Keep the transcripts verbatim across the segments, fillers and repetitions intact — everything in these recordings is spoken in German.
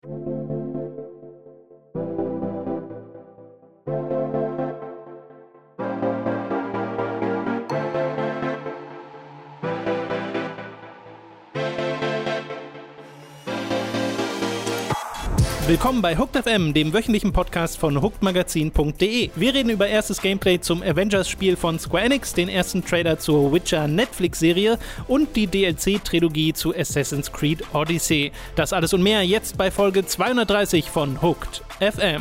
Willkommen bei Hooked F M, dem wöchentlichen Podcast von hooked magazin punkt de. Wir reden über erstes Gameplay zum Avengers-Spiel von Square Enix, den ersten Trailer zur Witcher-Netflix-Serie und die D L C-Trilogie zu Assassin's Creed Odyssey. Das alles und mehr jetzt bei Folge zweihundertdreißig von Hooked F M.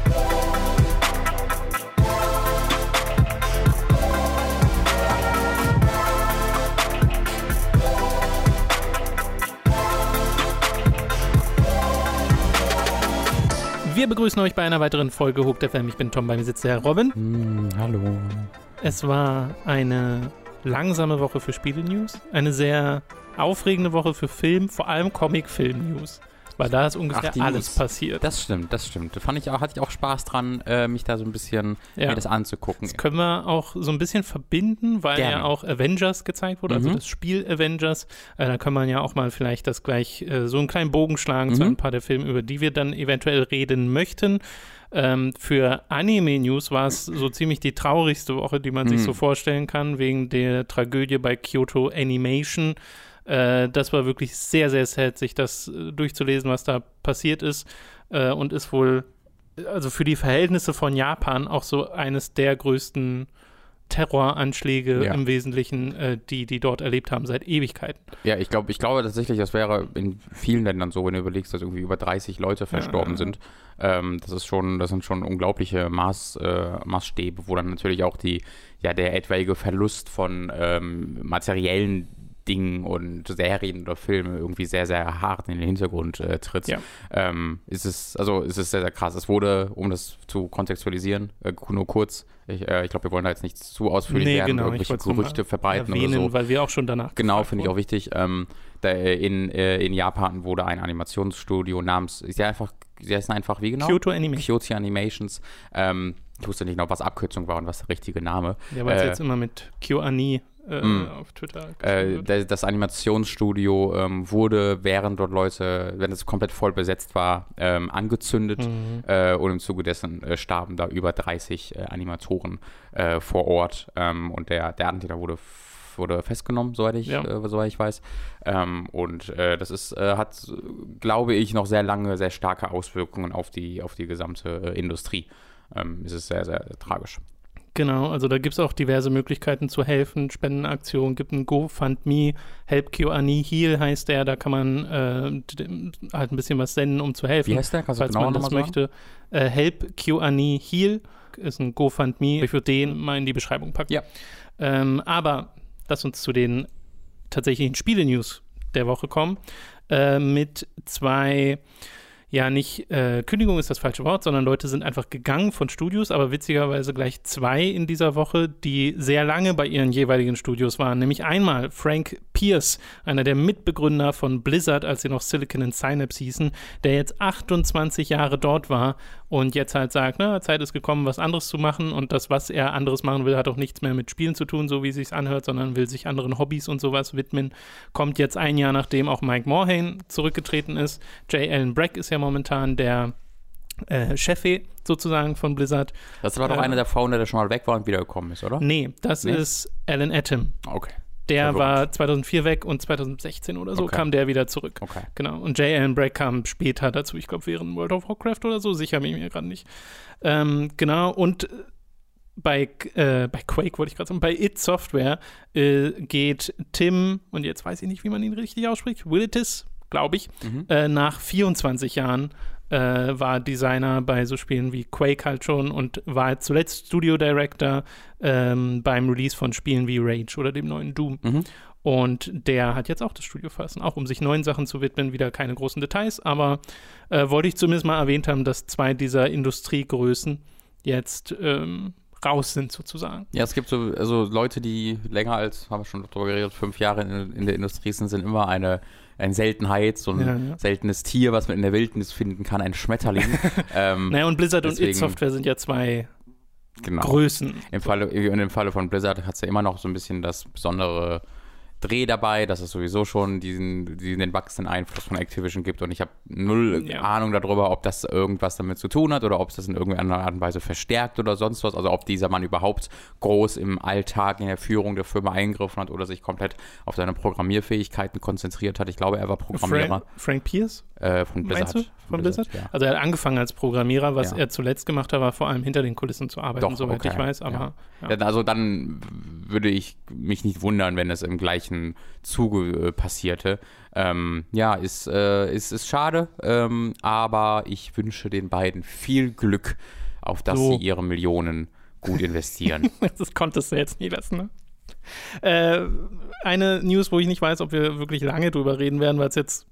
Wir begrüßen euch bei einer weiteren Folge Hooked F M. Ich bin Tom, bei mir sitzt der Robin. Mm, hallo. Es war eine langsame Woche für Spiele-News, eine sehr aufregende Woche für Film, vor allem Comic-Film-News. Weil da ist ungefähr Ach, alles News. passiert. Das stimmt, das stimmt. Da fand ich auch, hatte ich auch Spaß dran, äh, mich da so ein bisschen ja. mir das anzugucken. Das können wir auch so ein bisschen verbinden, weil Gerne. ja auch Avengers gezeigt wurde, also mhm. das Spiel Avengers. Äh, da kann man ja auch mal vielleicht das gleich äh, so einen kleinen Bogen schlagen mhm. zu ein paar der Filme, über die wir dann eventuell reden möchten. Ähm, für Anime-News war es so ziemlich die traurigste Woche, die man mhm. sich so vorstellen kann, wegen der Tragödie bei Kyoto Animation. Äh, das war wirklich sehr, sehr sad, sich das äh, durchzulesen, was da passiert ist, äh, und ist wohl, also für die Verhältnisse von Japan auch so eines der größten Terroranschläge ja. im Wesentlichen, äh, die die dort erlebt haben seit Ewigkeiten. Ja, ich glaube, ich glaube tatsächlich, das wäre in vielen Ländern so, wenn du überlegst, dass irgendwie über dreißig Leute verstorben ja. sind. Ähm, das ist schon, das sind schon unglaubliche Maß, äh, Maßstäbe, wo dann natürlich auch die, ja, der etwaige Verlust von ähm, materiellen Dingen und Serien oder Filme irgendwie sehr, sehr hart in den Hintergrund äh, tritt. Ja. Ähm, ist es, also ist es sehr, sehr krass. Es wurde, um das zu kontextualisieren, äh, nur kurz, ich, äh, ich glaube, wir wollen da jetzt nicht zu ausführlich nee, werden, genau, irgendwelche Gerüchte verbreiten erwähnen, oder so. Weil wir auch schon danach Genau, finde ich auch wichtig. Ähm, da in, äh, in Japan wurde ein Animationsstudio namens, ist ja einfach, sie heißen einfach wie genau? Kyoto Animations. Kyoto Animations. Ähm, ich wusste nicht noch, was Abkürzung war und was der richtige Name. Ja, weil es äh, jetzt immer mit KyoAni Äh, mm. auf Twitter. Äh, das, das Animationsstudio ähm, wurde, während dort Leute, wenn es komplett voll besetzt war, ähm, angezündet mhm. äh, und im Zuge dessen äh, starben da über dreißig äh, Animatoren äh, vor Ort ähm, und der, der Attentäter wurde wurde festgenommen, soweit ich, ja. äh, soweit ich weiß. Ähm, und äh, das ist, äh, hat, glaube ich, noch sehr lange, sehr starke Auswirkungen auf die, auf die gesamte äh, Industrie. Ähm, es ist sehr, sehr, sehr tragisch. Genau, also da gibt es auch diverse Möglichkeiten zu helfen, Spendenaktionen, gibt ein GoFundMe, Help KyoAni Heal heißt der, da kann man äh, halt ein bisschen was senden, um zu helfen. Wie heißt der? Kannst du falls genau man das möchte. Äh, Help KyoAni Heal ist ein GoFundMe, ich würde den mal in die Beschreibung packen. Ja. Ähm, aber lass uns zu den tatsächlichen Spiele-News der Woche kommen, äh, mit zwei... Ja, nicht äh, Kündigung ist das falsche Wort, sondern Leute sind einfach gegangen von Studios, aber witzigerweise gleich zwei in dieser Woche, die sehr lange bei ihren jeweiligen Studios waren. Nämlich einmal Frank Pierce, einer der Mitbegründer von Blizzard, als sie noch Silicon and Synapse hießen, der jetzt achtundzwanzig Jahre dort war und jetzt halt sagt, na, Zeit ist gekommen, was anderes zu machen, und das, was er anderes machen will, hat auch nichts mehr mit Spielen zu tun, so wie es sich anhört, sondern will sich anderen Hobbys und sowas widmen. Kommt jetzt ein Jahr, nachdem auch Mike Morhaime zurückgetreten ist. J. Allen Brack ist ja momentan der äh, Chef sozusagen von Blizzard. Das war doch äh, einer der Founder, der schon mal weg war und wiedergekommen ist, oder? Nee, das nee? ist Alan Atom. Okay. Der Verwirrend. war zweitausendvier weg und zweitausendsechzehn oder so okay. kam der wieder zurück. Okay. Genau. Und J. Allen Brack kam später dazu, ich glaube während World of Warcraft oder so, sicher bin ich mir gerade nicht. Ähm, genau, und bei, äh, bei Quake wollte ich gerade sagen, bei id Software äh, geht Tim, und jetzt weiß ich nicht, wie man ihn richtig ausspricht, Willitis, glaube ich, mhm. äh, nach vierundzwanzig Jahren äh, war Designer bei so Spielen wie Quake halt schon und war zuletzt Studio Director ähm, beim Release von Spielen wie Rage oder dem neuen Doom. Mhm. Und der hat jetzt auch das Studio verlassen, auch um sich neuen Sachen zu widmen, wieder keine großen Details, aber äh, wollte ich zumindest mal erwähnt haben, dass zwei dieser Industriegrößen jetzt ähm, raus sind sozusagen. Ja, es gibt so also Leute, die länger als, haben wir schon darüber geredet, fünf Jahre in, in der Industrie sind, sind immer eine eine Seltenheit, so ein ja, ja. seltenes Tier, was man in der Wildnis finden kann, ein Schmetterling. ähm, naja, und Blizzard deswegen, und id Software sind ja zwei genau. Größen. Im Falle, in dem Falle von Blizzard hat es ja immer noch so ein bisschen das besondere Dreh dabei, dass es sowieso schon diesen, diesen den wachsenden Einfluss von Activision gibt und ich habe null ja. Ahnung darüber, ob das irgendwas damit zu tun hat oder ob es das in irgendeiner Art und Weise verstärkt oder sonst was, also ob dieser Mann überhaupt groß im Alltag in der Führung der Firma eingegriffen hat oder sich komplett auf seine Programmierfähigkeiten konzentriert hat. Ich glaube, er war Programmierer. Frank, Frank Pierce? Äh, von Blizzard. Von, von Blizzard? Blizzard? Ja. Also er hat angefangen als Programmierer, was ja. er zuletzt gemacht hat, war vor allem hinter den Kulissen zu arbeiten, Doch, soweit okay. ich weiß. Aber, ja. Ja. Also dann würde ich mich nicht wundern, wenn es im gleichen Zuge äh, passierte. Ähm, ja, ist, äh, ist, ist schade, ähm, aber ich wünsche den beiden viel Glück, auf dass so. sie ihre Millionen gut investieren. Das konntest du jetzt nie lassen, ne? Äh, eine News, wo ich nicht weiß, ob wir wirklich lange drüber reden werden, weil es jetzt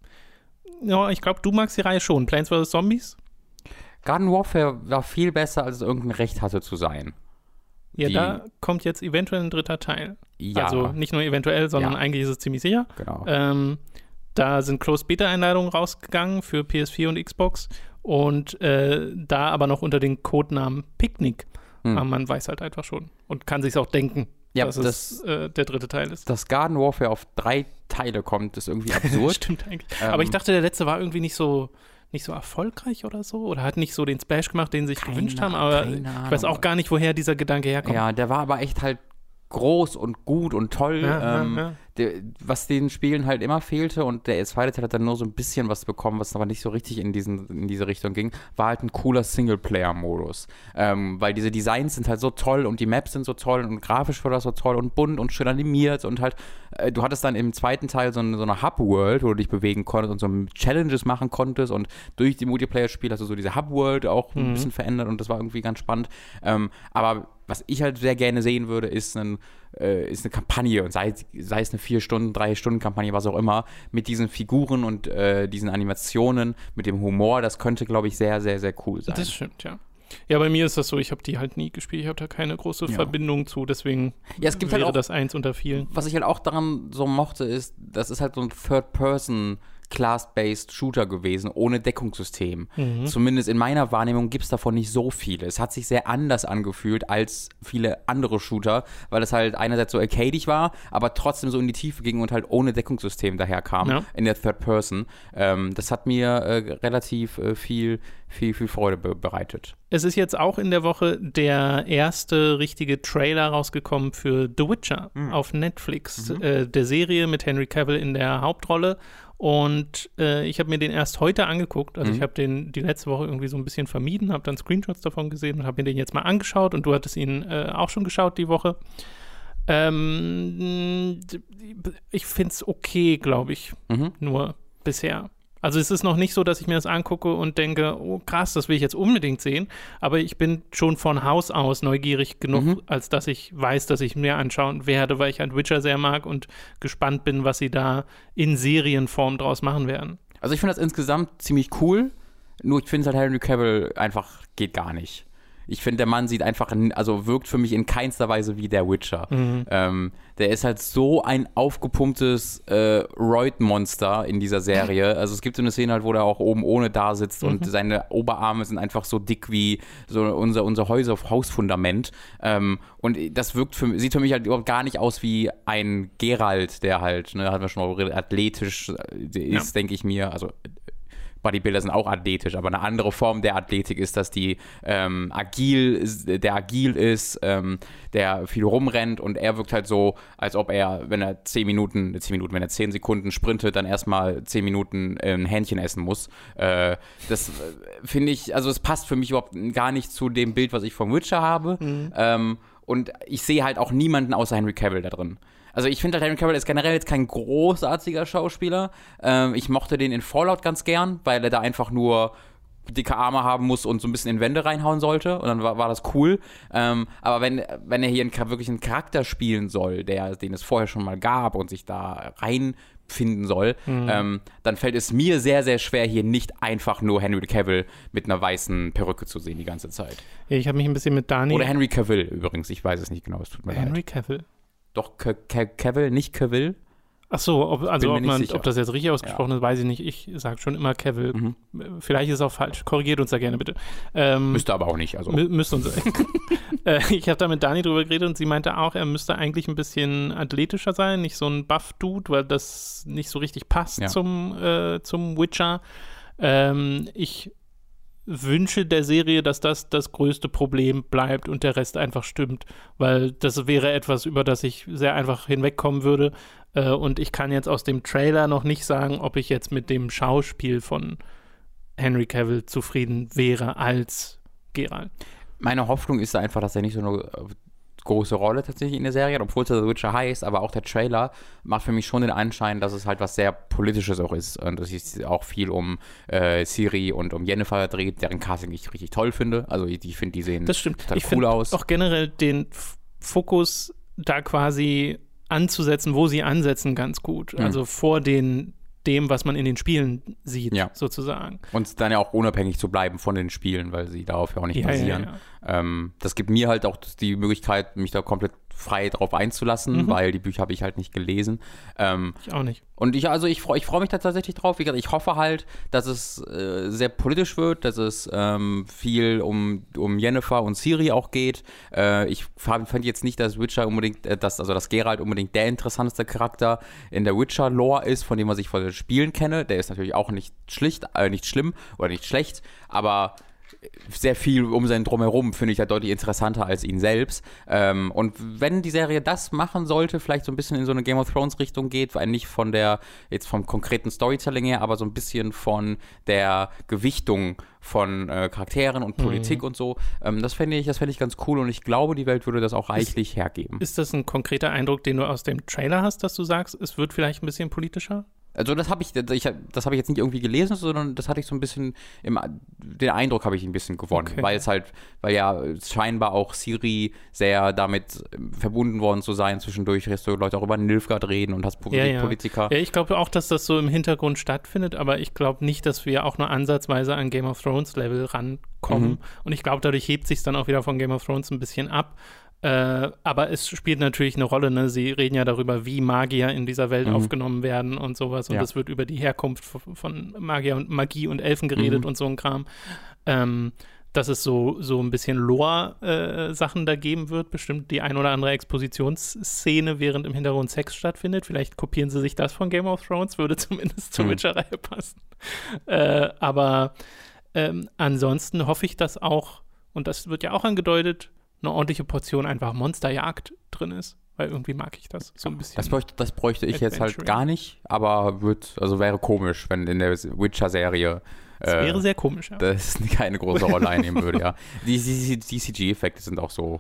ja, ich glaube, du magst die Reihe schon. Plants versus. Zombies? Garden Warfare war viel besser, als es irgendein Recht hatte zu sein. Ja, die, da kommt jetzt eventuell ein dritter Teil. Ja. Also nicht nur eventuell, sondern ja. eigentlich ist es ziemlich sicher. Genau. Ähm, da sind Closed-Beta-Einladungen rausgegangen für P S vier und Xbox und äh, da aber noch unter den Codenamen Picnic. Hm. Aber man weiß halt einfach schon und kann sich auch denken, ja, dass das, es äh, der dritte Teil ist. Dass Garden Warfare auf drei Teile kommt, ist irgendwie absurd. Stimmt eigentlich. Ähm, aber ich dachte, der letzte war irgendwie nicht so, nicht so erfolgreich oder so. Oder hat nicht so den Splash gemacht, den sie sich gewünscht haben. Aber ich weiß auch gar nicht, woher dieser Gedanke herkommt. Ja, der war aber echt halt groß und gut und toll. Ja, ähm, ja, ja. Der, was den Spielen halt immer fehlte und der zweite Teil hat dann nur so ein bisschen was bekommen, was aber nicht so richtig in, diesen, in diese Richtung ging, war halt ein cooler Singleplayer-Modus. Ähm, weil diese Designs sind halt so toll und die Maps sind so toll und grafisch war das so toll und bunt und schön animiert und halt, äh, du hattest dann im zweiten Teil so eine, so eine Hub-World, wo du dich bewegen konntest und so Challenges machen konntest und durch die Multiplayer-Spiele hast du so diese Hub-World auch mhm. ein bisschen verändert und das war irgendwie ganz spannend. Ähm, aber was ich halt sehr gerne sehen würde, ist, ein, äh, ist eine Kampagne und sei, sei es eine vier Stunden, drei Stunden Kampagne, was auch immer, mit diesen Figuren und äh, diesen Animationen, mit dem Humor, das könnte, glaube ich, sehr, sehr, sehr cool sein. Das stimmt, ja. Ja, bei mir ist das so, ich habe die halt nie gespielt, ich habe da keine große ja. Verbindung zu, deswegen ja, es gibt wäre halt auch, das eins unter vielen. Was ich halt auch daran so mochte, ist, das ist halt so ein Third-Person- Class-based Shooter gewesen, ohne Deckungssystem. Mhm. Zumindest in meiner Wahrnehmung gibt es davon nicht so viele. Es hat sich sehr anders angefühlt als viele andere Shooter, weil es halt einerseits so arcadig war, aber trotzdem so in die Tiefe ging und halt ohne Deckungssystem daherkam ja. in der Third Person. Ähm, das hat mir äh, relativ äh, viel, viel, viel Freude be- bereitet. Es ist jetzt auch in der Woche der erste richtige Trailer rausgekommen für The Witcher mhm. auf Netflix, mhm. äh, der Serie mit Henry Cavill in der Hauptrolle. Und äh, ich habe mir den erst heute angeguckt. Also mhm. ich habe den die letzte Woche irgendwie so ein bisschen vermieden, habe dann Screenshots davon gesehen und habe mir den jetzt mal angeschaut. Und du hattest ihn äh, auch schon geschaut die Woche. Ähm, ich finde es okay, glaube ich, mhm. nur bisher. Also es ist noch nicht so, dass ich mir das angucke und denke, oh krass, das will ich jetzt unbedingt sehen. Aber ich bin schon von Haus aus neugierig genug, mhm. als dass ich weiß, dass ich mir anschauen werde, weil ich halt Witcher sehr mag und gespannt bin, was sie da in Serienform draus machen werden. Also ich finde das insgesamt ziemlich cool, nur ich finde es halt Henry Cavill einfach geht gar nicht. Ich finde, der Mann sieht einfach, also wirkt für mich in keinster Weise wie der Witcher. Mhm. Ähm, der ist halt so ein aufgepumptes äh, Roid-Monster in dieser Serie. Also es gibt so eine Szene halt, wo der auch oben ohne da sitzt mhm. und seine Oberarme sind einfach so dick wie so unser, unser Häuser auf Hausfundament. Ähm, und das wirkt für, sieht für mich halt überhaupt gar nicht aus wie ein Geralt, der halt, ne, hatten wir schon mal athletisch ist, ja. denke ich mir, also Bodybuilder sind auch athletisch, aber eine andere Form der Athletik ist, dass die ähm, agil, der agil ist, ähm, der viel rumrennt und er wirkt halt so, als ob er, wenn er zehn Minuten, zehn Minuten, wenn er zehn Sekunden sprintet, dann erstmal zehn Minuten ein Hähnchen essen muss. Äh, das äh, finde ich, also es passt für mich überhaupt gar nicht zu dem Bild, was ich vom Witcher habe. Mhm. Ähm, und ich sehe halt auch niemanden außer Henry Cavill da drin. Also ich finde halt, Henry Cavill ist generell jetzt kein großartiger Schauspieler. Ähm, ich mochte den in Fallout ganz gern, weil er da einfach nur dicke Arme haben muss und so ein bisschen in Wände reinhauen sollte. Und dann war, war das cool. Ähm, aber wenn, wenn er hier einen, wirklich einen Charakter spielen soll, der, den es vorher schon mal gab und sich da reinfinden soll, mhm. ähm, dann fällt es mir sehr, sehr schwer, hier nicht einfach nur Henry Cavill mit einer weißen Perücke zu sehen die ganze Zeit. Ja, ich habe mich ein bisschen mit Dani... Oder Henry Cavill übrigens, ich weiß es nicht genau, es tut mir Henry leid. Cavill? Doch, Cavill, nicht Cavill. Ach so, ob, also ob, man, ob das jetzt richtig ausgesprochen ja. ist, weiß ich nicht. Ich sage schon immer Cavill. Mhm. Vielleicht ist es auch falsch. Korrigiert uns da gerne bitte. Ähm, müsste aber auch nicht. Also. Mü- müsste uns. äh, ich habe da mit Dani drüber geredet und sie meinte auch, er müsste eigentlich ein bisschen athletischer sein, nicht so ein Buff-Dude, weil das nicht so richtig passt ja. zum, äh, zum Witcher. Ähm, ich wünsche der Serie, dass das das größte Problem bleibt und der Rest einfach stimmt, weil das wäre etwas, über das ich sehr einfach hinwegkommen würde. Äh, und ich kann jetzt aus dem Trailer noch nicht sagen, ob ich jetzt mit dem Schauspiel von Henry Cavill zufrieden wäre als Geralt. Meine Hoffnung ist einfach, dass er nicht so eine große Rolle tatsächlich in der Serie hat, obwohl es The Witcher heißt, aber auch der Trailer macht für mich schon den Anschein, dass es halt was sehr Politisches auch ist und dass es auch viel um äh, Ciri und um Yennefer dreht, deren Casting ich richtig toll finde. Also ich, ich finde, die sehen das stimmt. total ich cool aus. Auch generell den F- Fokus da quasi anzusetzen, wo sie ansetzen, ganz gut. Mhm. Also vor den dem, was man in den Spielen sieht, ja. sozusagen. Und dann ja auch unabhängig zu bleiben von den Spielen, weil sie darauf ja auch nicht ja, basieren. Ja, ja. Ähm, das gibt mir halt auch die Möglichkeit, mich da komplett frei drauf einzulassen, mhm. weil die Bücher habe ich halt nicht gelesen. Ähm, ich auch nicht. Und ich, also ich freue ich freu mich da tatsächlich drauf. Wie gesagt, ich hoffe halt, dass es äh, sehr politisch wird, dass es ähm, viel um, um Yennefer und Ciri auch geht. Äh, ich fand jetzt nicht, dass Witcher unbedingt, äh, dass, also dass Geralt unbedingt der interessanteste Charakter in der Witcher-Lore ist, von dem was ich von den Spielen kenne. Der ist natürlich auch nicht schlicht, äh, nicht schlimm oder nicht schlecht, aber sehr viel um sein Drumherum finde ich ja deutlich interessanter als ihn selbst. Ähm, und wenn die Serie das machen sollte, vielleicht so ein bisschen in so eine Game of Thrones Richtung geht, weil nicht von der, jetzt vom konkreten Storytelling her, aber so ein bisschen von der Gewichtung von äh, Charakteren und Politik mhm. und so, ähm, das fände ich, das fände ich ganz cool und ich glaube, die Welt würde das auch reichlich ist, hergeben. Ist das ein konkreter Eindruck, den du aus dem Trailer hast, dass du sagst, es wird vielleicht ein bisschen politischer? Also das habe ich, ich, das habe ich jetzt nicht irgendwie gelesen, sondern das hatte ich so ein bisschen, im, den Eindruck habe ich ein bisschen gewonnen, okay. weil es halt, weil ja scheinbar auch Ciri sehr damit verbunden worden zu sein, zwischendurch hast du Leute auch über Nilfgaard reden und hast ja, ja. Politiker. Ja, ich glaube auch, dass das so im Hintergrund stattfindet, aber ich glaube nicht, dass wir auch nur ansatzweise an Game of Thrones Level rankommen mhm. und ich glaube, dadurch hebt sich dann auch wieder von Game of Thrones ein bisschen ab. Äh, aber es spielt natürlich eine Rolle, ne? Sie reden ja darüber, wie Magier in dieser Welt mhm. aufgenommen werden und sowas und es ja. wird über die Herkunft von Magier und Magie und Elfen geredet mhm. und so ein Kram. Ähm, dass es so, so ein bisschen Lore-Sachen äh, da geben wird, bestimmt die ein oder andere Expositionsszene, während im Hintergrund Sex stattfindet. Vielleicht kopieren sie sich das von Game of Thrones, würde zumindest zur mhm. Witcher-Reihe passen. Äh, aber ähm, ansonsten hoffe ich, dass auch, und das wird ja auch angedeutet, eine ordentliche Portion einfach Monsterjagd drin ist, weil irgendwie mag ich das so ein bisschen. Das bräuchte, das bräuchte ich jetzt halt gar nicht, aber wird, also wäre komisch, wenn in der Witcher-Serie das wäre äh, sehr komisch, ja. Das keine große Rolle einnehmen würde, ja. Die, die, die C G-Effekte sind auch so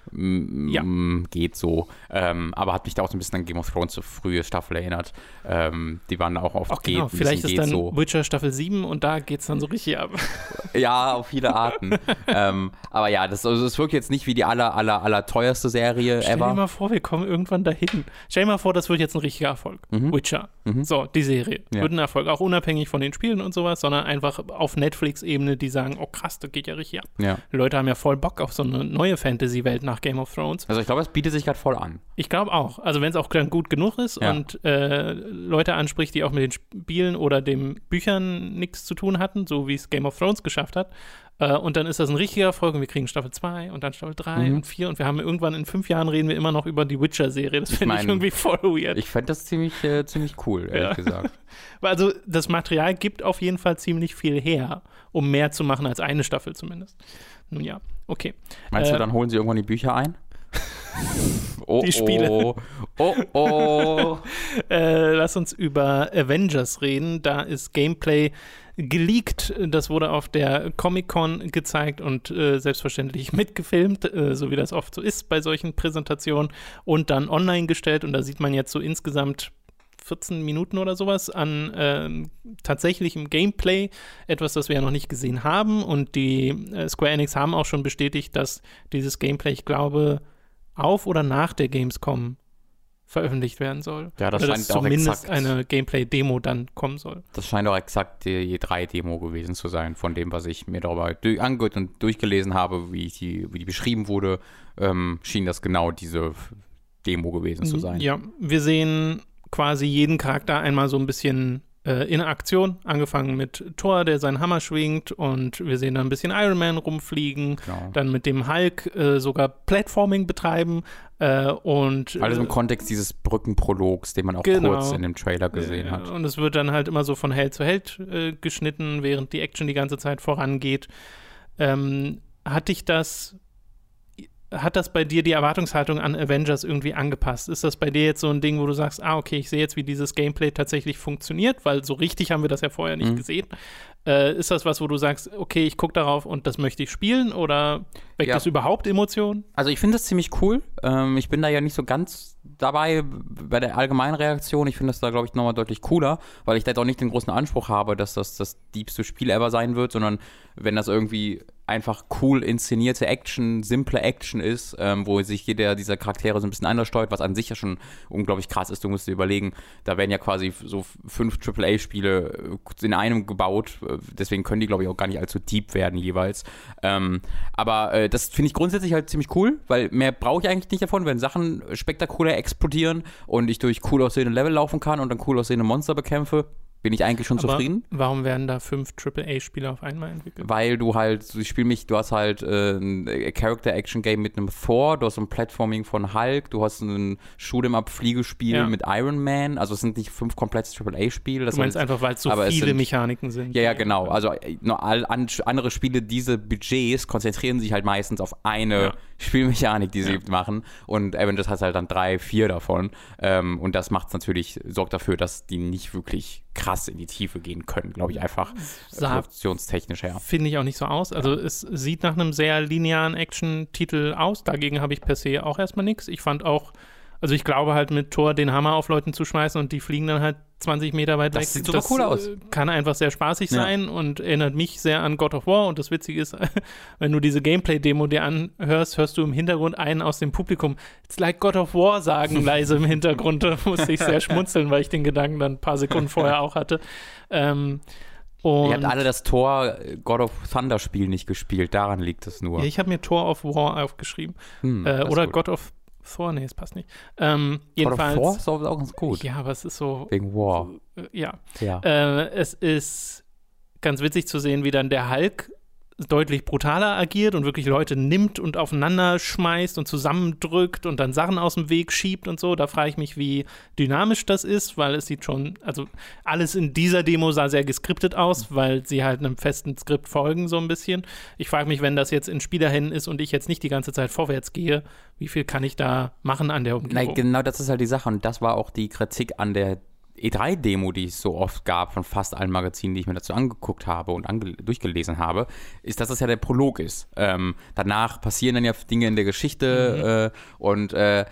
Mm, ja. geht so. Ähm, aber hat mich da auch so ein bisschen an Game of Thrones, so frühe Staffel erinnert. Ähm, die waren auch oft auch genau. geht, vielleicht ist dann so. Witcher Staffel sieben und da geht es dann so richtig ab. Ja, auf viele Arten. ähm, aber ja, das, also, das wirkt jetzt nicht wie die aller, aller, aller teuerste Serie Stell ever. Stell dir mal vor, wir kommen irgendwann dahin. Stell dir mal vor, das wird jetzt ein richtiger Erfolg. Mhm. Witcher. Mhm. So, die Serie. Ja. Wird ein Erfolg. Auch unabhängig von den Spielen und sowas, sondern einfach auf Netflix-Ebene, die sagen, oh krass, das geht ja richtig ab. Ja. Die Leute haben ja voll Bock auf so eine neue Fantasy-Welt nach Game of Thrones. Also ich glaube, es bietet sich gerade voll an. Ich glaube auch. Also wenn es auch gut genug ist ja. und äh, Leute anspricht, die auch mit den Spielen oder den Büchern nichts zu tun hatten, so wie es Game of Thrones geschafft hat. Äh, und dann ist das ein richtiger Erfolg und wir kriegen Staffel zwei und dann Staffel drei mhm. und vier und wir haben irgendwann in fünf Jahren reden wir immer noch über die Witcher-Serie. Das finde ich, ich irgendwie voll weird. Ich fände das ziemlich, äh, ziemlich cool, ehrlich ja. gesagt. Also das Material gibt auf jeden Fall ziemlich viel her, um mehr zu machen als eine Staffel zumindest. Nun ja, okay. Meinst äh, du, dann holen sie irgendwann die Bücher ein? Oh, die Spiele. Oh, oh. oh. äh, lass uns über Avengers reden. Da ist Gameplay geleakt. Das wurde auf der Comic-Con gezeigt und äh, selbstverständlich mitgefilmt, äh, so wie das oft so ist bei solchen Präsentationen, und dann online gestellt. Und da sieht man jetzt so insgesamt vierzehn Minuten oder sowas an ähm, tatsächlichem Gameplay, etwas, das wir ja noch nicht gesehen haben. Und die äh, Square Enix haben auch schon bestätigt, dass dieses Gameplay, ich glaube, auf oder nach der Gamescom veröffentlicht werden soll. Ja, das oder scheint dass auch zumindest exakt, eine Gameplay-Demo dann kommen soll. Das scheint auch exakt die E drei Demo gewesen zu sein, von dem, was ich mir darüber durch, angehört und durchgelesen habe, wie die, wie die beschrieben wurde, ähm, schien das genau diese Demo gewesen zu sein. Ja, wir sehen quasi jeden Charakter einmal so ein bisschen äh, in Aktion, angefangen mit Thor, der seinen Hammer schwingt, und wir sehen dann ein bisschen Iron Man rumfliegen, genau. Dann mit dem Hulk äh, sogar Platforming betreiben äh, und alles im Kontext dieses Brückenprologs, den man auch genau. kurz in dem Trailer gesehen äh, hat. Und es wird dann halt immer so von Held zu Held äh, geschnitten, während die Action die ganze Zeit vorangeht. Ähm, hat dich das Hat das bei dir die Erwartungshaltung an Avengers irgendwie angepasst? Ist das bei dir jetzt so ein Ding, wo du sagst, ah, okay, ich sehe jetzt, wie dieses Gameplay tatsächlich funktioniert, weil so richtig haben wir das ja vorher nicht mhm. gesehen. Äh, ist das was, wo du sagst, okay, ich gucke darauf und das möchte ich spielen, oder weckt ja. das überhaupt Emotionen? Also ich finde das ziemlich cool. Ähm, ich bin da ja nicht so ganz dabei bei der allgemeinen Reaktion. Ich finde das da, glaube ich, nochmal deutlich cooler, weil ich da jetzt auch nicht den großen Anspruch habe, dass das das diebste Spiel ever sein wird, sondern wenn das irgendwie einfach cool inszenierte Action, simple Action ist, ähm, wo sich jeder dieser Charaktere so ein bisschen anders steuert, was an sich ja schon unglaublich krass ist. Du musst dir überlegen, da werden ja quasi so fünf Triple A-Spiele in einem gebaut, deswegen können die, glaube ich, auch gar nicht allzu deep werden jeweils. Ähm, aber äh, das finde ich grundsätzlich halt ziemlich cool, weil mehr brauche ich eigentlich nicht davon, wenn Sachen spektakulär explodieren und ich durch cool aussehende Level laufen kann und dann cool aussehende Monster bekämpfe, bin ich eigentlich schon Aber zufrieden. Warum werden da fünf Triple A-Spiele auf einmal entwickelt? Weil du halt, ich spiele mich, du hast halt äh, ein Character-Action-Game mit einem Thor, du hast ein Platforming von Hulk, du hast ein Shoot'em-up-Fliegespiel ja. mit Iron Man, also es sind nicht fünf komplette Triple A-Spiele. Du meinst halt, einfach, weil es so viele sind, Mechaniken sind. Ja, ja, genau. Also nur all, an, andere Spiele, diese Budgets konzentrieren sich halt meistens auf eine ja. Spielmechanik, die sie ja. machen, und Avengers hat halt dann drei, vier davon, ähm, und das macht es natürlich, sorgt dafür, dass die nicht wirklich krass in die Tiefe gehen können, glaube ich, einfach produktionstechnisch her. Finde ich auch nicht so aus. Also es sieht nach einem sehr linearen Action-Titel aus. Dagegen habe ich per se auch erstmal nichts. Ich fand auch, also ich glaube halt mit Thor den Hammer auf Leuten zu schmeißen und die fliegen dann halt zwanzig Meter weit weg. Das sieht super cool aus. Kann einfach sehr spaßig ja. sein und erinnert mich sehr an God of War. Und das Witzige ist, wenn du diese Gameplay-Demo dir anhörst, hörst du im Hintergrund einen aus dem Publikum "It's like God of War" sagen, leise im Hintergrund. Da musste ich sehr schmunzeln, weil ich den Gedanken dann ein paar Sekunden vorher auch hatte. Ähm, Und Ihr habt alle das Thor God of Thunder Spiel nicht gespielt, daran liegt es nur. Ja, ich habe mir Thor of War aufgeschrieben. Hm, äh, oder God of Thor, nee, es passt nicht. Ähm, jedenfalls, God of War ist auch ganz gut. Ja, aber es ist so. Wegen War. So, äh, ja. ja. Äh, es ist ganz witzig zu sehen, wie dann der Hulk deutlich brutaler agiert und wirklich Leute nimmt und aufeinander schmeißt und zusammendrückt und dann Sachen aus dem Weg schiebt und so. Da frage ich mich, wie dynamisch das ist, weil es sieht schon, also alles in dieser Demo sah sehr geskriptet aus, weil sie halt einem festen Skript folgen so ein bisschen. Ich frage mich, wenn das jetzt in Spielerhänden ist und ich jetzt nicht die ganze Zeit vorwärts gehe, wie viel kann ich da machen an der Umgebung? Nein, genau, das ist halt die Sache, und das war auch die Kritik an der E drei Demo, die es so oft gab von fast allen Magazinen, die ich mir dazu angeguckt habe und ange- durchgelesen habe, ist, dass das ja der Prolog ist. Ähm, danach passieren dann ja Dinge in der Geschichte mhm. äh, und äh,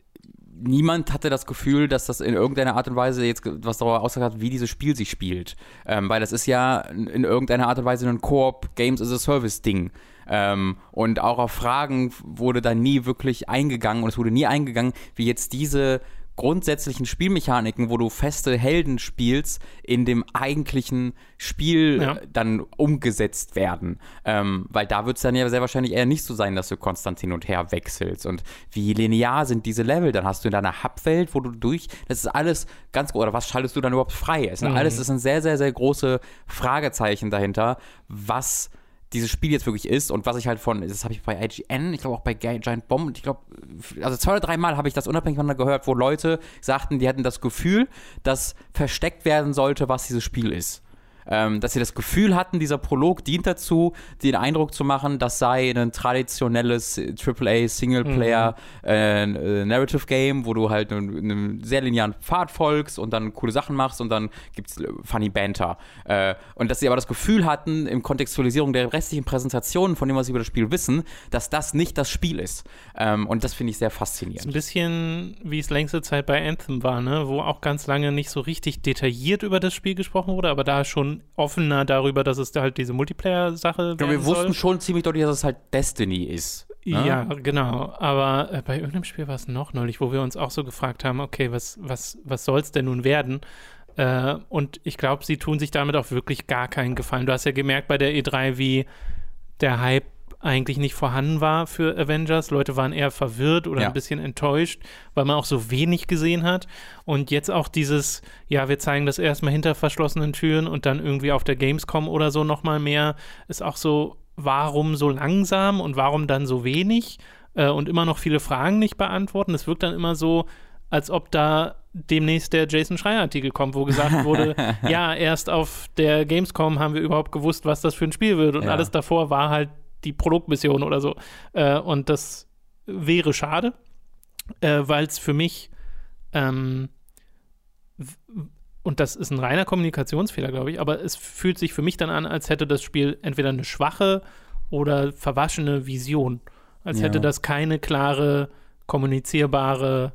niemand hatte das Gefühl, dass das in irgendeiner Art und Weise jetzt was darüber ausgesagt hat, wie dieses Spiel sich spielt. Ähm, weil das ist ja in irgendeiner Art und Weise ein Koop Games as a Service Ding. Ähm, und auch auf Fragen wurde da nie wirklich eingegangen, und es wurde nie eingegangen, wie jetzt diese grundsätzlichen Spielmechaniken, wo du feste Helden spielst, in dem eigentlichen Spiel ja. dann umgesetzt werden. Ähm, weil da wird es dann ja sehr wahrscheinlich eher nicht so sein, dass du konstant hin und her wechselst. Und wie linear sind diese Level? Dann hast du in deiner Hub-Welt, wo du durch, das ist alles ganz, oder was schaltest du dann überhaupt frei? Es sind mhm. alles, es sind sehr, sehr, sehr große Fragezeichen dahinter, was dieses Spiel jetzt wirklich ist, und was ich halt von, das habe ich bei I G N, ich glaube auch bei Giant Bomb, und ich glaube, also zwei oder dreimal habe ich das unabhängig voneinander gehört, wo Leute sagten, die hatten das Gefühl, dass versteckt werden sollte, was dieses Spiel ist. Ähm, dass sie das Gefühl hatten, dieser Prolog dient dazu, den Eindruck zu machen, das sei ein traditionelles Triple A Singleplayer mhm. äh, äh, Narrative Game, wo du halt einen, einen sehr linearen Pfad folgst und dann coole Sachen machst und dann gibt's funny Banter. Äh, und dass sie aber das Gefühl hatten, im Kontextualisierung der restlichen Präsentationen, von dem, was sie über das Spiel wissen, dass das nicht das Spiel ist. Ähm, und das finde ich sehr faszinierend. Das ist ein bisschen, wie es längste Zeit bei Anthem war, ne? Wo auch ganz lange nicht so richtig detailliert über das Spiel gesprochen wurde, aber da schon offener darüber, dass es da halt diese Multiplayer-Sache ja, wir wussten soll. schon ziemlich deutlich, dass es halt Destiny ist. Ne? Ja, genau. Aber äh, bei irgendeinem Spiel war es noch neulich, wo wir uns auch so gefragt haben, okay, was, was, was soll es denn nun werden? Äh, und ich glaube, sie tun sich damit auch wirklich gar keinen Gefallen. Du hast ja gemerkt bei der E drei, wie der Hype eigentlich nicht vorhanden war für Avengers. Leute waren eher verwirrt oder Ja. ein bisschen enttäuscht, weil man auch so wenig gesehen hat. Und jetzt auch dieses, ja, wir zeigen das erstmal hinter verschlossenen Türen und dann irgendwie auf der Gamescom oder so nochmal mehr, ist auch so, warum so langsam und warum dann so wenig äh, und immer noch viele Fragen nicht beantworten. Es wirkt dann immer so, als ob da demnächst der Jason Schreier-Artikel kommt, wo gesagt wurde, ja, erst auf der Gamescom haben wir überhaupt gewusst, was das für ein Spiel wird und Ja. alles davor war halt die Produktmission oder so. Äh, und das wäre schade, äh, weil es für mich ähm, w- und das ist ein reiner Kommunikationsfehler, glaube ich, aber es fühlt sich für mich dann an, als hätte das Spiel entweder eine schwache oder verwaschene Vision. Als Ja. hätte das keine klare, kommunizierbare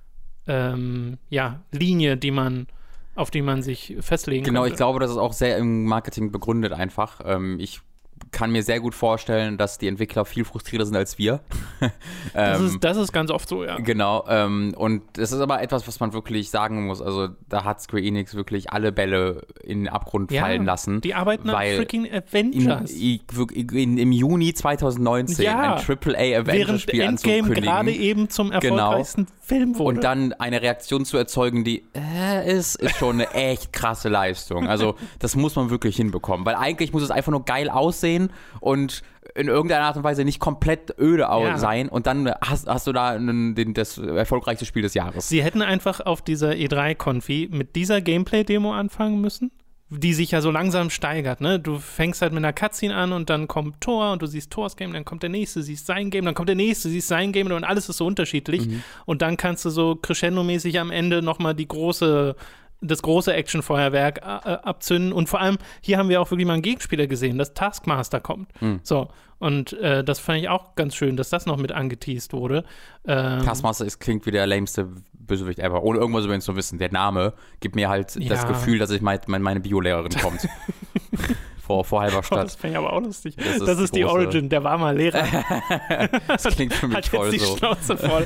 ähm, ja, Linie, die man, auf die man sich festlegen Genau, könnte. ich glaube, das ist auch sehr im Marketing begründet einfach. Ähm, ich kann mir sehr gut vorstellen, dass die Entwickler viel frustrierter sind als wir. Das, ähm, ist, das ist ganz oft so, ja. Genau, ähm, und das ist aber etwas, was man wirklich sagen muss. Also da hat Square Enix wirklich alle Bälle in den Abgrund Ja, fallen lassen. Die arbeiten an weil freaking in, Avengers. i- in, Im Juni zwanzig neunzehn Ja. ein Triple A Während Avengers-Spiel Endgame anzukündigen. gerade eben zum erfolgreichsten Film wurde. Und dann eine Reaktion zu erzeugen, die äh, ist, ist schon eine echt krasse Leistung. Also das muss man wirklich hinbekommen. Weil eigentlich muss es einfach nur geil aussehen und in irgendeiner Art und Weise nicht komplett öde au- Ja. sein. Und dann hast, hast du da einen, den, das erfolgreichste Spiel des Jahres. Sie hätten einfach auf dieser E drei Konfi mit dieser Gameplay-Demo anfangen müssen, die sich ja so langsam steigert, ne? Du fängst halt mit einer Cutscene an und dann kommt Thor und du siehst Thors Game, dann kommt der nächste, siehst sein Game, dann kommt der nächste, siehst sein Game und alles ist so unterschiedlich. Mhm. Und dann kannst du so crescendo-mäßig am Ende nochmal die große das große Actionfeuerwerk äh, abzünden. Und vor allem, hier haben wir auch wirklich mal einen Gegenspieler gesehen, dass Taskmaster kommt. Mhm. So, und äh, das fand ich auch ganz schön, dass das noch mit angeteased wurde. Ähm, Taskmaster ist, klingt wie der lämste Bösewicht ever. Ohne irgendwas über ihn zu wissen. Der Name gibt mir halt Ja. das Gefühl, dass ich mein, mein, meine Biolehrerin kommt. vor, vor halber Oh, Stadt. das fände ich aber auch lustig. Das Das ist ist, die die, große- Origin, der war mal Lehrer. Das klingt für mich Hat voll jetzt die so. Schnauze voll.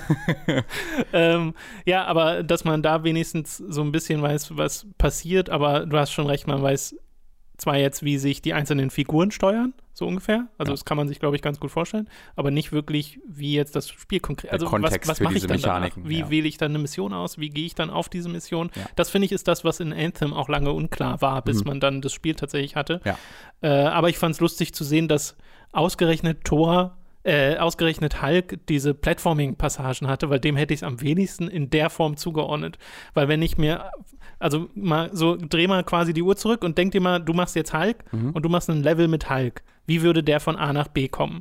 ähm, ja, aber dass man da wenigstens so ein bisschen weiß, was passiert, aber du hast schon recht, man weiß zwar jetzt, wie sich die einzelnen Figuren steuern, so ungefähr. Also Ja. das kann man sich, glaube ich, ganz gut vorstellen, aber nicht wirklich, wie jetzt das Spiel konkret, also Der Kontext was, was für mache ich diese dann danach? Mechaniken, Wie ja. wähle ich dann eine Mission aus? Wie gehe ich dann auf diese Mission? Ja. Das, finde ich, ist das, was in Anthem auch lange unklar war, bis Mhm. man dann das Spiel tatsächlich hatte. Ja. Äh, aber ich fand es lustig zu sehen, dass ausgerechnet Thor, äh, ausgerechnet Hulk diese Platforming-Passagen hatte, weil dem hätte ich es am wenigsten in der Form zugeordnet. Weil wenn ich mir, also mal so, dreh mal quasi die Uhr zurück und denk dir mal, du machst jetzt Hulk Mhm. und du machst ein Level mit Hulk. Wie würde der von A nach B kommen?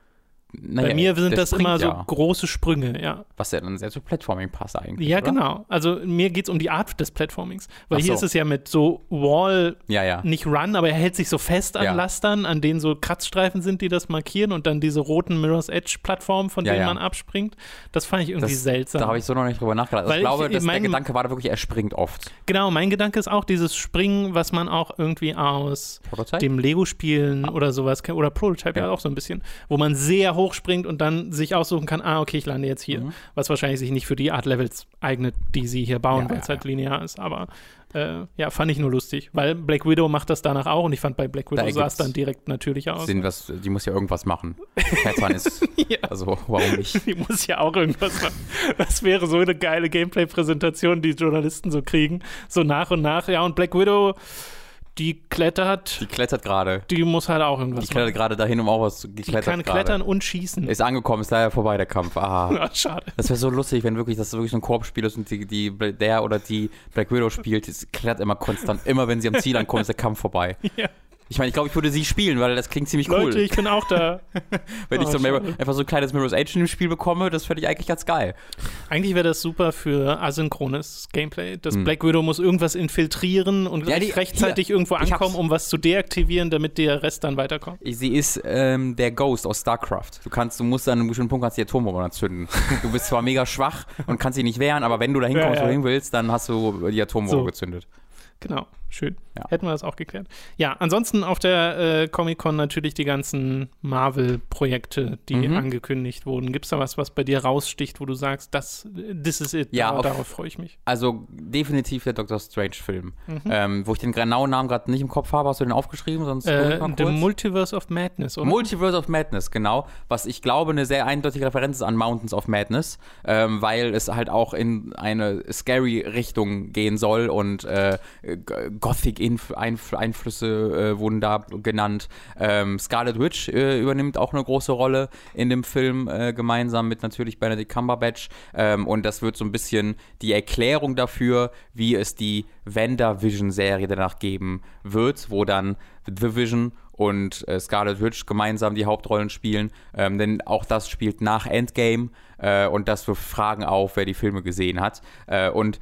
Naja, Bei mir sind der das springt immer so ja, große Sprünge, ja. was ja dann sehr zu Platforming passt eigentlich. Ja, oder? genau. Also mir geht es um die Art des Platformings. Weil Ach hier so. ist es ja mit so Wall, Ja, ja. nicht Run, aber er hält sich so fest an Ja. Lastern, an denen so Kratzstreifen sind, die das markieren und dann diese roten Mirror's Edge Plattformen, von Ja, denen ja. man abspringt. Das fand ich irgendwie Das- seltsam. Da habe ich so noch nicht drüber nachgedacht. Also Weil ich glaube, ich- dass mein- der Gedanke war da wirklich, er springt oft. genau, mein Gedanke ist auch dieses Springen, was man auch irgendwie aus Prototype? dem Lego-Spielen oder sowas kennt, oder Prototype ja. Ja. auch so ein bisschen, wo man sehr hoch springt und dann sich aussuchen kann, ah, okay, ich lande jetzt hier. Mhm. Was wahrscheinlich sich nicht für die Art Levels eignet, die sie hier bauen, Ja, weil es ja, halt linear ist. Aber äh, ja, fand ich nur lustig, weil Black Widow macht das danach auch und ich fand bei Black Widow Da sah es ergibt's dann direkt natürlich aus. Sinn, was, die muss ja irgendwas machen. Herzan ist, Ja. also warum nicht? Die muss ja auch irgendwas machen. Das wäre so eine geile Gameplay-Präsentation, die Journalisten so kriegen. So nach und nach. Ja, und Black Widow, die klettert, Die klettert gerade. die muss halt auch Die irgendwas klettert machen. gerade dahin, um auch was zu Die geklettert kann gerade. klettern und schießen. Ist angekommen, ist leider vorbei, der Kampf. Ah. Ja, schade. Das wäre so lustig, wenn wirklich das wirklich so ein Koop-Spiel ist und die, die, der oder die Black Widow spielt, das klettert immer konstant. Immer wenn sie am Ziel ankommt, ist der Kampf vorbei. Ja. Ich meine, ich glaube, ich würde sie spielen, weil das klingt ziemlich cool. Leute, ich bin auch da. wenn ich Oh, so ein, schade. einfach so ein kleines Mirror's Edge in dem Spiel bekomme, das fände ich eigentlich ganz geil. Eigentlich wäre das super für asynchrones Gameplay. Das Hm. Black Widow muss irgendwas infiltrieren und Ja, die- rechtzeitig hier, irgendwo ich hab's. ankommen, um was zu deaktivieren, damit der Rest dann weiterkommt. Sie ist ähm, der Ghost aus StarCraft. Du kannst, du musst an einem bestimmten Punkt kannst die Atombombe anzünden. Du bist zwar mega schwach und kannst sie nicht wehren, aber wenn du dahin Ja, kommst, wo ja. du hin willst, dann hast du die Atombombe So. gezündet. Genau, schön. Ja. Hätten wir das auch geklärt. Ja, ansonsten auf der äh, Comic-Con natürlich die ganzen Marvel-Projekte, die Mhm. angekündigt wurden. Gibt es da was, was bei dir raussticht, wo du sagst, das, this is it, Ja, da, auf- darauf freue ich mich? Also definitiv der Doctor Strange-Film. Mhm. Ähm, wo ich den genauen Namen gerade nicht im Kopf habe, hast du den aufgeschrieben? Sonst Äh, mal The kurz. Multiverse of Madness, oder? Multiverse of Madness, genau. Was ich glaube, eine sehr eindeutige Referenz ist an Mountains of Madness, ähm, weil es halt auch in eine scary Richtung gehen soll und äh, Gothic-Einflüsse äh, wurden da genannt. Ähm, Scarlet Witch äh, übernimmt auch eine große Rolle in dem Film, äh, gemeinsam mit natürlich Benedict Cumberbatch. Ähm, und das wird so ein bisschen die Erklärung dafür, wie es die WandaVision-Serie danach geben wird, wo dann The Vision und äh, Scarlet Witch gemeinsam die Hauptrollen spielen, ähm, denn auch das spielt nach Endgame äh, und das wirft Fragen auf, wer die Filme gesehen hat. Äh, und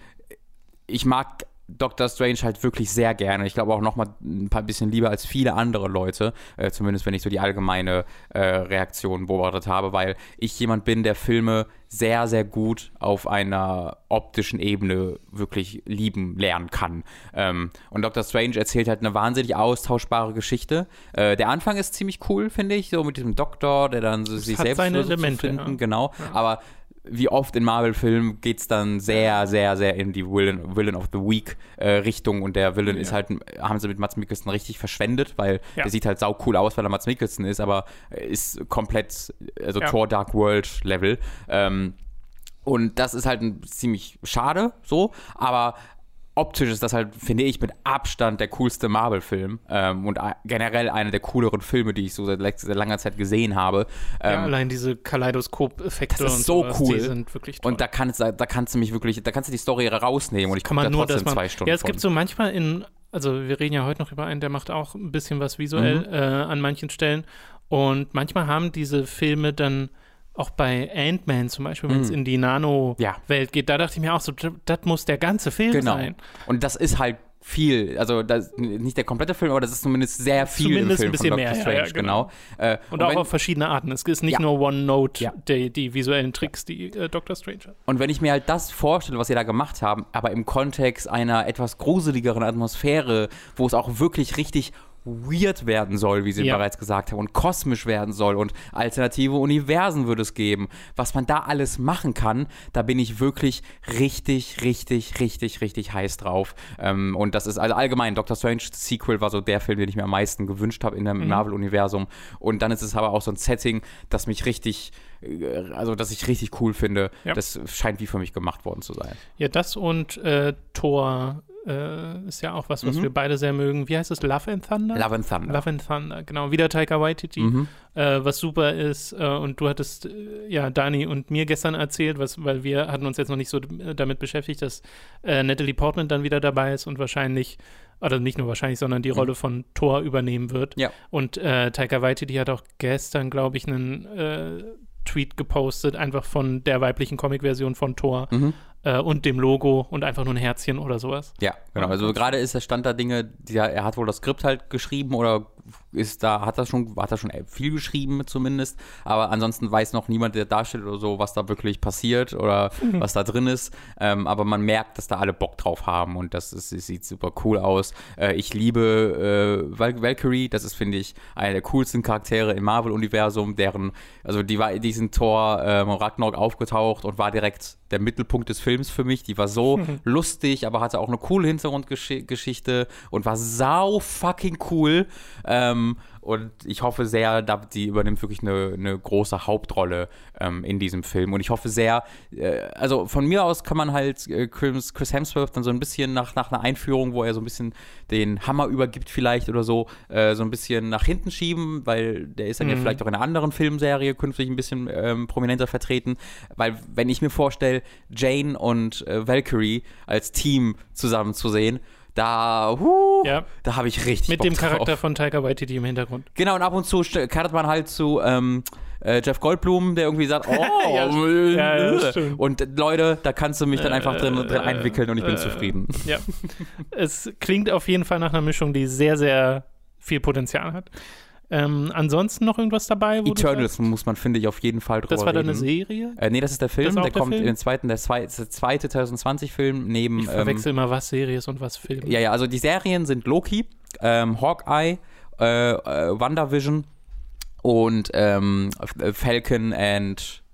ich mag Doctor Strange halt wirklich sehr gerne. Ich glaube auch noch mal ein paar bisschen lieber als viele andere Leute, äh, zumindest wenn ich so die allgemeine äh, Reaktion beobachtet habe, weil ich jemand bin, der Filme sehr, sehr gut auf einer optischen Ebene wirklich lieben lernen kann. Ähm, und Doctor Strange erzählt halt eine wahnsinnig austauschbare Geschichte. Äh, der Anfang ist ziemlich cool, finde ich, so mit diesem Doktor, der dann so sich hat selbst seine versucht Elemente, zu finden. ja. Genau, Ja. aber wie oft in Marvel-Filmen geht es dann sehr, sehr, sehr in die Villain, Villain of the Week äh, Richtung und der Villain Ja. ist halt, haben sie mit Mads Mikkelsen richtig verschwendet, weil Ja. der sieht halt sau cool aus, weil er Mads Mikkelsen ist, aber ist komplett, also Ja. Thor Dark World Level. Ähm, und das ist halt ein, ziemlich schade, so, aber optisch ist das halt, finde ich, mit Abstand der coolste Marvel-Film ähm, und a- generell einer der cooleren Filme, die ich so seit, le- seit langer Zeit gesehen habe. Ähm, Ja, allein diese Kaleidoskop-Effekte das ist und so sowas, cool. die sind wirklich toll. und da kannst, da kannst du mich wirklich, da kannst du die Story rausnehmen und ich kann gucke man da nur trotzdem das machen. zwei Stunden Ja, es von. gibt so manchmal in, also wir reden ja heute noch über einen, der macht auch ein bisschen was visuell Mhm. äh, an manchen Stellen und manchmal haben diese Filme dann auch bei Ant-Man zum Beispiel, wenn es Mhm. in die Nano-Welt Ja. geht, da dachte ich mir auch so, das das muss der ganze Film Genau. sein. Und das ist halt viel, also das, nicht der komplette Film, aber das ist zumindest sehr viel Zumindest ein im Film bisschen von mehr, Doctor ja, Strange, ja, genau. genau. Äh, Und, auch wenn, auf verschiedene Arten. Es ist nicht Ja. nur One-Note, Ja. die, die visuellen Tricks, die äh, Doctor Strange hat. Und wenn ich mir halt das vorstelle, was sie da gemacht haben, aber im Kontext einer etwas gruseligeren Atmosphäre, wo es auch wirklich richtig weird werden soll, wie sie Ja. bereits gesagt haben, und kosmisch werden soll und alternative Universen würde es geben. Was man da alles machen kann, da bin ich wirklich richtig, richtig, richtig, richtig heiß drauf. Ähm, und das ist also allgemein, Doctor Strange Sequel war so der Film, den ich mir am meisten gewünscht habe in dem Mhm. Marvel-Universum. Und dann ist es aber auch so ein Setting, das mich richtig, äh, also das ich richtig cool finde. Ja. Das scheint wie für mich gemacht worden zu sein. Ja, das und äh, Thor äh, ist ja auch was, was Mhm. wir beide sehr mögen. Wie heißt es? Love and Thunder? Love and Thunder. Love and Thunder, genau. Wieder Taika Waititi, Mhm. äh, was super ist. Äh, und du hattest, äh, ja, Dani und mir gestern erzählt, was, weil wir hatten uns jetzt noch nicht so d- damit beschäftigt, dass äh, Natalie Portman dann wieder dabei ist und wahrscheinlich, oder nicht nur wahrscheinlich, sondern die Mhm. Rolle von Thor übernehmen wird. Ja. Und äh, Taika Waititi hat auch gestern, glaube ich, einen äh, Tweet gepostet, einfach von der weiblichen Comic-Version von Thor Mhm. äh, und dem Logo und einfach nur ein Herzchen oder sowas. Ja, genau. Also gerade ist der Stand der Dinge, die, er hat wohl das Skript halt geschrieben oder ist da, hat er schon, hat er schon viel geschrieben zumindest, aber ansonsten weiß noch niemand, der darstellt oder so, was da wirklich passiert oder Mhm. was da drin ist. Ähm, aber man merkt, dass da alle Bock drauf haben und das, ist, das sieht super cool aus. Äh, ich liebe äh, Val Valkyrie, das ist, finde ich, einer der coolsten Charaktere im Marvel-Universum, deren, also die war in diesem Tor ähm, Ragnarok aufgetaucht und war direkt der Mittelpunkt des Films für mich. Die war so lustig, aber hatte auch eine coole Hintergrundgeschichte und war sau fucking cool. Ähm, und ich hoffe sehr, da, die übernimmt wirklich eine, eine große Hauptrolle ähm, in diesem Film. Und ich hoffe sehr, äh, also von mir aus kann man halt äh, Chris, Chris Hemsworth dann so ein bisschen nach, nach einer Einführung, wo er so ein bisschen den Hammer übergibt vielleicht oder so, äh, so ein bisschen nach hinten schieben, weil der ist dann Mhm. ja vielleicht auch in einer anderen Filmserie künftig ein bisschen ähm, prominenter vertreten. Weil wenn ich mir vorstelle, Jane und äh, Valkyrie als Team zusammen zu sehen, da, huh, Ja. da habe ich richtig Mit Bock dem Charakter drauf. von Taika Waititi im Hintergrund. Genau, und ab und zu st- cuttet man halt zu ähm, äh, Jeff Goldblum, der irgendwie sagt, oh, Ja, äh, ja, ja, äh. stimmt. und Leute, da kannst du mich dann einfach drin, drin Äh, einwickeln und ich bin äh, zufrieden. Ja. Es klingt auf jeden Fall nach einer Mischung, die sehr, sehr viel Potenzial hat. Ähm, ansonsten noch irgendwas dabei? Wo Eternals muss man, finde ich, auf jeden Fall drüber Das war dann reden. eine Serie? Äh, nee, das ist der Film, der, der kommt Film? in den zweiten, der zweite, der zweite zwanzig zwanzig-Film neben. Ich verwechsel ähm, immer, was Serie ist und was Film. Ja, ja, also die Serien sind Loki, ähm, Hawkeye, äh, äh, WandaVision und ähm, Falcon and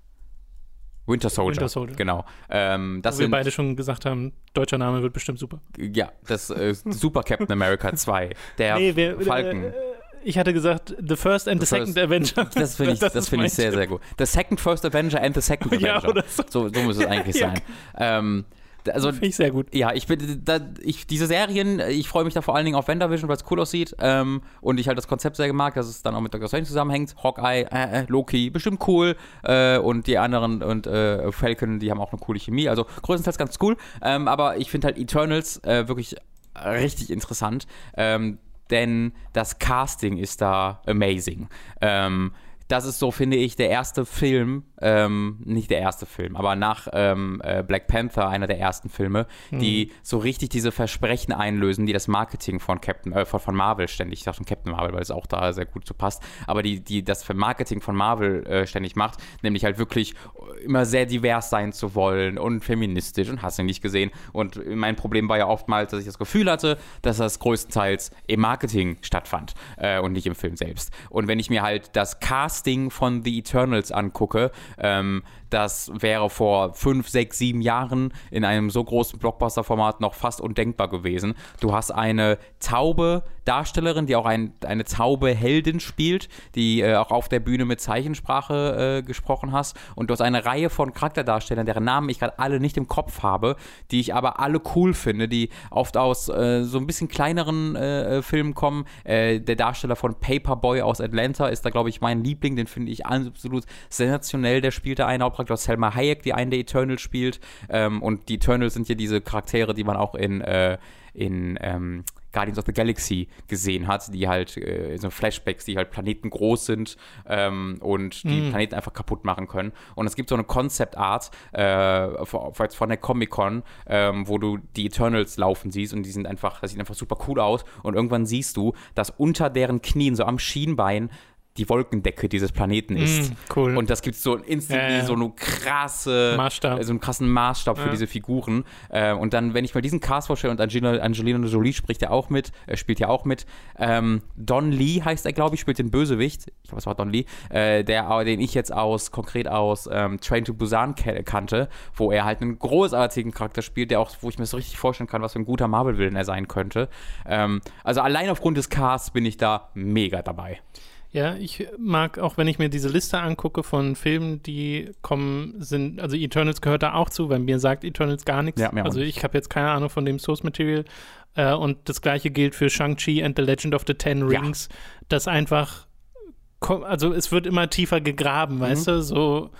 Winter Soldier. Winter Soldier. Genau. Ähm, das Wo wir sind, beide schon gesagt haben, deutscher Name wird bestimmt super. ja, das äh, Super Captain America zwei. Der Nee, wir, Falcon. Äh, ich hatte gesagt, The First and the, The Second first- Avenger. Das finde ich, Das das ist find ich mein sehr, Tipp. sehr gut. The Second First Avenger and the Second Avenger. Ja, oder so. So, so muss es eigentlich Ja. sein. Ähm, also, Finde ich sehr gut. ja, ich bin, da, ich, diese Serien, ich freue mich da vor allen Dingen auf WandaVision, weil es cool aussieht ähm, und ich halt das Konzept sehr mag, dass es dann auch mit Doctor Strange zusammenhängt. Hawkeye, äh, äh, Loki, bestimmt cool äh, und die anderen und äh, Falcon, die haben auch eine coole Chemie, also größtenteils ganz cool, ähm, aber ich finde halt Eternals äh, wirklich richtig interessant, ähm, denn das Casting ist da amazing. Ähm, das ist so, finde ich, der erste Film, ähm, nicht der erste Film, aber nach ähm, äh, Black Panther, einer der ersten Filme, Mhm. die so richtig diese Versprechen einlösen, die das Marketing von Captain, äh, von, von Marvel ständig, ich sag schon Captain Marvel, weil es auch da sehr gut so passt, aber die, die das Marketing von Marvel äh, ständig macht, nämlich halt wirklich immer sehr divers sein zu wollen und feministisch und hast du nicht gesehen. Und mein Problem war ja oftmals, dass ich das Gefühl hatte, dass das größtenteils im Marketing stattfand äh, und nicht im Film selbst. Und wenn ich mir halt das Casting von The Eternals angucke, ähm, das wäre vor fünf, sechs, sieben Jahren in einem so großen Blockbuster-Format noch fast undenkbar gewesen. Du hast eine taube Darstellerin, die auch ein, eine taube Heldin spielt, die äh, auch auf der Bühne mit Zeichensprache äh, gesprochen hast. Und du hast eine Reihe von Charakterdarstellern, deren Namen ich gerade alle nicht im Kopf habe, die ich aber alle cool finde, die oft aus äh, so ein bisschen kleineren äh, Filmen kommen. Äh, der Darsteller von Paperboy aus Atlanta ist da, glaube ich, mein Liebling. Den finde ich absolut sensationell. Der spielt da einen Hauptcharakter, Selma Hayek, die einen der Eternals spielt. Ähm, und die Eternals sind ja diese Charaktere, die man auch in, äh, in ähm, Guardians of the Galaxy gesehen hat, die halt äh, so Flashbacks, die halt Planeten groß sind ähm, und die Mhm. Planeten einfach kaputt machen können. Und es gibt so eine Concept Art äh, von von der Comic-Con, ähm, wo du die Eternals laufen siehst und die sind einfach, das sieht einfach super cool aus. Und irgendwann siehst du, dass unter deren Knien, so am Schienbein, die Wolkendecke dieses Planeten ist. Mm, cool. Und das gibt so ein instantly, Ja, ja. so eine krasse Maßstab. so einen krassen Maßstab für Ja. diese Figuren. Äh, und dann, wenn ich mir diesen Cast vorstelle, und Angelina, Angelina Jolie spricht ja auch mit, äh, spielt ja auch mit. Ähm, Don Lee heißt er, glaube ich, spielt den Bösewicht. Ich glaube, es war Don Lee, äh, der, den ich jetzt aus, konkret aus ähm, Train to Busan ke- kannte, wo er halt einen großartigen Charakter spielt, der auch, wo ich mir so richtig vorstellen kann, was für ein guter Marvel-Villain er sein könnte. Ähm, also allein aufgrund des Casts bin ich da mega dabei. Ja, ich mag, auch wenn ich mir diese Liste angucke von Filmen, die kommen, sind, also Eternals gehört da auch zu, weil mir sagt Eternals gar nichts. Ja, mir auch also nicht. ich habe jetzt keine Ahnung von dem Source Material. Äh, und das gleiche gilt für Shang-Chi and the Legend of the Ten Ja. Rings, das einfach, ko- also es wird immer tiefer gegraben, Mhm. weißt du, so,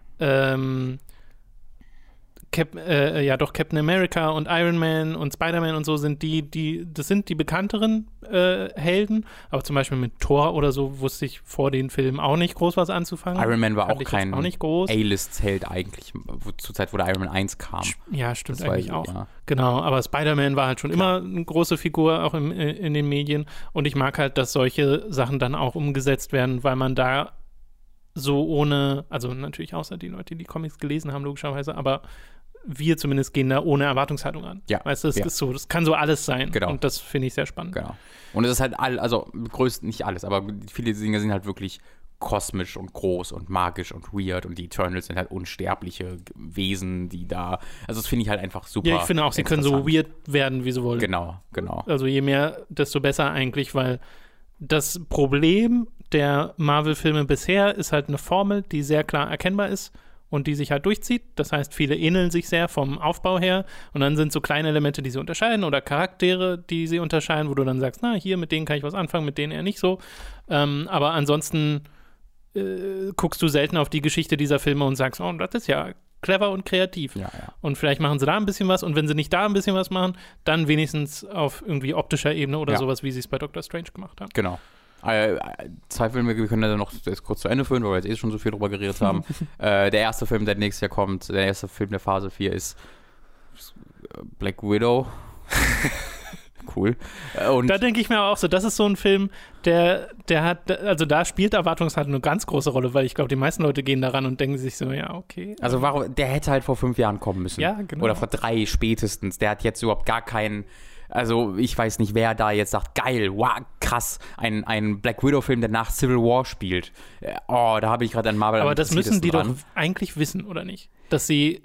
ähm, Cap, äh, ja doch, Captain America und Iron Man und Spider-Man und so sind die, die, das sind die bekannteren äh, Helden, aber zum Beispiel mit Thor oder so wusste ich vor den Filmen auch nicht groß was anzufangen. Iron Man war Fand auch ich jetzt kein auch nicht groß. A-List-Held eigentlich, wo, zur Zeit, wo der Iron Man eins kam. Ja, stimmt Das war eigentlich ich, auch. ja. Genau, aber Spider-Man war halt schon immer eine große Figur, auch im, äh, in den Medien. Und ich mag halt, dass solche Sachen dann auch umgesetzt werden, weil man da so ohne, also natürlich außer die Leute, die die Comics gelesen haben, logischerweise, aber wir zumindest gehen da ohne Erwartungshaltung an. Ja, Weißt du, es ja. ist so, das kann so alles sein. Genau. Und das finde ich sehr spannend. Genau. Und es ist halt all, also größt nicht alles, aber viele Dinge sind halt wirklich kosmisch und groß und magisch und weird und die Eternals sind halt unsterbliche Wesen, die da, also das finde ich halt einfach super. Ja, ich finde auch, sie können so interessant. weird werden, wie sie wollen. Genau, genau. Also je mehr, desto besser eigentlich, weil das Problem der Marvel-Filme bisher ist halt eine Formel, die sehr klar erkennbar ist und die sich halt durchzieht. Das heißt, viele ähneln sich sehr vom Aufbau her und dann sind so kleine Elemente, die sie unterscheiden oder Charaktere, die sie unterscheiden, wo du dann sagst, na, hier, mit denen kann ich was anfangen, mit denen eher nicht so. Ähm, aber ansonsten äh, guckst du selten auf die Geschichte dieser Filme und sagst, oh, das ist ja clever und kreativ. Ja, ja. Und vielleicht machen sie da ein bisschen was und wenn sie nicht da ein bisschen was machen, dann wenigstens auf irgendwie optischer Ebene oder Ja. sowas, wie sie es bei Doctor Strange gemacht haben. Genau. Äh, zwei Filme, wir können da noch das kurz zu Ende führen, weil wir jetzt eh schon so viel drüber geredet haben. äh, der erste Film, der nächstes Jahr kommt, der erste Film der Phase vier ist Black Widow. Cool. Und da denke ich mir auch so, das ist so ein Film, der, der hat, also da spielt Erwartungshaltung eine ganz große Rolle, weil ich glaube, die meisten Leute gehen daran und denken sich so, ja, okay. Also warum, der hätte halt vor fünf Jahren kommen müssen. Ja, genau. Oder vor drei spätestens. Der hat jetzt überhaupt gar keinen, also ich weiß nicht, wer da jetzt sagt, geil, wow, krass, ein, ein Black Widow-Film, der nach Civil War spielt. Oh, da habe ich gerade an Marvel. Aber das müssen die dran. doch eigentlich wissen, oder nicht? Dass sie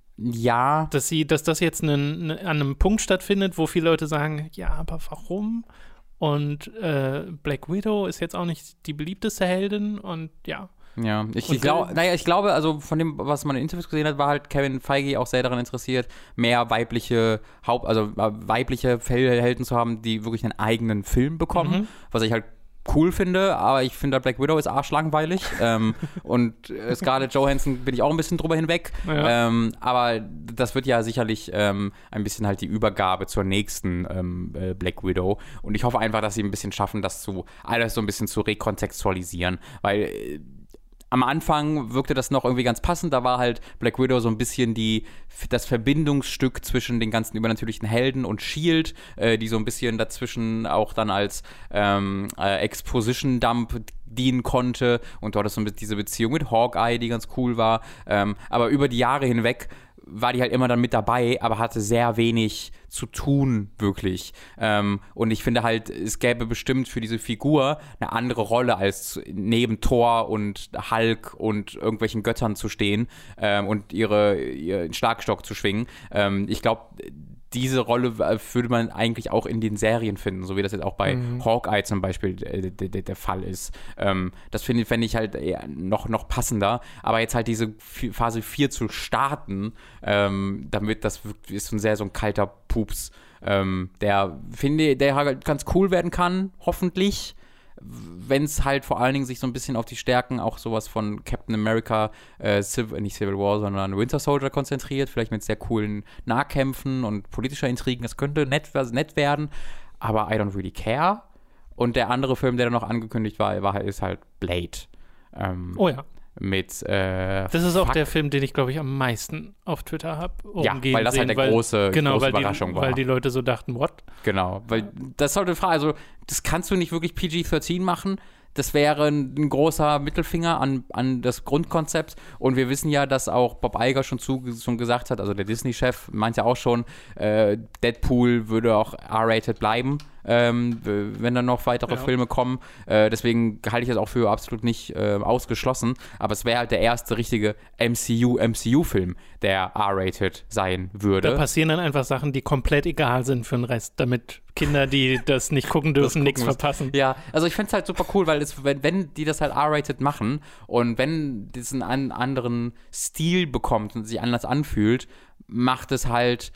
Ja. Dass sie, dass das jetzt eine, eine, an einem Punkt stattfindet, wo viele Leute sagen, ja, aber warum? Und äh, Black Widow ist jetzt auch nicht die beliebteste Heldin und ja. Ja, ich, ich glaube, naja, ich glaube, also von dem, was man in Interviews gesehen hat, war halt Kevin Feige auch sehr daran interessiert, mehr weibliche Haupt, also weibliche Helden zu haben, die wirklich einen eigenen Film bekommen, mhm. was ich halt cool finde, aber ich finde, Black Widow ist arschlangweilig ähm, und äh, Scarlett Johansson bin ich auch ein bisschen drüber hinweg, ja. ähm, aber das wird ja sicherlich ähm, ein bisschen halt die Übergabe zur nächsten ähm, äh, Black Widow und ich hoffe einfach, dass sie ein bisschen schaffen, das zu alles so ein bisschen zu rekontextualisieren, weil äh, am Anfang wirkte das noch irgendwie ganz passend, da war halt Black Widow so ein bisschen die, das Verbindungsstück zwischen den ganzen übernatürlichen Helden und S H I E L D, äh, die so ein bisschen dazwischen auch dann als ähm, äh, Exposition-Dump dienen konnte und dort ist so diese Beziehung mit Hawkeye, die ganz cool war, ähm, aber über die Jahre hinweg war die halt immer dann mit dabei, aber hatte sehr wenig zu tun, wirklich. Ähm, und ich finde halt, es gäbe bestimmt für diese Figur eine andere Rolle, als neben Thor und Hulk und irgendwelchen Göttern zu stehen ähm, und ihre, ihren Schlagstock zu schwingen. Ähm, ich glaube, diese Rolle würde man eigentlich auch in den Serien finden, so wie das jetzt auch bei mhm. Hawkeye zum Beispiel äh, der, der, der Fall ist. Ähm, das finde fänd ich halt eher noch, noch passender. Aber jetzt halt diese Phase vier zu starten, ähm, damit das wirklich ist ein sehr so ein kalter Pups, ähm, der finde der halt ganz cool werden kann, hoffentlich. Wenn es halt vor allen Dingen sich so ein bisschen auf die Stärken auch sowas von Captain America, äh, Civil, nicht Civil War, sondern Winter Soldier konzentriert, vielleicht mit sehr coolen Nahkämpfen und politischer Intrigen, das könnte nett, nett werden, aber I don't really care. Und der andere Film, der dann noch angekündigt war, war ist halt Blade. Ähm, oh ja. Mit, äh, das ist auch fuck. der Film, den ich, glaube ich, am meisten auf Twitter habe. Ja, weil das sehen, halt der weil, große, genau, große weil Überraschung die, war. Weil die Leute so dachten, what? Genau, weil ja. das ist halt eine Frage, also das kannst du nicht wirklich P G dreizehn machen. Das wäre ein, ein großer Mittelfinger an, an das Grundkonzept. Und wir wissen ja, dass auch Bob Iger schon, zu, schon gesagt hat, also der Disney-Chef meint ja auch schon, äh, Deadpool würde auch R-rated bleiben, ähm, wenn dann noch weitere ja. Filme kommen. Äh, deswegen halte ich das auch für absolut nicht äh, ausgeschlossen. Aber es wäre halt der erste richtige M C U-M C U-Film, der R-rated sein würde. Da passieren dann einfach Sachen, die komplett egal sind für den Rest, damit Kinder, die das nicht gucken dürfen, nichts verpassen. Ja, also ich fände es halt super cool, weil es, wenn, wenn die das halt R-rated machen und wenn das einen anderen Stil bekommt und sich anders anfühlt, macht es halt,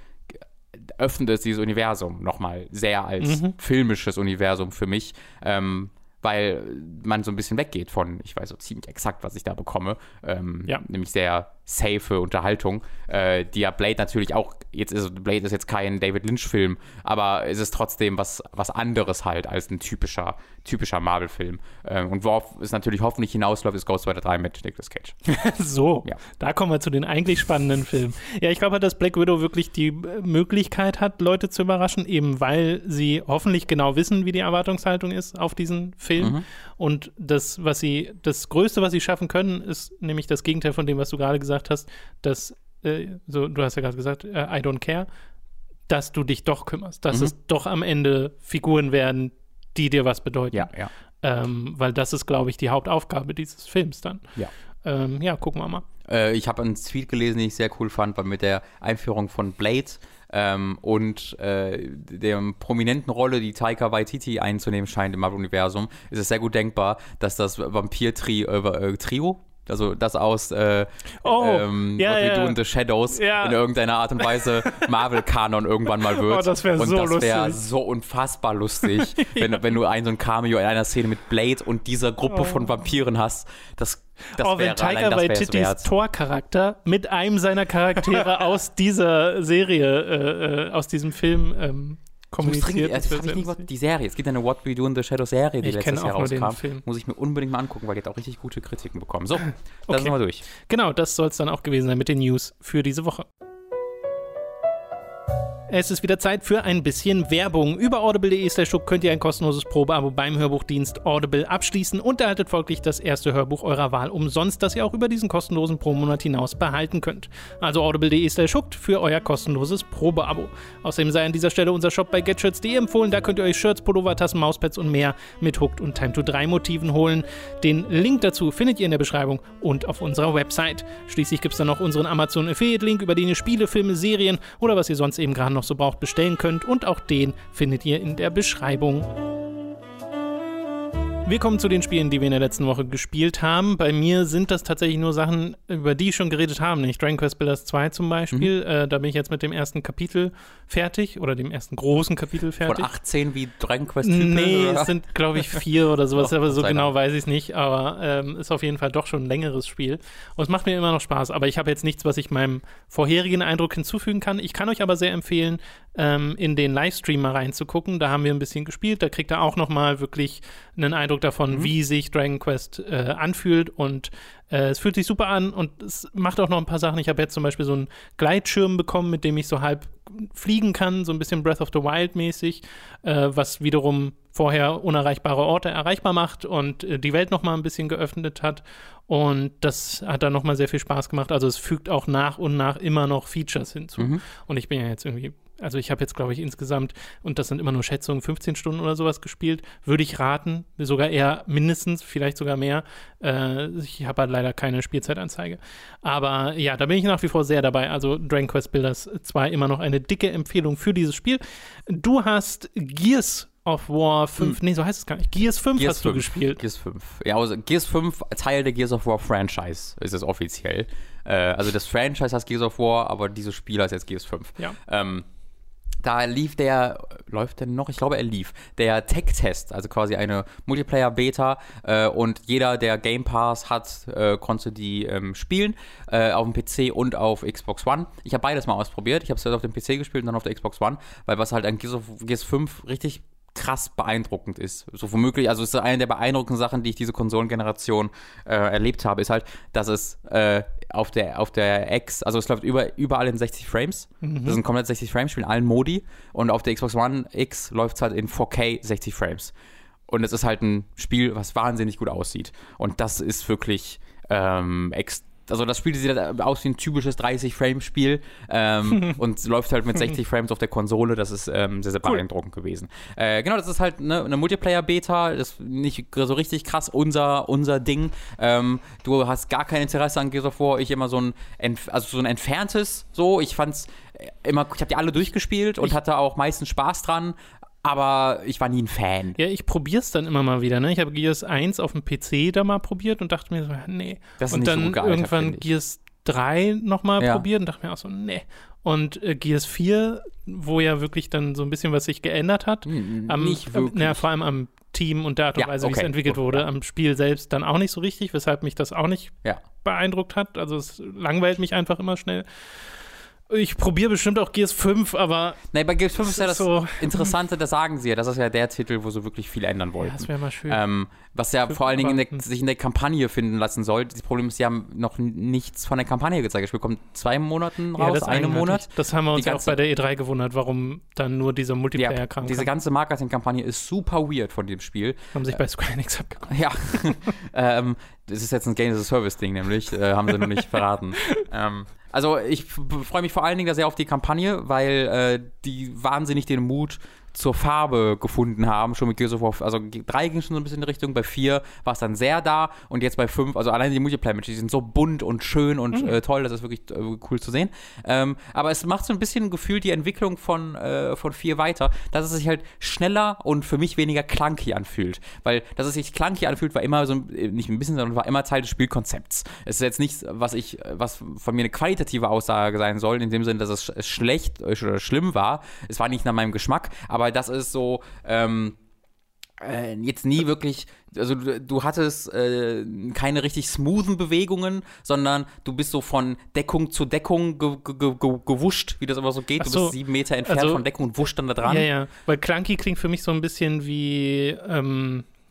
öffnet es dieses Universum nochmal sehr als mhm. filmisches Universum für mich, ähm, weil man so ein bisschen weggeht von, ich weiß so ziemlich exakt, was ich da bekomme, ähm, ja. nämlich sehr safe Unterhaltung, äh, die ja Blade natürlich auch, jetzt ist Blade ist jetzt kein David Lynch-Film, aber es ist trotzdem was, was anderes halt als ein typischer, typischer Marvel-Film. Ähm, und worauf es natürlich hoffentlich hinausläuft, ist Ghost Rider drei mit Nicolas Cage. So, ja. Da kommen wir zu den eigentlich spannenden Filmen. Ja, ich glaube halt, dass Black Widow wirklich die Möglichkeit hat, Leute zu überraschen, eben weil sie hoffentlich genau wissen, wie die Erwartungshaltung ist auf diesen Film. Mhm. Und das, was sie, das Größte, was sie schaffen können, ist nämlich das Gegenteil von dem, was du gerade gesagt hast, dass, äh, so, du hast ja gerade gesagt, äh, I don't care, dass du dich doch kümmerst, dass mhm. es doch am Ende Figuren werden, die dir was bedeuten. Ja, ja. Ähm, weil das ist, glaube ich, die Hauptaufgabe dieses Films dann. Ja. Ähm, ja, gucken wir mal. Äh, ich habe einen Tweet gelesen, den ich sehr cool fand, weil mit der Einführung von Blade ähm, und äh, der prominenten Rolle, die Taika Waititi einzunehmen scheint im Marvel-Universum, ist es sehr gut denkbar, dass das Vampir-Trio, äh, Trio also das aus äh, oh, ähm, ja, What We ja. Do in the Shadows ja. in irgendeiner Art und Weise Marvel-Kanon irgendwann mal wird. Oh, das wäre so lustig. Und das wäre so unfassbar lustig, wenn, ja. wenn du ein so ein Cameo in einer Szene mit Blade und dieser Gruppe oh. von Vampiren hast. Das, das oh, wäre wenn allein das Waititis Thor-Charakter mit einem seiner Charaktere aus dieser Serie, äh, aus diesem Film ähm, kommuniziert. Ich frage mich nicht, die Serie. Es gibt eine What We Do in the Shadows Serie, die ich letztes Jahr rauskam. Muss ich mir unbedingt mal angucken, weil die hat auch richtig gute Kritiken bekommen. So, dann okay. sind wir durch. Genau, das soll es dann auch gewesen sein mit den News für diese Woche. Es ist wieder Zeit für ein bisschen Werbung. Über audible.de slash schuck könnt ihr ein kostenloses Probeabo beim Hörbuchdienst Audible abschließen und erhaltet folglich das erste Hörbuch eurer Wahl umsonst, das ihr auch über diesen kostenlosen Pro-Monat hinaus behalten könnt. Also audible.de slash schuck für euer kostenloses Probeabo. Außerdem sei an dieser Stelle unser Shop bei getshirts punkt de empfohlen. Da könnt ihr euch Shirts, Pullover, Tassen, Mauspads und mehr mit Hooked und Time to drei Motiven holen. Den Link dazu findet ihr in der Beschreibung und auf unserer Website. Schließlich gibt es dann noch unseren Amazon Affiliate-Link, über den ihr Spiele, Filme, Serien oder was ihr sonst eben gerade noch so braucht, bestellen könnt. Und auch den findet ihr in der Beschreibung. Wir kommen zu den Spielen, die wir in der letzten Woche gespielt haben. Bei mir sind das tatsächlich nur Sachen, über die ich schon geredet habe, nämlich Dragon Quest Builders zwei zum Beispiel. Mhm. Äh, da bin ich jetzt mit dem ersten Kapitel fertig oder dem ersten großen Kapitel fertig. Von achtzehn wie Dragon Quest Titel? Nee, oder? Es sind, glaube ich, vier oder sowas, Doch, aber so genau Dank. weiß ich es nicht. Aber ähm, ist auf jeden Fall doch schon ein längeres Spiel. Und es macht mir immer noch Spaß. Aber ich habe jetzt nichts, was ich meinem vorherigen Eindruck hinzufügen kann. Ich kann euch aber sehr empfehlen, ähm, in den Livestream mal reinzugucken. Da haben wir ein bisschen gespielt. Da kriegt ihr auch noch mal wirklich einen Eindruck davon, mhm. wie sich Dragon Quest äh, anfühlt und äh, es fühlt sich super an und es macht auch noch ein paar Sachen. Ich habe jetzt zum Beispiel so einen Gleitschirm bekommen, mit dem ich so halb fliegen kann, so ein bisschen Breath of the Wild mäßig, äh, was wiederum vorher unerreichbare Orte erreichbar macht und äh, die Welt noch mal ein bisschen geöffnet hat und das hat dann noch mal sehr viel Spaß gemacht. Also es fügt auch nach und nach immer noch Features hinzu mhm. und ich bin ja jetzt irgendwie Also ich habe jetzt, glaube ich, insgesamt, und das sind immer nur Schätzungen, fünfzehn Stunden oder sowas gespielt, würde ich raten, sogar eher mindestens, vielleicht sogar mehr. Äh, ich habe halt leider keine Spielzeitanzeige. Aber ja, da bin ich nach wie vor sehr dabei. Also Dragon Quest Builders zwei immer noch eine dicke Empfehlung für dieses Spiel. Du hast Gears of War fünf, hm. nee, so heißt es gar nicht. Gears fünf Gears hast fünf. Du gespielt. Gears fünf. Ja, also Gears fünf, Teil der Gears of War Franchise ist es offiziell. Äh, also das Franchise heißt Gears of War, aber dieses Spiel heißt jetzt Gears fünf. Ja. Ähm, Da lief der, läuft der noch? Ich glaube, er lief. Der Tech-Test, also quasi eine Multiplayer-Beta äh, und jeder, der Game Pass hat, äh, konnte die ähm, spielen äh, auf dem P C und auf Xbox One. Ich habe beides mal ausprobiert. Ich habe es auf dem P C gespielt und dann auf der Xbox One, weil was halt an Gears, of, Gears fünf richtig krass beeindruckend ist. So womöglich, also es ist eine der beeindruckenden Sachen, die ich diese Konsolengeneration äh, erlebt habe, ist halt, dass es äh, auf der auf der X, also es läuft über, überall in sechzig Frames. Mhm. Das sind komplett sechzig Frames, spielen in allen Modi. Und auf der Xbox One X läuft es halt in vier K sechzig Frames. Und es ist halt ein Spiel, was wahnsinnig gut aussieht. Und das ist wirklich ähm, extrem. Also das Spiel sieht halt aus wie ein typisches dreißig-Frame-Spiel ähm, und läuft halt mit sechzig Frames auf der Konsole. Das ist ähm, sehr, sehr cool. beeindruckend gewesen. Äh, genau, das ist halt ne, eine Multiplayer-Beta. Das ist nicht so richtig krass unser, unser Ding. Ähm, du hast gar kein Interesse an Gears of War. Ich immer so ein, Entf- also so ein entferntes so. Ich fand's immer, ich habe die alle durchgespielt und ich hatte auch meistens Spaß dran. Aber ich war nie ein Fan. Ja, ich probier's dann immer mal wieder, ne? Ich habe Gears eins auf dem P C da mal probiert und dachte mir so, nee. Das ist und nicht dann so gealtert, irgendwann Gears drei nochmal ja. probiert und dachte mir auch so, nee. Und äh, Gears vier, wo ja wirklich dann so ein bisschen was sich geändert hat. Hm, am, nicht wirklich. Äh, na, vor allem am Team und der Art und ja, Weise, okay. wie es entwickelt Gut, wurde. ja. Am Spiel selbst dann auch nicht so richtig, weshalb mich das auch nicht ja. beeindruckt hat. Also es langweilt mich einfach immer schnell. Ich probiere bestimmt auch Gears fünf, aber Nee, bei Gears fünf ist ja das so Interessante, das sagen sie ja. Das ist ja der Titel, wo sie wirklich viel ändern wollten. Ja, das wäre mal schön. Ähm, was ja vor allen Dingen in der, sich in der Kampagne finden lassen soll. Das Problem ist, sie haben noch nichts von der Kampagne gezeigt. Das Spiel kommt zwei Monaten raus, ja, einen Monat. Das haben wir uns die ja auch bei der E drei gewundert, warum dann nur dieser Multiplayer-Kram ja, Diese ganze Marketing-Kampagne ist super weird von dem Spiel. Haben sich bei Square Enix abgeguckt. Ja, ähm, das ist jetzt ein Game-as-a-Service-Ding nämlich, äh, haben sie noch nicht verraten. ähm, also ich f- freue mich vor allen Dingen sehr auf die Kampagne, weil äh, die wahnsinnig den Mut zur Farbe gefunden haben, schon mit Gears of War, also drei ging schon so ein bisschen in die Richtung, bei vier war es dann sehr da und jetzt bei fünf, also alleine die Multiplayer-Matches, die sind so bunt und schön und mhm. äh, toll, das ist wirklich äh, cool zu sehen. Ähm, aber es macht so ein bisschen gefühlt die Entwicklung von, äh, von vier weiter, dass es sich halt schneller und für mich weniger clunky anfühlt, weil dass es sich clunky anfühlt, war immer so, nicht ein bisschen, sondern war immer Teil des Spielkonzepts. Es ist jetzt nichts, was ich, was von mir eine qualitative Aussage sein soll, in dem Sinne, dass es sch- schlecht oder schlimm war. Es war nicht nach meinem Geschmack, aber das ist so, ähm, äh, jetzt nie wirklich, also du, du hattest äh, keine richtig smoothen Bewegungen, sondern du bist so von Deckung zu Deckung ge- ge- ge- gewuscht, wie das immer so geht. Ach du so. bist sieben Meter entfernt Also, von Deckung und wuscht dann da dran. Ja, ja, weil clunky klingt für mich so ein bisschen wie, ähm,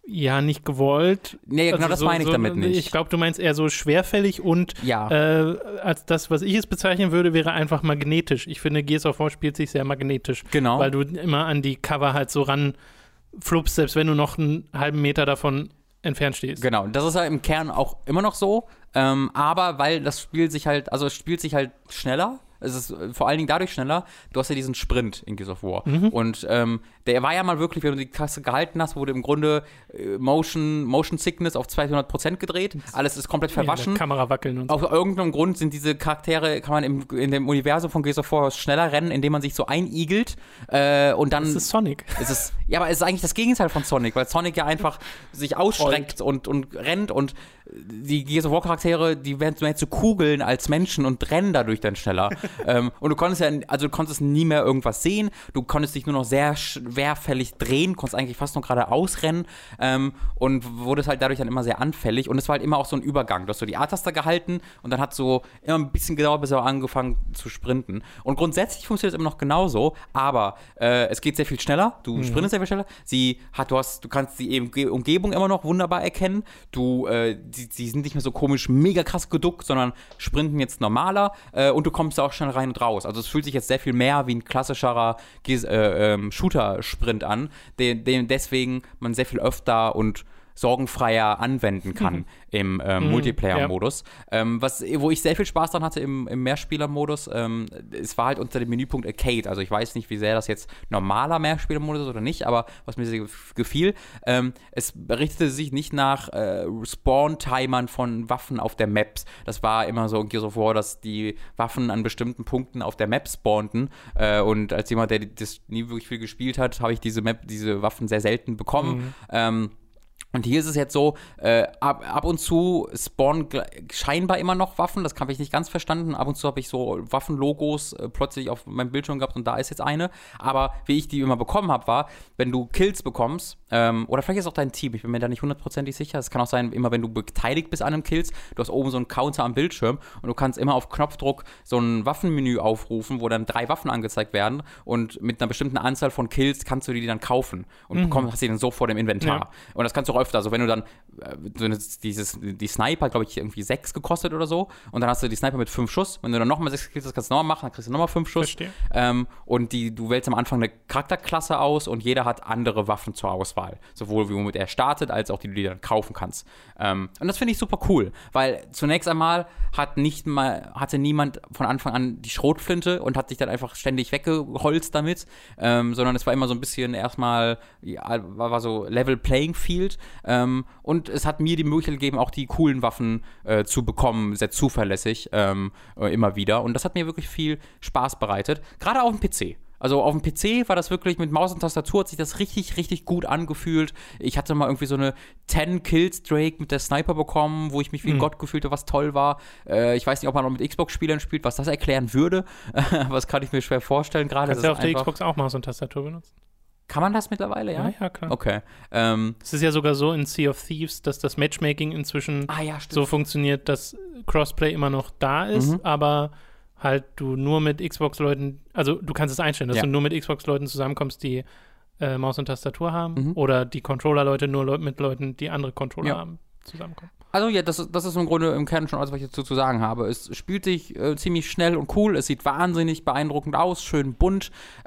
Ja, nicht gewollt. Nee, genau, also das so, meine ich so, damit nicht. Ich glaube, du meinst eher so schwerfällig und ja. äh, als das, was ich es bezeichnen würde, wäre einfach magnetisch. Ich finde, Gears of War spielt sich sehr magnetisch. Genau. Weil du immer an die Cover halt so ran flupst, selbst wenn du noch einen halben Meter davon entfernt stehst. Genau, das ist ja im Kern auch immer noch so, ähm, aber weil das Spiel sich halt, also es spielt sich halt schneller, es ist vor allen Dingen dadurch schneller, du hast ja diesen Sprint in Gears of War Mhm. und ähm, der war ja mal wirklich, wenn du die Taste gehalten hast, wurde im Grunde äh, Motion, Motion Sickness auf zweihundert Prozent gedreht, alles ist komplett verwaschen. Ja, Kamera wackeln und so. Aus irgendeinem Grund sind diese Charaktere, kann man im, in dem Universum von Gears of War schneller rennen, indem man sich so einigelt äh, und dann... Das ist Sonic. Es ist, ja, aber es ist eigentlich das Gegenteil von Sonic, weil Sonic ja einfach sich ausstreckt und, und rennt und die Gears of War Charaktere, die werden mehr zu Kugeln als Menschen und rennen dadurch dann schneller. ähm, und du konntest ja, also du konntest nie mehr irgendwas sehen, du konntest dich nur noch sehr schwerfällig drehen, konntest eigentlich fast noch gerade ausrennen ähm, und wurdest halt dadurch dann immer sehr anfällig und es war halt immer auch so ein Übergang. Du hast so die A-Taste gehalten und dann hat so immer ein bisschen gedauert, bis er angefangen zu sprinten. Und grundsätzlich funktioniert es immer noch genauso, aber äh, es geht sehr viel schneller, du mhm. sprintest sehr viel schneller, sie hat, du hast, du kannst die Umgebung immer noch wunderbar erkennen, du, äh, die, die sind nicht mehr so komisch mega krass geduckt, sondern sprinten jetzt normaler äh, und du kommst da auch schnell rein und raus. Also es fühlt sich jetzt sehr viel mehr wie ein klassischerer äh, ähm, Shooter-Sprint an, den, den deswegen man sehr viel öfter und sorgenfreier anwenden kann mhm. im äh, mhm, Multiplayer-Modus. Ja. Ähm, was, wo ich sehr viel Spaß dran hatte im, im Mehrspieler-Modus, ähm, es war halt unter dem Menüpunkt Arcade. Also ich weiß nicht, wie sehr das jetzt normaler Mehrspieler-Modus ist oder nicht, aber was mir sehr gefiel, ähm, es richtete sich nicht nach äh, Spawn-Timern von Waffen auf der Map. Das war immer so in Gears of War, dass die Waffen an bestimmten Punkten auf der Map spawnten äh, und als jemand, der das nie wirklich viel gespielt hat, habe ich diese Map, diese Waffen sehr selten bekommen. Mhm. Ähm, Und hier ist es jetzt so, äh, ab, ab und zu spawnen scheinbar immer noch Waffen, das habe ich nicht ganz verstanden. Ab und zu habe ich so Waffenlogos äh, plötzlich auf meinem Bildschirm gehabt und da ist jetzt eine. Aber wie ich die immer bekommen habe, war, wenn du Kills bekommst, ähm, oder vielleicht ist auch dein Team, ich bin mir da nicht hundertprozentig sicher. Es kann auch sein, immer wenn du beteiligt bist an einem Kills, du hast oben so einen Counter am Bildschirm und du kannst immer auf Knopfdruck so ein Waffenmenü aufrufen, wo dann drei Waffen angezeigt werden und mit einer bestimmten Anzahl von Kills kannst du die dann kaufen und mhm. bekommst, hast die dann so vor dem Inventar. Ja. Und das kannst du auch öfter, also wenn du dann äh, dieses, die Sniper, glaube ich, irgendwie sechs gekostet oder so und dann hast du die Sniper mit fünf Schuss, wenn du dann nochmal sechs Kills hast, kannst du nochmal machen, dann kriegst du nochmal fünf Schuss. Ähm, und die, du wählst am Anfang eine Charakterklasse aus und jeder hat andere Waffen zur Auswahl, sowohl wie womit er startet, als auch die du dir dann kaufen kannst. Ähm, und das finde ich super cool, weil zunächst einmal hat nicht mal, hatte niemand von Anfang an die Schrotflinte und hat sich dann einfach ständig weggeholzt damit, ähm, sondern es war immer so ein bisschen erstmal, ja, war, war so Level Playing Field. Ähm, und es hat mir die Möglichkeit gegeben, auch die coolen Waffen äh, zu bekommen, sehr zuverlässig, ähm, äh, immer wieder. Und das hat mir wirklich viel Spaß bereitet, gerade auf dem P C. Also auf dem P C war das wirklich mit Maus und Tastatur, hat sich das richtig, richtig gut angefühlt. Ich hatte mal irgendwie so eine zehn-Kill-Streak mit der Sniper bekommen, wo ich mich wie ein mhm. Gott gefühlt habe, was toll war. Äh, ich weiß nicht, ob man noch mit Xbox-Spielern spielt, was das erklären würde. Aber das kann ich mir schwer vorstellen gerade. Kannst du ja auf der Xbox auch Maus und Tastatur benutzen? Kann man das mittlerweile, ja? Ja, ja, klar. Okay. Ähm, es ist ja sogar so in Sea of Thieves, dass das Matchmaking inzwischen ah, ja, so funktioniert, dass Crossplay immer noch da ist, mhm. aber halt du nur mit Xbox-Leuten, also du kannst es einstellen, dass ja. du nur mit Xbox-Leuten zusammenkommst, die äh, Maus und Tastatur haben mhm. oder die Controller-Leute nur Le- mit Leuten, die andere Controller ja. haben, zusammenkommen. Also ja, das, das ist im Grunde im Kern schon alles, was ich dazu zu sagen habe. Es spielt sich äh, ziemlich schnell und cool, es sieht wahnsinnig beeindruckend aus, schön bunt.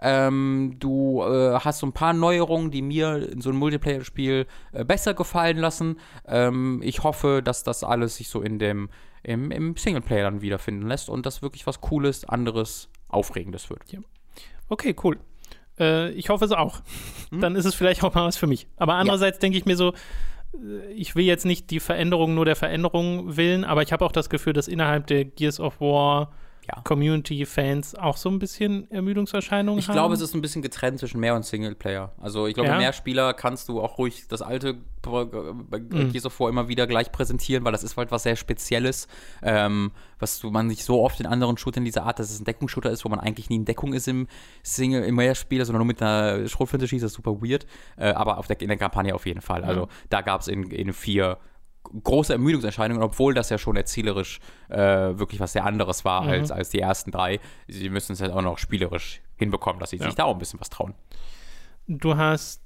Ähm, du äh, hast so ein paar Neuerungen, die mir in so einem Multiplayer-Spiel äh, besser gefallen lassen. Ähm, ich hoffe, dass das alles sich so in dem im, im Singleplayer dann wiederfinden lässt und das wirklich was Cooles, anderes, Aufregendes wird. Ja. Okay, cool. Äh, ich hoffe es auch. Hm? Dann ist es vielleicht auch mal was für mich. Aber andererseits ja. denke ich mir so, ich will jetzt nicht die Veränderung nur der Veränderung willen, aber ich habe auch das Gefühl, dass innerhalb der Gears of War ja. Community-Fans auch so ein bisschen Ermüdungserscheinungen ich haben. Ich glaube, es ist ein bisschen getrennt zwischen Mehr- und Singleplayer. Also ich glaube, ja. Mehrspieler kannst du auch ruhig das alte bei mhm. Gears of War immer wieder gleich präsentieren, weil das ist halt was sehr Spezielles, ähm, was du, man nicht so oft in anderen Shootern dieser Art, dass es ein Deckungsshooter ist, wo man eigentlich nie in Deckung ist im Single, im Mehrspieler, sondern nur mit einer Schrotflinte schießt, das ist super weird. Äh, aber auf der, in der Kampagne auf jeden Fall. Also mhm. da gab es in, in vier große Ermüdungserscheinungen, obwohl das ja schon erzählerisch äh, wirklich was sehr anderes war mhm. als, als die ersten drei. Sie müssen es halt auch noch spielerisch hinbekommen, dass sie ja. sich da auch ein bisschen was trauen. Du hast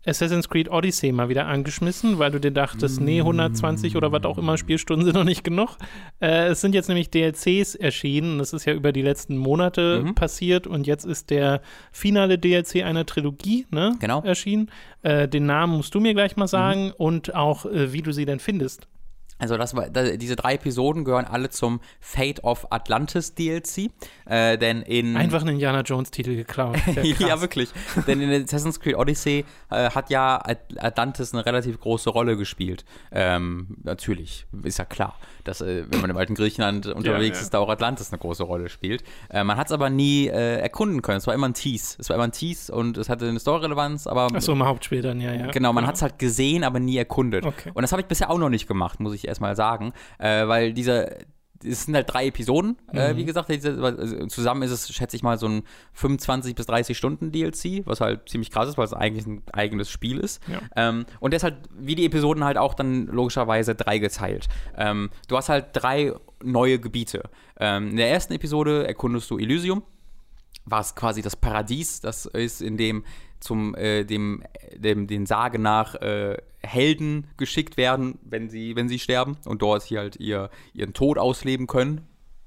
Assassin's Creed Odyssey mal wieder angeschmissen, weil du dir dachtest, nee, hundertzwanzig oder was auch immer Spielstunden sind noch nicht genug. Äh, es sind jetzt nämlich D L Cs erschienen. Das ist ja über die letzten Monate mhm. passiert und jetzt ist der finale D L C einer Trilogie ne, genau. erschienen. Äh, den Namen musst du mir gleich mal sagen mhm. und auch, äh, wie du sie denn findest. Also das war, da, diese drei Episoden gehören alle zum Fate of Atlantis D L C, äh, denn in... Einfach einen Indiana Jones-Titel geklaut. Ja, wirklich. Denn in Assassin's Creed Odyssey äh, hat ja Atlantis eine relativ große Rolle gespielt. Ähm, natürlich, ist ja klar, dass, äh, wenn man im alten Griechenland unterwegs ja, ja. ist, da auch Atlantis eine große Rolle spielt. Äh, man hat es aber nie äh, erkunden können. Es war immer ein Tease. Es war immer ein Tease und es hatte eine Story-Relevanz, aber... Ach so, im Hauptspiel dann, ja, ja. Genau, man ja. hat es halt gesehen, aber nie erkundet. Okay. Und das habe ich bisher auch noch nicht gemacht, muss ich erstmal sagen, äh, weil diese, es sind halt drei Episoden, mhm. äh, wie gesagt, diese, also zusammen ist es, schätze ich mal, so ein fünfundzwanzig bis dreißig Stunden D L C, was halt ziemlich krass ist, weil es eigentlich ein eigenes Spiel ist. Ja. Ähm, und der ist halt, wie die Episoden halt auch dann logischerweise drei geteilt. Ähm, du hast halt drei neue Gebiete. Ähm, in der ersten Episode erkundest du Elysium, was quasi das Paradies, das ist, in dem zum äh, dem, dem den Sage nach äh, Helden geschickt werden, wenn sie wenn sie sterben und dort hier halt ihr ihren Tod ausleben können.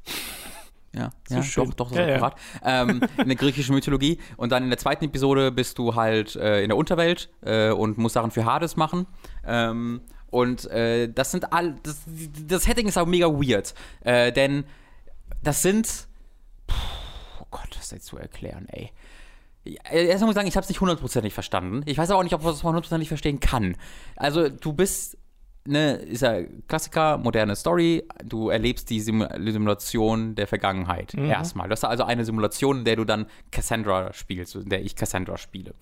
Ja, so ja schön. doch, doch, das ja, ist akkurat. Ja. Ähm, in der griechischen Mythologie. Und dann in der zweiten Episode bist du halt äh, in der Unterwelt äh, und musst Sachen für Hades machen. Ähm, und äh, das sind all das, das Setting ist auch mega weird, äh, denn das sind puh, oh Gott, das jetzt zu erklären, ey. Erstmal muss ich sagen, ich habe es nicht hundertprozentig verstanden. Ich weiß aber auch nicht, ob man es hundertprozentig verstehen kann. Also du bist, ne, ist ja Klassiker, moderne Story, du erlebst die Simulation der Vergangenheit mhm. erstmal. Das ist also eine Simulation, in der du dann Cassandra spielst, in der ich Cassandra spiele.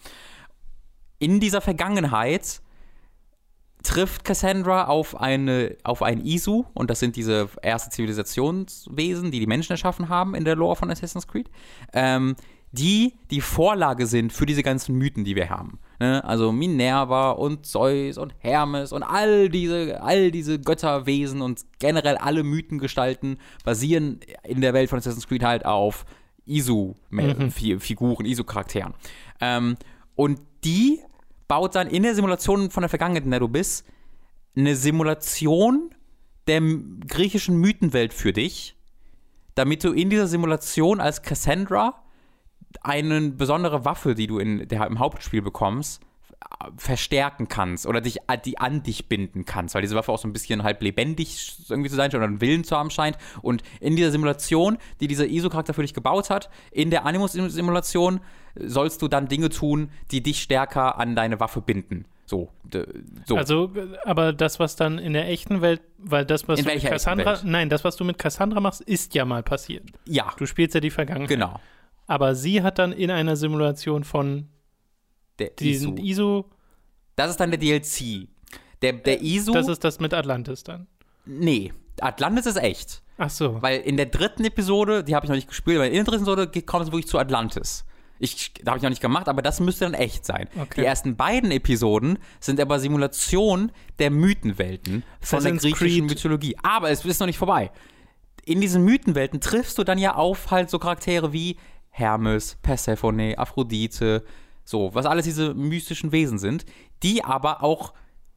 In dieser Vergangenheit trifft Cassandra auf eine auf ein Isu, und das sind diese erste Zivilisationswesen, die die Menschen erschaffen haben in der Lore von Assassin's Creed, ähm, die die Vorlage sind für diese ganzen Mythen, die wir haben. Ne? Also Minerva und Zeus und Hermes und all diese, all diese Götterwesen und generell alle Mythengestalten basieren in der Welt von Assassin's Creed halt auf Isu-Figuren, mhm. Isu-Charakteren. Ähm, und die baut dann in der Simulation von der Vergangenheit, in der du bist, eine Simulation der griechischen Mythenwelt für dich, damit du in dieser Simulation als Cassandra eine besondere Waffe, die du in der, im Hauptspiel bekommst, verstärken kannst oder dich die an dich binden kannst, weil diese Waffe auch so ein bisschen halb lebendig irgendwie zu sein scheint oder einen Willen zu haben scheint. Und in dieser Simulation, die dieser Isu-Charakter für dich gebaut hat, in der Animus-Simulation sollst du dann Dinge tun, die dich stärker an deine Waffe binden. So, d- so. Also, aber das, was dann in der echten Welt, weil das, was in du mit Cassandra, nein, das, was du mit Cassandra machst, ist ja mal passiert. Ja. Du spielst ja die Vergangenheit. Genau. Aber sie hat dann in einer Simulation von der diesen Isu. Isu. Das ist dann der D L C. Der, der Isu. Das ist das mit Atlantis dann. Nee, Atlantis ist echt. Ach so. Weil in der dritten Episode, die habe ich noch nicht gespielt, aber in der dritten Episode kommt es wirklich zu Atlantis. Ich, da habe ich noch nicht gemacht, aber das müsste dann echt sein. Okay. Die ersten beiden Episoden sind aber Simulationen der Mythenwelten von Assassin's der griechischen Creed. Mythologie. Aber es ist noch nicht vorbei. In diesen Mythenwelten triffst du dann ja auf halt so Charaktere wie Hermes, Persephone, Aphrodite, so, was alles diese mystischen Wesen sind, die aber auch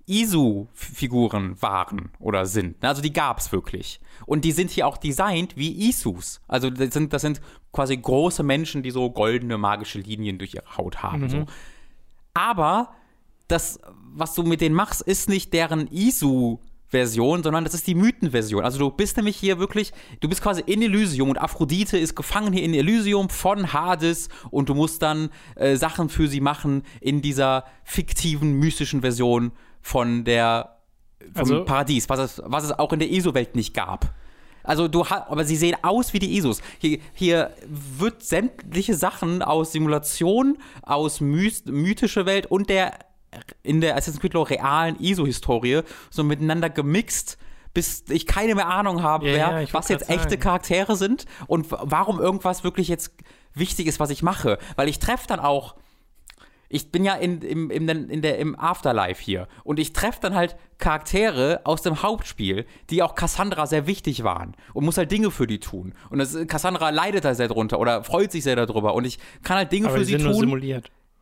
Isu-Figuren waren oder sind. Also die gab es wirklich. Und die sind hier auch designt wie Isus. Also das sind, das sind quasi große Menschen, die so goldene magische Linien durch ihre Haut haben. Mhm. So. Aber das, was du mit denen machst, ist nicht deren Isu- Version, sondern das ist die Mythenversion. Also du bist nämlich hier wirklich, du bist quasi in Elysium und Aphrodite ist gefangen hier in Elysium von Hades und du musst dann äh, Sachen für sie machen in dieser fiktiven, mystischen Version von der vom also, Paradies, was es, was es auch in der Isu-Welt nicht gab. Also du hast, aber sie sehen aus wie die Isus. Hier, hier wird sämtliche Sachen aus Simulation, aus myst, mythische Welt und der in der Assassin's Creed Lore realen I S O-Historie so miteinander gemixt, bis ich keine mehr Ahnung habe, ja, wer, ja, was jetzt echte sagen. Charaktere sind und warum irgendwas wirklich jetzt wichtig ist, was ich mache. Weil ich treffe dann auch, ich bin ja in, im, im, in der, im Afterlife hier und ich treffe dann halt Charaktere aus dem Hauptspiel, die auch Cassandra sehr wichtig waren und muss halt Dinge für die tun. Und das, Cassandra leidet da sehr drunter oder freut sich sehr darüber und ich kann halt Dinge Aber für die sie sind tun. Nur simuliert.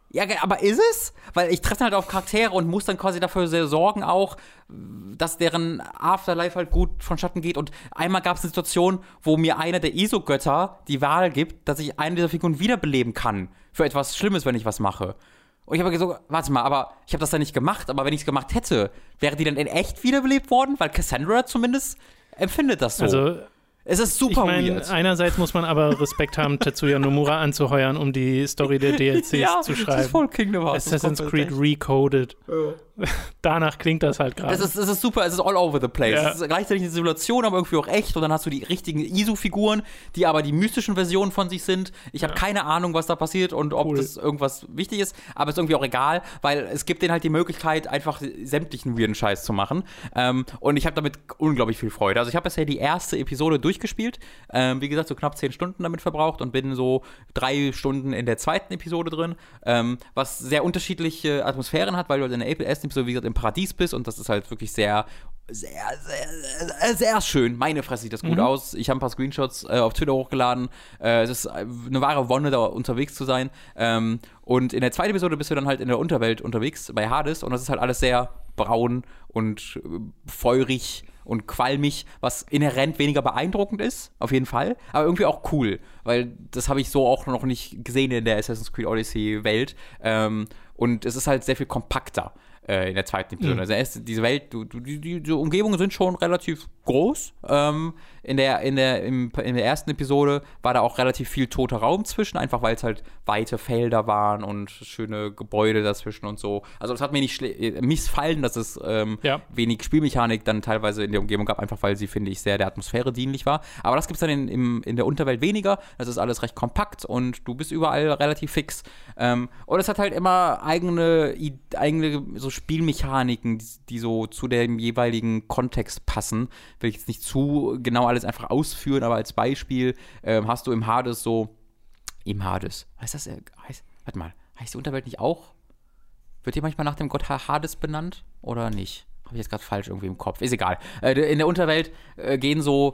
Ja, aber ist es? Weil ich treffe halt auf Charaktere und muss dann quasi dafür sehr sorgen auch, dass deren Afterlife halt gut vonstatten geht. Und einmal gab es eine Situation, wo mir einer der I S O-Götter die Wahl gibt, dass ich eine dieser Figuren wiederbeleben kann für etwas Schlimmes, wenn ich was mache. Und ich habe gesagt, warte mal, aber ich habe das dann nicht gemacht, aber wenn ich es gemacht hätte, wäre die dann in echt wiederbelebt worden? Weil Cassandra zumindest empfindet das so. Also es ist super ich mein, weird. Einerseits muss man aber Respekt haben, Tetsuya Nomura anzuheuern, um die Story der D L Cs ja, zu schreiben. Das ist voll Kingdom Hearts. Assassin's Creed recoded. Ja. Danach klingt das halt gerade. Das ist, das ist super, es ist all over the place. Ja. Es ist gleichzeitig eine Simulation, aber irgendwie auch echt. Und dann hast du die richtigen I S O-Figuren, die aber die mystischen Versionen von sich sind. Ich habe ja. keine Ahnung, was da passiert und ob cool. das irgendwas wichtig ist. Aber es ist irgendwie auch egal, weil es gibt denen halt die Möglichkeit, einfach sämtlichen weirden Scheiß zu machen. Ähm, und ich habe damit unglaublich viel Freude. Also ich habe bisher die erste Episode durchgespielt. Ähm, wie gesagt, so knapp zehn Stunden damit verbraucht und bin so drei Stunden in der zweiten Episode drin. Ähm, was sehr unterschiedliche Atmosphären hat, weil du in der ersten Episode, wie gesagt, im Paradies bist und das ist halt wirklich sehr, sehr, sehr, sehr, sehr schön. Meine Fresse sieht das gut mhm. aus. Ich habe ein paar Screenshots äh, auf Twitter hochgeladen. Äh, es ist eine wahre Wonne, da unterwegs zu sein. Ähm, und in der zweiten Episode bist du dann halt in der Unterwelt unterwegs, bei Hades und das ist halt alles sehr braun und äh, feurig und qualmig, was inhärent weniger beeindruckend ist, auf jeden Fall, aber irgendwie auch cool, weil das habe ich so auch noch nicht gesehen in der Assassin's Creed Odyssey-Welt. Ähm, und es ist halt sehr viel kompakter äh, in der zweiten Episode. Mhm. Also erst diese Welt, du, du, die, die Umgebungen sind schon relativ groß. Ähm, in, der, in, der, im, in der ersten Episode war da auch relativ viel toter Raum zwischen, einfach weil es halt weite Felder waren und schöne Gebäude dazwischen und so. Also das hat mir nicht schle- missfallen, dass es ähm, ja. wenig Spielmechanik dann teilweise in der Umgebung gab, einfach weil sie, finde ich, sehr der Atmosphäre dienlich war. Aber das gibt es dann in, in, in der Unterwelt weniger. Das ist alles recht kompakt und du bist überall relativ fix. Ähm, und es hat halt immer eigene, eigene so Spielmechaniken, die, die so zu dem jeweiligen Kontext passen. Will ich jetzt nicht zu genau alles einfach ausführen, aber als Beispiel ähm, hast du im Hades so, im Hades, heißt das, äh, heißt, warte mal, heißt die Unterwelt nicht auch? Wird die manchmal nach dem Gott Hades benannt oder nicht? Habe ich jetzt gerade falsch irgendwie im Kopf, ist egal. Äh, in der Unterwelt äh, gehen so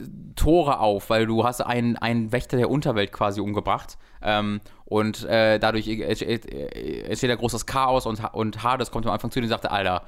Tore auf, weil du hast einen, einen Wächter der Unterwelt quasi umgebracht ähm, und äh, dadurch entsteht ein großes Chaos und, und Hades kommt am Anfang zu dir und sagt, Alter,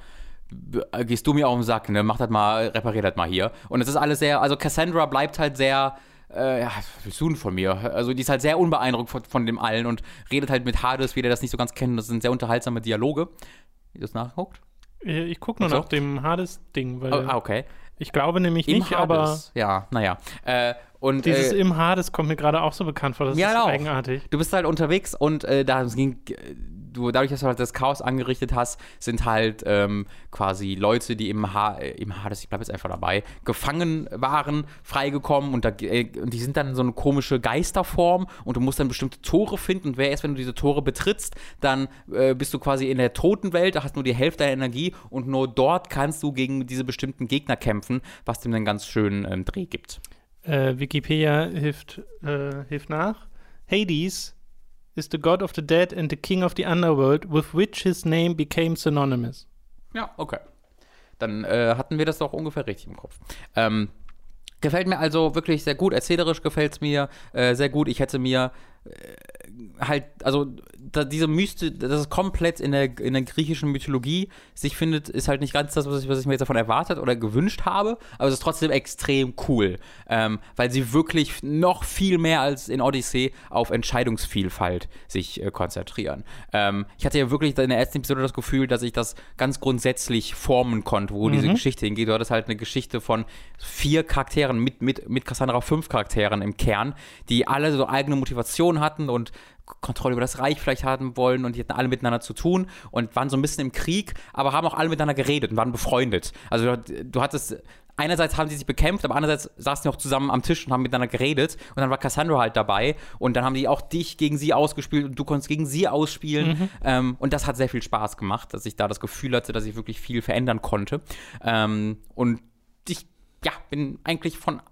gehst du mir auf den Sack, ne? Mach das mal, reparier das mal hier. Und es ist alles sehr, also Cassandra bleibt halt sehr, äh, ja, was willst du denn von mir? Also die ist halt sehr unbeeindruckt von, von dem allen und redet halt mit Hades, wie der das nicht so ganz kennt. Das sind sehr unterhaltsame Dialoge. Wie du das nachguckt? Ich gucke nur so. nach dem Hades-Ding, weil oh, okay. ich glaube nämlich Im nicht, Hades. aber ja, naja. Äh, und, dieses äh, im Hades kommt mir gerade auch so bekannt vor, das ja, ist auch. eigenartig. Du bist halt unterwegs und äh, da ging, du, dadurch, dass du halt das Chaos angerichtet hast, sind halt ähm, quasi Leute, die im, ha- im Hades, ich bleibe jetzt einfach dabei, gefangen waren, freigekommen und, da, äh, und die sind dann in so eine komische Geisterform und du musst dann bestimmte Tore finden und wer erst, wenn du diese Tore betrittst, dann äh, bist du quasi in der Totenwelt, da hast nur die Hälfte der Energie und nur dort kannst du gegen diese bestimmten Gegner kämpfen, was dem dann ganz schön ähm, Dreh gibt. Äh, Wikipedia hilft, äh, hilft nach. Hades is the god of the dead and the king of the underworld, with which his name became synonymous. Ja, okay. Dann äh, hatten wir das doch ungefähr richtig im Kopf. Ähm, gefällt mir also wirklich sehr gut. Erzählerisch gefällt es mir äh, sehr gut. Ich hätte mir äh, halt, also da, diese Myste, das ist komplett in der, in der griechischen Mythologie sich findet, ist halt nicht ganz das, was ich, was ich mir jetzt davon erwartet oder gewünscht habe, aber es ist trotzdem extrem cool, ähm, weil sie wirklich noch viel mehr als in Odyssey auf Entscheidungsvielfalt sich äh, konzentrieren. Ähm, ich hatte ja wirklich in der ersten Episode das Gefühl, dass ich das ganz grundsätzlich formen konnte, wo mhm. diese Geschichte hingeht. Du hattest halt eine Geschichte von vier Charakteren, mit, mit, mit Cassandra fünf Charakteren im Kern, die alle so eigene Motivationen hatten und Kontrolle über das Reich vielleicht haben wollen und die hatten alle miteinander zu tun und waren so ein bisschen im Krieg, aber haben auch alle miteinander geredet und waren befreundet. Also du, du hattest, einerseits haben sie sich bekämpft, aber andererseits saßen sie auch zusammen am Tisch und haben miteinander geredet und dann war Cassandra halt dabei und dann haben die auch dich gegen sie ausgespielt und du konntest gegen sie ausspielen mhm. ähm, und das hat sehr viel Spaß gemacht, dass ich da das Gefühl hatte, dass ich wirklich viel verändern konnte ähm, und ich ja, bin eigentlich von A bis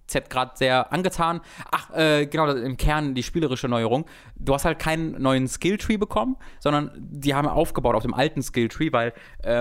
Z gerade sehr angetan. Ach, äh, genau, im Kern die spielerische Neuerung. Du hast halt keinen neuen Skilltree bekommen, sondern die haben aufgebaut auf dem alten Skilltree, weil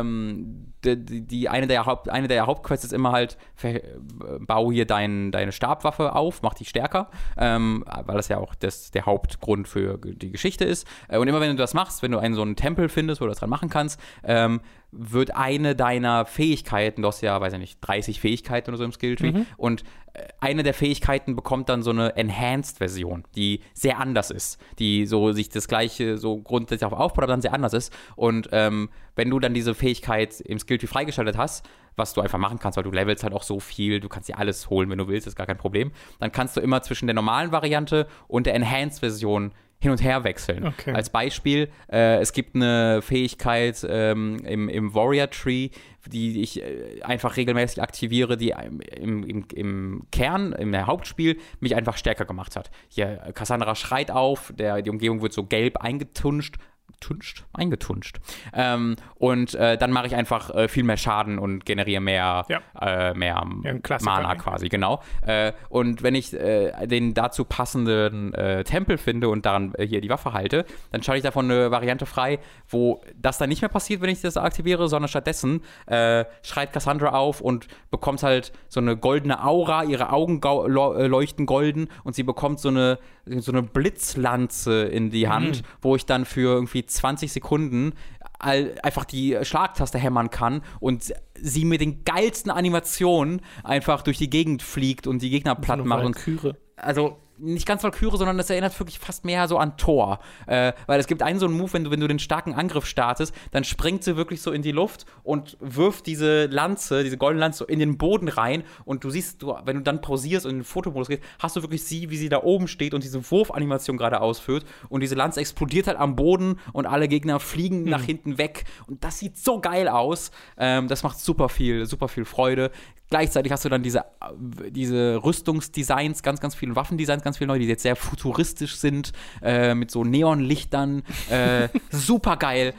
ähm, die, die eine, der Haupt, eine der Hauptquests ist immer halt, ver, bau hier dein, deine Stabwaffe auf, mach die stärker, ähm, weil das ja auch das, der Hauptgrund für die Geschichte ist. Und immer wenn du das machst, wenn du einen so einen Tempel findest, wo du das dran machen kannst, ähm, wird eine deiner Fähigkeiten, du hast ja, weiß ich nicht, dreißig Fähigkeiten oder so im Skilltree, mhm. und eine der Fähigkeiten bekommt dann so eine Enhanced-Version, die sehr anders ist, die so sich das gleiche so grundsätzlich auch aufbaut, aber dann sehr anders ist. Und ähm, wenn du dann diese Fähigkeit im Skilltree freigeschaltet hast, was du einfach machen kannst, weil du levelst halt auch so viel, du kannst dir alles holen, wenn du willst, ist gar kein Problem, dann kannst du immer zwischen der normalen Variante und der Enhanced-Version hin und her wechseln. Okay. Als Beispiel, äh, es gibt eine Fähigkeit ähm, im, im Warrior Tree, die ich äh, einfach regelmäßig aktiviere, die im, im, im Kern, im Hauptspiel, mich einfach stärker gemacht hat. Hier, Cassandra schreit auf, der, die Umgebung wird so gelb eingetunscht, Tunscht, eingetunscht. Ähm, und äh, dann mache ich einfach äh, viel mehr Schaden und generiere mehr, ja. äh, mehr ja, Mana quasi, genau. Äh, und wenn ich äh, den dazu passenden äh, Tempel finde und daran äh, hier die Waffe halte, dann schalte ich davon eine Variante frei, wo das dann nicht mehr passiert, wenn ich das aktiviere, sondern stattdessen äh, schreit Cassandra auf und bekommt halt so eine goldene Aura, ihre Augen gau- lo- leuchten golden und sie bekommt so eine, so eine Blitzlanze in die Hand, mhm. wo ich dann für irgendwie zwanzig Sekunden all, einfach die Schlagtaste hämmern kann und sie mit den geilsten Animationen einfach durch die Gegend fliegt und die Gegner platt so macht. Und, also nicht ganz Valkyrie, sondern das erinnert wirklich fast mehr so an Thor. Äh, weil es gibt einen so einen Move, wenn du, wenn du den starken Angriff startest, dann springt sie wirklich so in die Luft und wirft diese Lanze, diese goldene Lanze so in den Boden rein und du siehst, du, wenn du dann pausierst und in den Fotomodus gehst, hast du wirklich sie, wie sie da oben steht und diese Wurfanimation gerade ausführt und diese Lanze explodiert halt am Boden und alle Gegner fliegen hm. nach hinten weg und das sieht so geil aus. Ähm, das macht super viel, super viel Freude. Gleichzeitig hast du dann diese, diese Rüstungsdesigns, ganz, ganz viele Waffendesigns, ganz viele neue, die jetzt sehr futuristisch sind, äh, mit so Neonlichtern. Äh, super geil.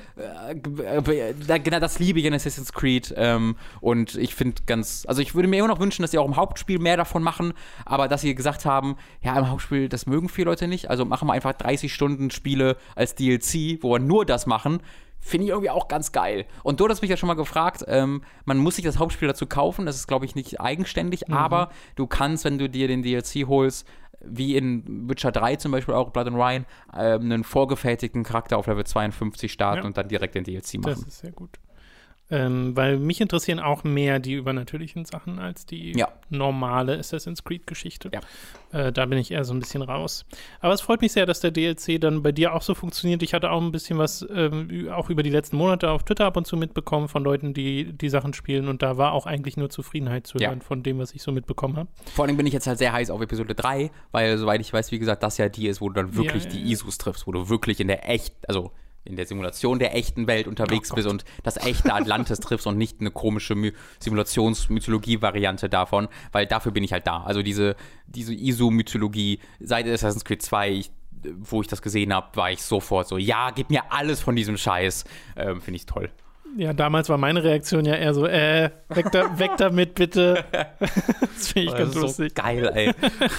Äh, genau das liebe ich in Assassin's Creed. Ähm, und ich finde ganz, also ich würde mir immer noch wünschen, dass sie auch im Hauptspiel mehr davon machen, aber dass sie gesagt haben, ja, im Hauptspiel, das mögen viele Leute nicht, also machen wir einfach dreißig Stunden Spiele als D L C, wo wir nur das machen. Finde ich irgendwie auch ganz geil. Und du hast mich ja schon mal gefragt, ähm, man muss sich das Hauptspiel dazu kaufen, das ist, glaube ich, nicht eigenständig, mhm. aber du kannst, wenn du dir den D L C holst, wie in Witcher drei zum Beispiel auch, Blood and Wine, äh, einen vorgefertigten Charakter auf Level zweiundfünfzig starten ja. und dann direkt den D L C machen. Das ist sehr gut. Ähm, weil mich interessieren auch mehr die übernatürlichen Sachen als die ja. normale Assassin's Creed-Geschichte. Ja. Äh, da bin ich eher so ein bisschen raus. Aber es freut mich sehr, dass der D L C dann bei dir auch so funktioniert. Ich hatte auch ein bisschen was ähm, auch über die letzten Monate auf Twitter ab und zu mitbekommen von Leuten, die die Sachen spielen und da war auch eigentlich nur Zufriedenheit zu hören ja. von dem, was ich so mitbekommen habe. Vor allem bin ich jetzt halt sehr heiß auf Episode drei, weil soweit ich weiß, wie gesagt, das ja die ist, wo du dann wirklich ja, die ja. Isus triffst, wo du wirklich in der echt, also in der Simulation der echten Welt unterwegs oh bist und das echte Atlantis triffst und nicht eine komische My- Simulations-Mythologie-Variante davon, weil dafür bin ich halt da. Also diese, diese Isu-Mythologie, seit Assassin's Creed zwei, ich, wo ich das gesehen habe, war ich sofort so, ja, gib mir alles von diesem Scheiß. Ähm, finde ich toll. Ja, damals war meine Reaktion ja eher so, äh, weg, da, weg damit bitte. Das finde ich oh, ganz lustig. So geil, ey.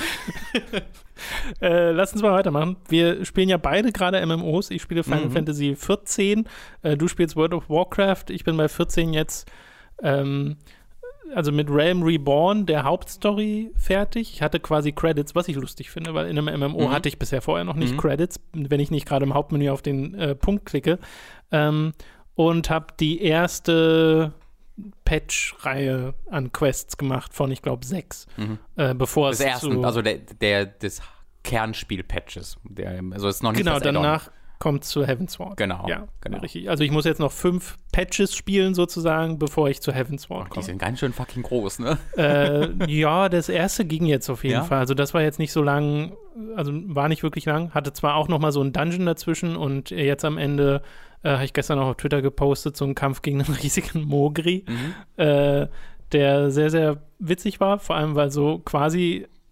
äh, lass uns mal weitermachen. Wir spielen ja beide gerade M M Os. Ich spiele Final mhm. Fantasy vierzehn. Äh, du spielst World of Warcraft. Ich bin bei vierzehn jetzt ähm, also mit Realm Reborn, der Hauptstory, fertig. Ich hatte quasi Credits, was ich lustig finde, weil in einem M M O mhm. hatte ich bisher vorher noch nicht mhm. Credits, wenn ich nicht gerade im Hauptmenü auf den äh, Punkt klicke. Ähm, und habe die erste Patch-Reihe an Quests gemacht von, ich glaube, sechs. Mhm. Äh, bevor das es ersten, so also der, der des Kernspiel-Patches. Der, also ist noch nicht genau, das danach kommt zu Heavensward. Genau, ja, genau. Richtig. Also ich muss jetzt noch fünf Patches spielen sozusagen, bevor ich zu Heavensward komme. Die sind ganz schön fucking groß, ne? Äh, ja, das erste ging jetzt auf jeden ja? Fall. Also das war jetzt nicht so lang, also war nicht wirklich lang. Hatte zwar auch noch mal so einen Dungeon dazwischen und jetzt am Ende äh, habe ich gestern auch auf Twitter gepostet, so einen Kampf gegen einen riesigen Mogri, mhm. äh, der sehr, sehr witzig war. Vor allem, weil so quasi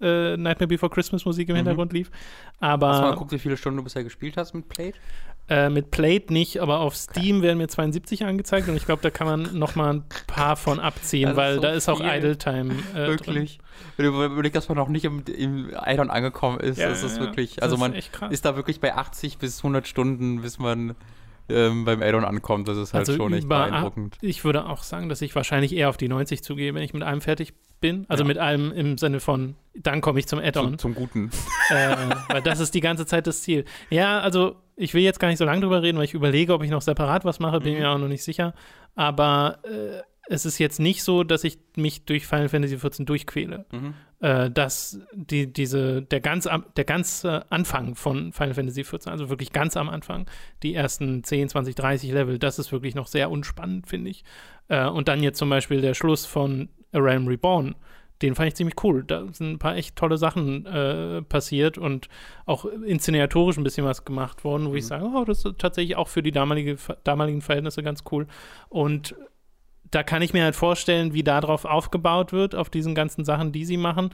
äh, Nightmare Before Christmas Musik im mhm. Hintergrund lief. Aber hast du mal geguckt, wie viele Stunden du bisher gespielt hast mit Plate? Äh, mit Plate nicht, aber auf Steam okay. werden mir zweiundsiebzig angezeigt und ich glaube, da kann man noch mal ein paar von abziehen, weil so da ist auch Idle Time äh, wirklich. Drin. Wenn du überlegst, dass man noch nicht im, im Add-on angekommen ist, ja, das ist ja, wirklich, also man ist, ist da wirklich bei achtzig bis hundert Stunden, bis man ähm, beim Add-on ankommt. Das ist halt also schon echt beeindruckend. Ich würde auch sagen, dass ich wahrscheinlich eher auf die neunzig zugehe, wenn ich mit allem fertig bin. Also ja. mit allem im Sinne von, dann komme ich zum Add-on. Zum, zum Guten. Äh, weil das ist die ganze Zeit das Ziel. Ja, also ich will jetzt gar nicht so lange drüber reden, weil ich überlege, ob ich noch separat was mache, bin mhm. mir auch noch nicht sicher. Aber äh, es ist jetzt nicht so, dass ich mich durch Final Fantasy vierzehn durchquäle. Mhm. Äh, dass die, diese, der ganz der ganze Anfang von Final Fantasy vierzehn, also wirklich ganz am Anfang, die ersten zehn, zwanzig, dreißig Level, das ist wirklich noch sehr unspannend, finde ich. Äh, und dann jetzt zum Beispiel der Schluss von A Realm Reborn, den fand ich ziemlich cool. Da sind ein paar echt tolle Sachen äh, passiert und auch inszenatorisch ein bisschen was gemacht worden, wo mhm. ich sage, oh, das ist tatsächlich auch für die damalige, damaligen Verhältnisse ganz cool. Und da kann ich mir halt vorstellen, wie darauf aufgebaut wird, auf diesen ganzen Sachen, die sie machen.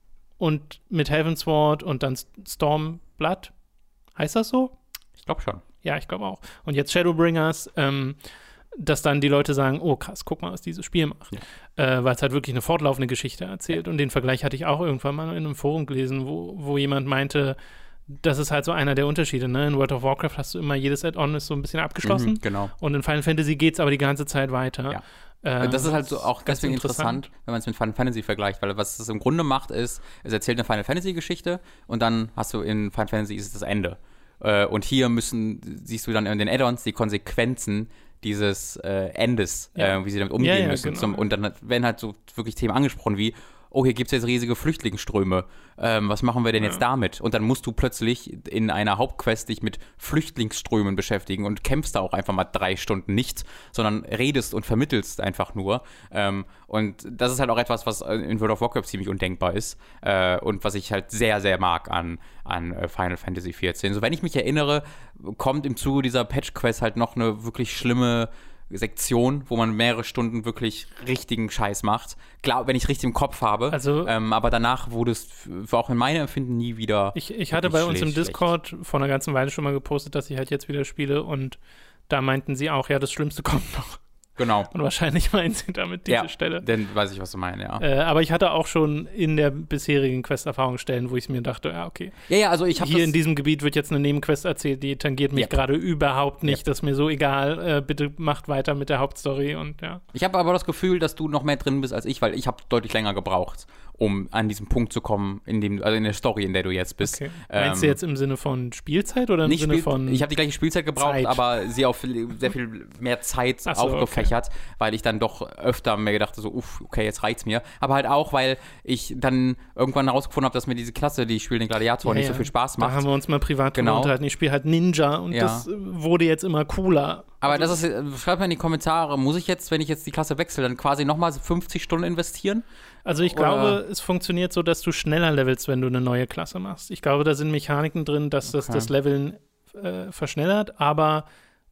Und mit Heavensward und dann Stormblood, heißt das so? Ich glaube schon. Ja, ich glaube auch. Und jetzt Shadowbringers, ähm, dass dann die Leute sagen, oh krass, guck mal, was dieses Spiel macht. Ja. Äh, weil es halt wirklich eine fortlaufende Geschichte erzählt. Und den Vergleich hatte ich auch irgendwann mal in einem Forum gelesen, wo, wo jemand meinte, das ist halt so einer der Unterschiede. Ne? In World of Warcraft hast du immer, jedes Add-on ist so ein bisschen abgeschlossen. Mhm, genau. Und in Final Fantasy geht es aber die ganze Zeit weiter. Ja. Ähm, das ist halt so auch deswegen interessant, interessant, wenn man es mit Final Fantasy vergleicht, weil was es im Grunde macht, ist, es erzählt eine Final Fantasy-Geschichte und dann hast du in Final Fantasy ist es das Ende. Äh, und hier müssen, siehst du dann in den Add-ons die Konsequenzen dieses äh, Endes, ja. äh, wie sie damit umgehen ja, ja, müssen. Genau. Zum, und dann werden halt so wirklich Themen angesprochen wie, oh, hier gibt es jetzt riesige Flüchtlingsströme. Ähm, was machen wir denn ja. jetzt damit? Und dann musst du plötzlich in einer Hauptquest dich mit Flüchtlingsströmen beschäftigen und kämpfst da auch einfach mal drei Stunden nicht, sondern redest und vermittelst einfach nur. Ähm, und das ist halt auch etwas, was in World of Warcraft ziemlich undenkbar ist äh, und was ich halt sehr, sehr mag an, an Final Fantasy vierzehn. So, wenn ich mich erinnere, kommt im Zuge dieser Patch-Quest halt noch eine wirklich schlimme Sektion, wo man mehrere Stunden wirklich richtigen Scheiß macht. Klar, wenn ich richtig im Kopf habe. Also, ähm, aber danach wurde es für auch in meinem Empfinden nie wieder. Ich, ich hatte bei uns im Discord schlecht. vor einer ganzen Weile schon mal gepostet, dass ich halt jetzt wieder spiele und da meinten sie auch, ja, das Schlimmste kommt noch. Genau. Und wahrscheinlich meinen sie damit diese ja, Stelle. Dann weiß ich, was du meinst, ja. Äh, aber ich hatte auch schon in der bisherigen Quest-Erfahrung Stellen, wo ich mir dachte, ja, okay. Ja, ja, also ich habe Hier in diesem Gebiet wird jetzt eine Nebenquest erzählt, die tangiert mich ja. gerade überhaupt nicht. Ja. Das ist mir so egal. Äh, bitte macht weiter mit der Hauptstory und ja. Ich habe aber das Gefühl, dass du noch mehr drin bist als ich, weil ich habe deutlich länger gebraucht, um an diesen Punkt zu kommen, in dem, also in der Story, in der du jetzt bist. Okay. Meinst ähm, du jetzt im Sinne von Spielzeit oder im nicht Sinne Spiel, von Ich habe die gleiche Spielzeit gebraucht, Zeit. aber sie auf sehr viel mehr Zeit so, aufgefächert, okay. weil ich dann doch öfter mir gedacht so, uff, okay, jetzt reicht's mir. Aber halt auch, weil ich dann irgendwann herausgefunden habe, dass mir diese Klasse, die ich spiele, den Gladiator, ja, nicht ja. so viel Spaß macht. Da haben wir uns mal privat genau. unterhalten. Ich spiele halt Ninja und ja. das wurde jetzt immer cooler. Aber das ist, schreibt mal in die Kommentare, muss ich jetzt, wenn ich jetzt die Klasse wechsle, dann quasi nochmal fünfzig Stunden investieren? Also ich Oder? glaube, es funktioniert so, dass du schneller levelst, wenn du eine neue Klasse machst. Ich glaube, da sind Mechaniken drin, dass das okay. das Leveln äh, verschnellert, aber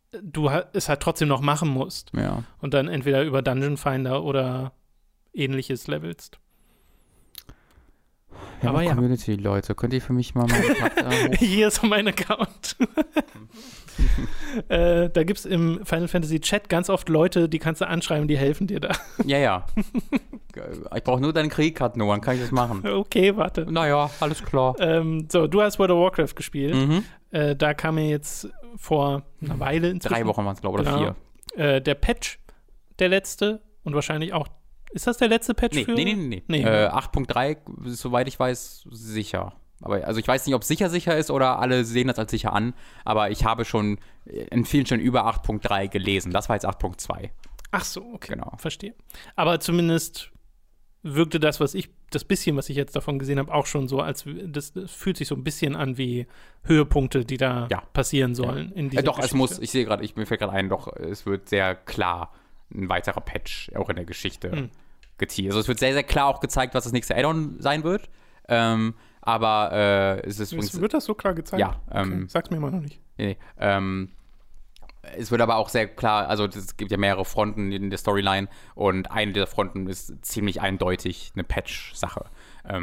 du es halt trotzdem noch machen musst. Ja. Und dann entweder über Dungeon Finder oder ähnliches levelst. Ja, aber ja. Community, Leute, könnt ihr für mich mal meinen Account Hier ist mein Account. äh, da gibt es im Final Fantasy Chat ganz oft Leute, die kannst du anschreiben, die helfen dir da. Ja, ja. Ich brauche nur deine Kreditkarten, dann kann ich das machen. Okay, warte. Naja, alles klar. Ähm, so, du hast World of Warcraft gespielt. Mhm. Äh, da kam mir jetzt vor einer Weile inzwischen. Drei Wochen waren es, glaube ich, oder genau, vier. Äh, der Patch, der letzte und wahrscheinlich auch. Ist das der letzte Patch nee, für? Nee, nee, nee. nee. Äh, acht Punkt drei, soweit ich weiß, sicher. Aber also ich weiß nicht, ob es sicher sicher ist oder alle sehen das als sicher an, aber ich habe schon in vielen schon über acht Punkt drei gelesen. Das war jetzt acht Punkt zwei. Ach so, okay. Genau. Verstehe. Aber zumindest wirkte das, was ich, das bisschen, was ich jetzt davon gesehen habe, auch schon so, als das, das fühlt sich so ein bisschen an wie Höhepunkte, die da ja. passieren sollen. Ja. In dieser äh, doch, Geschichte. Es muss, ich sehe gerade, ich, mir fällt gerade ein, doch, es wird sehr klar ein weiterer Patch auch in der Geschichte hm. geteasert. Also es wird sehr, sehr klar auch gezeigt, was das nächste Add-on sein wird. Ähm, aber äh, es ist übrigens, wird das so klar gezeigt? Ja. Ähm, okay. Sag's mir immer noch nicht. Nee, ähm, es wird aber auch sehr klar, also es gibt ja mehrere Fronten in der Storyline und eine dieser Fronten ist ziemlich eindeutig eine Patch-Sache. Ähm,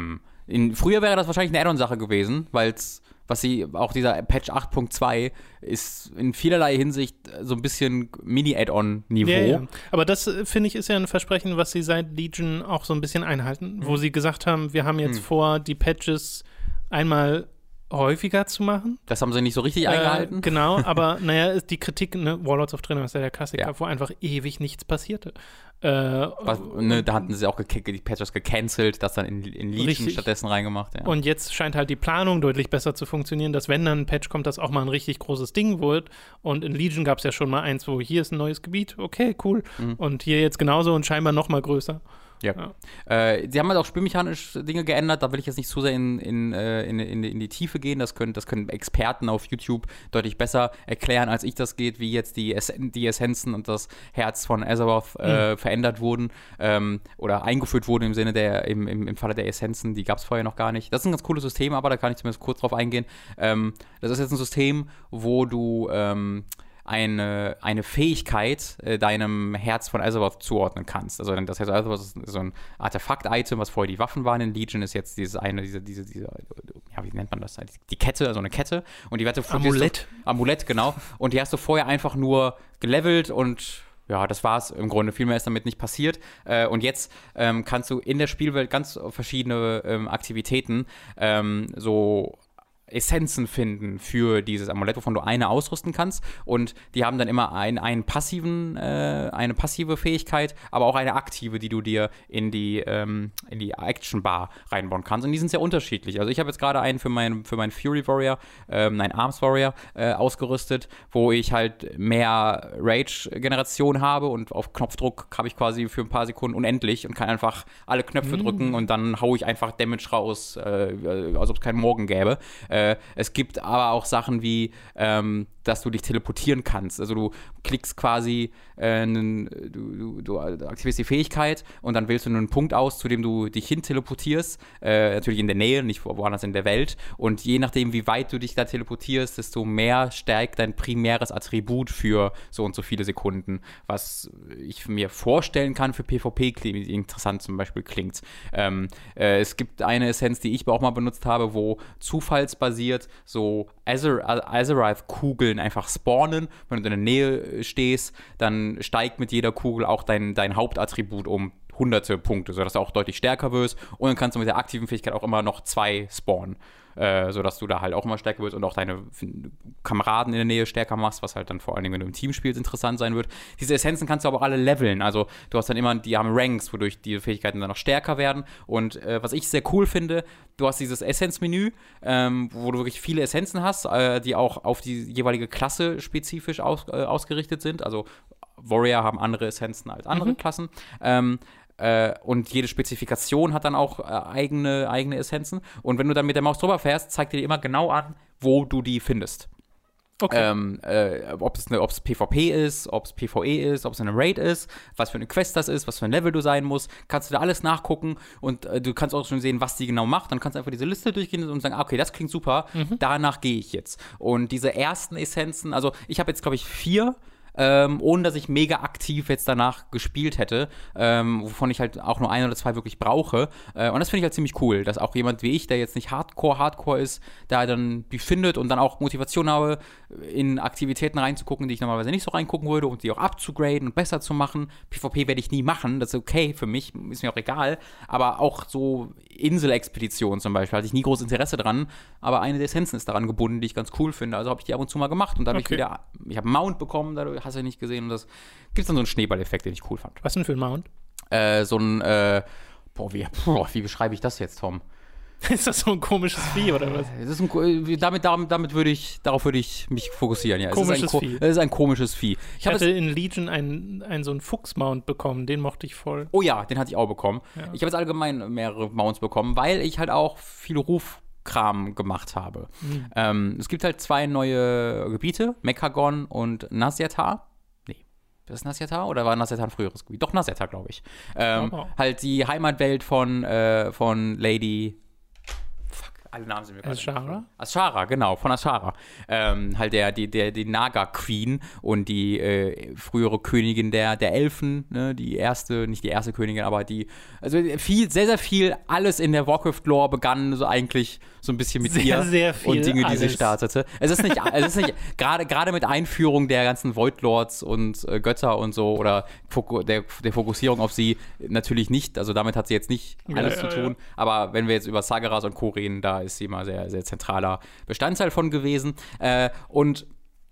in, früher wäre das wahrscheinlich eine Add-on-Sache gewesen, weil es, was sie, auch dieser Patch acht Punkt zwei ist in vielerlei Hinsicht so ein bisschen Mini-Add-on-Niveau. Ja, ja. Aber das, äh, finde ich, ist ja ein Versprechen, was sie seit Legion auch so ein bisschen einhalten, mhm. wo sie gesagt haben, wir haben jetzt mhm. vor, die Patches einmal häufiger zu machen. Das haben sie nicht so richtig äh, eingehalten. Genau, aber naja, ist die Kritik, ne, Warlords of Draenor ist ja der Klassiker, ja. wo einfach ewig nichts passierte. Äh, Was, ne, da hatten sie auch ge- die Patches gecancelt, das dann in, in Legion richtig. stattdessen reingemacht. Ja. Und jetzt scheint halt die Planung deutlich besser zu funktionieren, dass wenn dann ein Patch kommt, das auch mal ein richtig großes Ding wird. Und in Legion gab es ja schon mal eins, wo hier ist ein neues Gebiet, okay, cool. Mhm. Und hier jetzt genauso und scheinbar noch mal größer. Ja. ja. Äh, sie haben halt auch spielmechanisch Dinge geändert, da will ich jetzt nicht zu sehr in, in, in, in, in die Tiefe gehen, das können, das können Experten auf YouTube deutlich besser erklären, als ich das geht, wie jetzt die, es- die Essenzen und das Herz von Azeroth äh, mhm. verändert wurden ähm, oder eingeführt wurden im Sinne der, im, im, im Falle der Essenzen, die gab es vorher noch gar nicht. Das ist ein ganz cooles System, aber da kann ich zumindest kurz drauf eingehen. Ähm, das ist jetzt ein System, wo du ähm, eine, eine Fähigkeit äh, deinem Herz von Azeroth zuordnen kannst. Also das Herz von Azeroth ist so ein Artefakt-Item, was vorher die Waffen waren in Legion, ist jetzt dieses eine, diese, diese, diese, ja, wie nennt man das? Die Kette, also eine Kette. Und die wird Amulett. Du, Amulett, genau. Und die hast du vorher einfach nur gelevelt und ja, das war's im Grunde. Viel mehr ist damit nicht passiert. Äh, und jetzt ähm, kannst du in der Spielwelt ganz verschiedene ähm, Aktivitäten ähm, so Essenzen finden für dieses Amulett, wovon du eine ausrüsten kannst. Und die haben dann immer ein, einen passiven, äh, eine passive Fähigkeit, aber auch eine aktive, die du dir in die, ähm, in die Action Bar reinbauen kannst. Und die sind sehr unterschiedlich. Also ich habe jetzt gerade einen für meinen für meinen Fury Warrior, ähm, einen Arms Warrior äh, ausgerüstet, wo ich halt mehr Rage-Generation habe und auf Knopfdruck habe ich quasi für ein paar Sekunden unendlich und kann einfach alle Knöpfe mm. drücken und dann haue ich einfach Damage raus, äh, als ob es keinen Morgen gäbe. Äh, es gibt aber auch Sachen wie, ähm, dass du dich teleportieren kannst. Also du klickst quasi, äh, einen, du, du, du aktivierst die Fähigkeit und dann wählst du einen Punkt aus, zu dem du dich hin teleportierst. Äh, natürlich in der Nähe, nicht woanders in der Welt. Und je nachdem, wie weit du dich da teleportierst, desto mehr steigt dein primäres Attribut für so und so viele Sekunden. Was ich mir vorstellen kann, für PvP interessant zum Beispiel klingt. Ähm, äh, es gibt eine Essenz, die ich auch mal benutzt habe, wo zufallsbasiert so Azer- Azeroth-Kugeln einfach spawnen. Wenn du in der Nähe stehst, dann steigt mit jeder Kugel auch dein, dein Hauptattribut um hunderte Punkte, sodass du auch deutlich stärker wirst. Und dann kannst du mit der aktiven Fähigkeit auch immer noch zwei spawnen, äh, sodass du da halt auch immer stärker wirst und auch deine Kameraden in der Nähe stärker machst, was halt dann vor allen Dingen, wenn du im Team spielst, interessant sein wird. Diese Essenzen kannst du aber auch alle leveln. Also du hast dann immer, die haben Ranks, wodurch die Fähigkeiten dann noch stärker werden. Und äh, was ich sehr cool finde, du hast dieses Essenzmenü, ähm, wo du wirklich viele Essenzen hast, äh, die auch auf die jeweilige Klasse spezifisch aus, äh, ausgerichtet sind. Also Warrior haben andere Essenzen als andere mhm. Klassen. Ähm, äh, und jede Spezifikation hat dann auch äh, eigene, eigene Essenzen. Und wenn du dann mit der Maus drüber fährst, zeigt dir immer genau an, wo du die findest. Okay. Ähm, äh, ob es eine, ob es PvP ist, ob es PvE ist, ob es eine Raid ist, was für eine Quest das ist, was für ein Level du sein musst, kannst du da alles nachgucken und äh, du kannst auch schon sehen, was die genau macht. Dann kannst du einfach diese Liste durchgehen und sagen, ah, okay, das klingt super, mhm. danach gehe ich jetzt. Und diese ersten Essenzen, also ich habe jetzt, glaube ich, vier, Ähm, ohne dass ich mega aktiv jetzt danach gespielt hätte, ähm, wovon ich halt auch nur ein oder zwei wirklich brauche. Äh, und das finde ich halt ziemlich cool, dass auch jemand wie ich, der jetzt nicht Hardcore, Hardcore ist, da dann die findet und dann auch Motivation habe, in Aktivitäten reinzugucken, die ich normalerweise nicht so reingucken würde und die auch abzugraden und besser zu machen. PvP werde ich nie machen, das ist okay für mich, ist mir auch egal. Aber auch so Inselexpeditionen zum Beispiel, hatte ich nie großes Interesse dran, aber eine der Essenzen ist daran gebunden, die ich ganz cool finde. Also habe ich die ab und zu mal gemacht und dadurch okay. wieder, ich habe einen Mount bekommen, dadurch hast du nicht gesehen und das gibt dann so einen Schneeballeffekt, den ich cool fand. Was denn für ein Mount? Äh, so ein, äh, boah, wie, boah, wie beschreibe ich das jetzt, Tom? Ist das so ein komisches Vieh oder was? Das ist ein, damit, damit, damit würde ich, darauf würde ich mich fokussieren, ja. Komisches es ist ein, Vieh. Es ist ein komisches Vieh. Ich, ich hatte in Legion einen, einen so einen Fuchs-Mount bekommen, den mochte ich voll. Oh ja, den hatte ich auch bekommen. Ja. Ich habe jetzt allgemein mehrere Mounts bekommen, weil ich halt auch viel Rufkram gemacht habe. Mhm. Ähm, es gibt halt zwei neue Gebiete, Mechagon und Nasyatar. Das ist Nasyatar oder war Nasyatar ein früheres Gebiet? Doch, Nasyatar, glaube ich. Ähm, oh, oh. Halt die Heimatwelt von, äh, von Lady. Fuck, alle Namen sind mir Ashara? Ashara, genau, von Ashara. Ähm, halt der, die, der, die Naga-Queen und die äh, frühere Königin der, der Elfen, ne? Die erste, nicht die erste Königin, aber die, also viel, sehr, sehr viel, alles in der Warcraft-Lore begann so eigentlich so ein bisschen mit sehr, ihr sehr viel und Dinge, alles. die sie startete. Es ist nicht, es ist nicht, gerade, gerade mit Einführung der ganzen Void Lords und äh, Götter und so oder Foku, der, der Fokussierung auf sie natürlich nicht, also damit hat sie jetzt nicht alles ja, zu ja, tun, ja. aber wenn wir jetzt über Sageras und Co. reden, da ist sie immer sehr, sehr zentraler Bestandteil von gewesen. Äh, und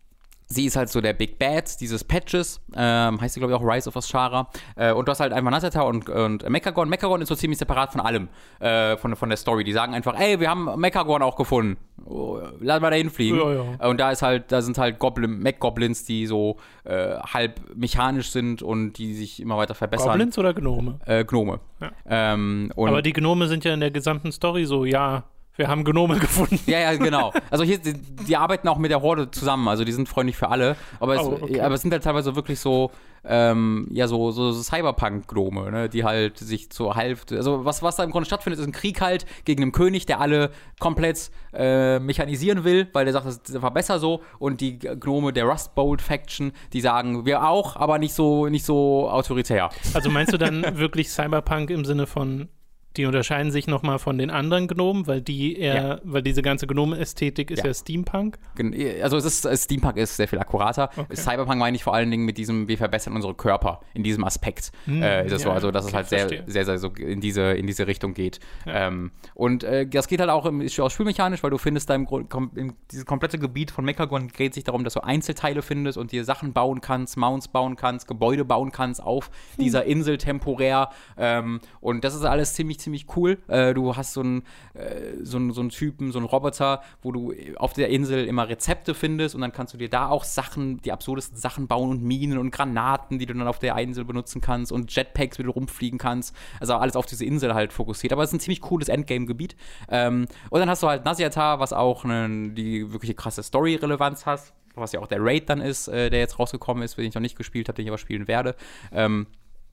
sie ist halt so der Big Bad dieses Patches, ähm, heißt sie glaube ich auch Rise of Ashara. Äh, und du hast halt einfach Nazata und, und Mechagorn. Mechagorn ist so ziemlich separat von allem, äh, von, von der Story. Die sagen einfach, ey, wir haben Mechagorn auch gefunden. Oh, lass mal da hinfliegen. Ja, ja. Und da ist halt, da sind halt Goblin, Mech-Goblins, die so äh, halb mechanisch sind und die sich immer weiter verbessern. Goblins oder Gnome? Äh, Gnome. Ja. Ähm, und Aber die Gnome sind ja in der gesamten Story so, ja, wir haben Gnome gefunden. Ja, ja, genau. Also hier, die, die arbeiten auch mit der Horde zusammen, also die sind freundlich für alle. Aber es, Oh, okay. aber es sind halt teilweise wirklich so, ähm, ja, so, so Cyberpunk-Gnome, ne, die halt sich zur Hälfte, also was, was da im Grunde stattfindet, ist ein Krieg halt gegen einen König, der alle komplett äh, mechanisieren will, weil der sagt, das war besser so. Und die Gnome der Rust Bolt Faction, die sagen, wir auch, aber nicht so, nicht so autoritär. Also meinst du dann wirklich Cyberpunk im Sinne von, die unterscheiden sich nochmal von den anderen Gnomen, weil die eher, Ja. weil diese ganze Gnome-Ästhetik ist ja, Ja. Steampunk? Also es ist, Steampunk ist sehr viel akkurater. Okay. Cyberpunk meine ich vor allen Dingen mit diesem, wir verbessern unsere Körper in diesem Aspekt. Hm, äh, ist es ja, so, also dass okay, es halt sehr, verstehe. sehr, sehr so in diese, in diese Richtung geht. Ja. Ähm, und äh, das geht halt auch, im, ist auch spielmechanisch, weil du findest da im Grund, kom, im, dieses komplette Gebiet von Mechagorn dreht sich darum, dass du Einzelteile findest und dir Sachen bauen kannst, Mounts bauen kannst, Gebäude bauen kannst auf Hm. dieser Insel temporär. Ähm, und das ist alles ziemlich, ziemlich cool. Äh, du hast so einen, äh, so, einen, so einen Typen, so einen Roboter, wo du auf der Insel immer Rezepte findest und dann kannst du dir da auch Sachen, die absurdesten Sachen bauen und Minen und Granaten, die du dann auf der Insel benutzen kannst und Jetpacks, wie du rumfliegen kannst. Also alles auf diese Insel halt fokussiert. Aber es ist ein ziemlich cooles Endgame-Gebiet. Ähm, und dann hast du halt Nazjatar, was auch eine, die wirkliche krasse Story-Relevanz hat, was ja auch der Raid dann ist, äh, der jetzt rausgekommen ist, den ich noch nicht gespielt habe, den ich aber spielen werde. Ähm,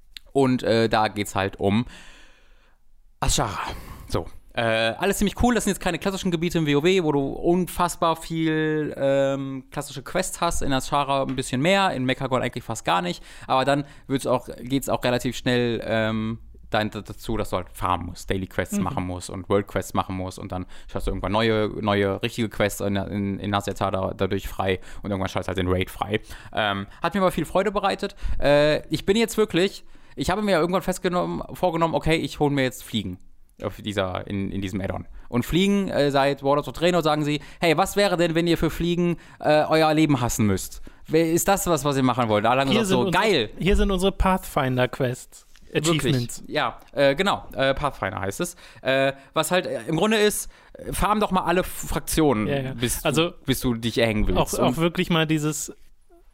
und äh, da geht's halt um Ashara. So. Äh, alles ziemlich cool. Das sind jetzt keine klassischen Gebiete im WoW, wo du unfassbar viel ähm, klassische Quests hast. In Ashara ein bisschen mehr, in Mechagorn eigentlich fast gar nicht. Aber dann wird's auch, geht's auch relativ schnell ähm, dann dazu, dass du halt farmen musst, Daily Quests mhm. machen musst und World Quests machen musst und dann schaffst du irgendwann neue, neue richtige Quests in, in, in Nazjatar da, dadurch frei und irgendwann schaltest du halt den Raid frei. Ähm, hat mir aber viel Freude bereitet. Äh, ich bin jetzt wirklich, ich habe mir ja irgendwann festgenommen, vorgenommen, okay, ich hole mir jetzt Fliegen. Auf dieser, in, in diesem Add-on. Und Fliegen, äh, seit World of Draenor sagen sie, hey, was wäre denn, wenn ihr für Fliegen äh, euer Leben hassen müsst? Ist das was, was ihr machen wollt? Alle haben gesagt so, unsere, geil. Hier sind unsere Pathfinder-Quests. Achievements. Wirklich? Ja, äh, genau. Äh, Pathfinder heißt es. Äh, was halt äh, im Grunde ist, äh, farm doch mal alle Fraktionen, ja, ja. Bis, also, du, bis du dich erhängen willst. Auch, auch wirklich mal dieses, äh,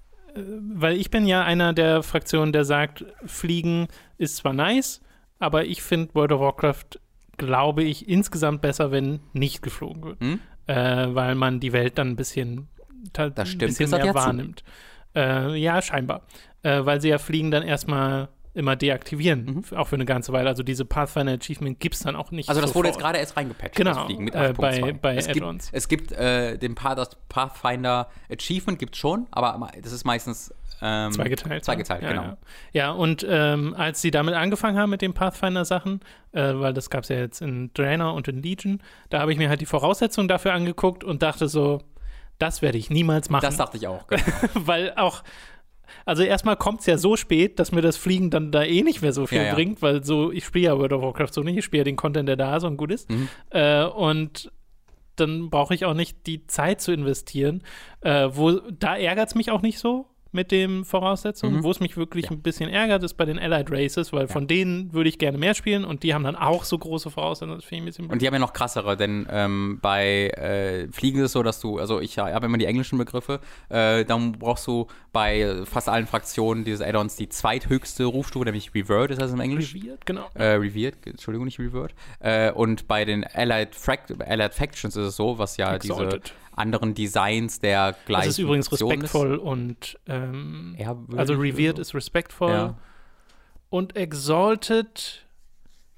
weil ich bin ja einer der Fraktionen, der sagt, Fliegen ist zwar nice, aber ich finde World of Warcraft, glaube ich, insgesamt besser, wenn nicht geflogen wird. Hm? Äh, weil man die Welt dann ein bisschen, ta- das stimmt. ein bisschen das mehr ja wahrnimmt. Äh, ja, scheinbar. Äh, weil sie ja Fliegen dann erstmal immer deaktivieren, mhm. auch für eine ganze Weile. Also diese Pathfinder Achievement gibt es dann auch nicht Also das sofort. wurde jetzt gerade erst reingepatcht, genau, das Fliegen mit äh, acht Punkt zwei. bei, bei es Add-ons. Gibt, es gibt äh, den Path, das Pathfinder Achievement gibt es schon, aber das ist meistens ähm, zweigeteilt. Zweigeteilt, ja, genau. Ja, ja und ähm, als sie damit angefangen haben mit den Pathfinder-Sachen, äh, weil das gab es ja jetzt in Draenor und in Legion, da habe ich mir halt die Voraussetzungen dafür angeguckt und dachte so, das werde ich niemals machen. Das dachte ich auch, genau. Weil auch Also erstmal kommt es ja so spät, dass mir das Fliegen dann da eh nicht mehr so viel ja, ja. bringt, weil so, ich spiele ja World of Warcraft so nicht, ich spiele ja den Content, der da ist und gut ist. Mhm. Äh, und dann brauche ich auch nicht die Zeit zu investieren. Äh, wo, da ärgert es mich auch nicht so mit den Voraussetzungen. Mhm. Wo es mich wirklich ja. ein bisschen ärgert, ist bei den Allied Races, weil ja. von denen würde ich gerne mehr spielen und die haben dann auch so große Voraussetzungen. Das finde ich ein bisschen blöd. Und die haben ja noch krassere, denn ähm, bei äh, Fliegen ist es so, dass du, also ich habe immer die englischen Begriffe, äh, dann brauchst du bei fast allen Fraktionen dieses Add-ons die zweithöchste Rufstufe, nämlich Revered ist das im Englisch. Revered, genau. Äh, Revered, Entschuldigung, nicht Revered. Äh, und bei den Allied, Fract- Allied Factions ist es so, was ja Exalted. diese anderen Designs der gleichen Das ist übrigens Fraktion respektvoll ist. und ähm, Ja, also Revered so. ist respektvoll Ja. und Exalted